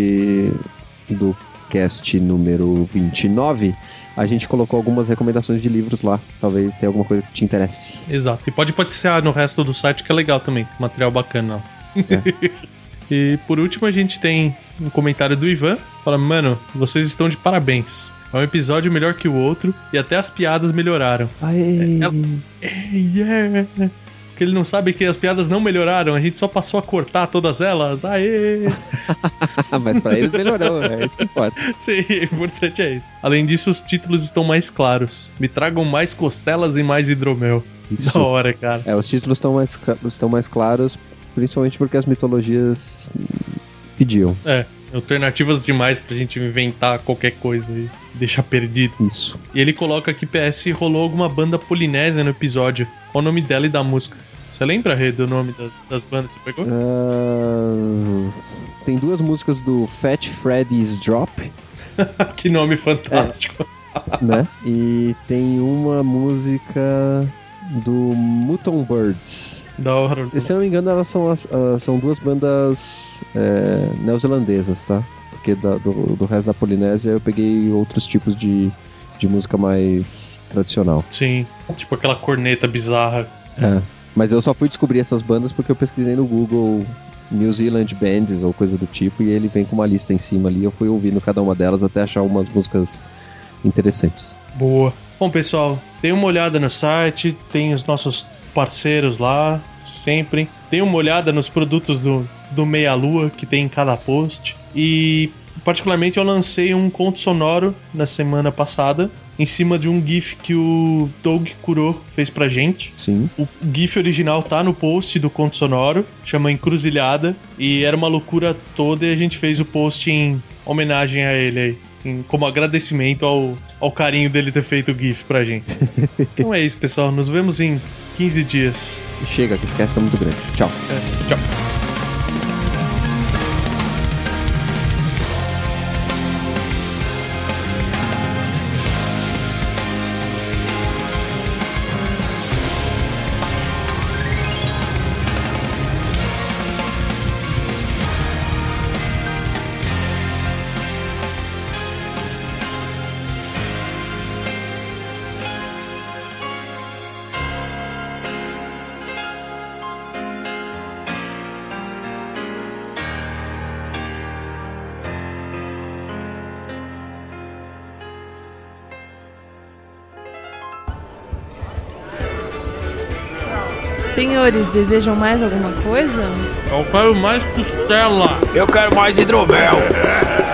do cast número vinte e nove, a gente colocou algumas recomendações de livros lá. Talvez tenha alguma coisa que te interesse. Exato. E pode participar no resto do site, que é legal também. Material bacana. É. E por último a gente tem um comentário do Ivan. Fala, mano, vocês estão de parabéns. É um episódio melhor que o outro e até as piadas melhoraram. Aê! É, é, yeah. Porque ele não sabe que as piadas não melhoraram, a gente só passou a cortar todas elas. Aê! Mas pra eles melhorou, é isso que importa. Sim, o importante é isso. Além disso, os títulos estão mais claros. Me tragam mais costelas e mais hidromel. Isso. Da hora, cara. É, os títulos estão mais, estão mais claros, principalmente porque as mitologias pediam. É, alternativas demais pra gente inventar qualquer coisa e deixar perdido. Isso. E ele coloca aqui, P S, rolou alguma banda polinésia no episódio. Qual o nome dela e da música? Você lembra, Rê, do nome das, das bandas que você pegou? Uh, tem duas músicas do Fat Freddy's Drop. Que nome fantástico. É, né? E tem uma música do Mutton Birds. Da hora. E, se eu não me engano, elas são, as, uh, são duas bandas é, neozelandesas, tá? Porque da, do, do resto da Polinésia eu peguei outros tipos de, de música mais tradicional. Sim, tipo aquela corneta bizarra. É, mas eu só fui descobrir essas bandas porque eu pesquisei no Google New Zealand Bands ou coisa do tipo, e ele vem com uma lista em cima ali. Eu fui ouvindo cada uma delas até achar umas músicas interessantes. Boa. Bom, pessoal, dê uma olhada no site, tem os nossos parceiros lá, sempre. Dê uma olhada nos produtos do, do Meia Lua que tem em cada post. E, particularmente, eu lancei um conto sonoro na semana passada, em cima de um GIF que o Doug Kuro fez pra gente. Sim. O GIF original tá no post do conto sonoro, chama Encruzilhada, e era uma loucura toda, e a gente fez o post em homenagem a ele aí. Como agradecimento ao, ao carinho dele ter feito o GIF pra gente. Então é isso, pessoal. Nos vemos em quinze dias. Chega, que esse cast tá muito grande. Tchau. É, tchau. Senhores, desejam mais alguma coisa? Eu quero mais costela. Eu quero mais hidromel.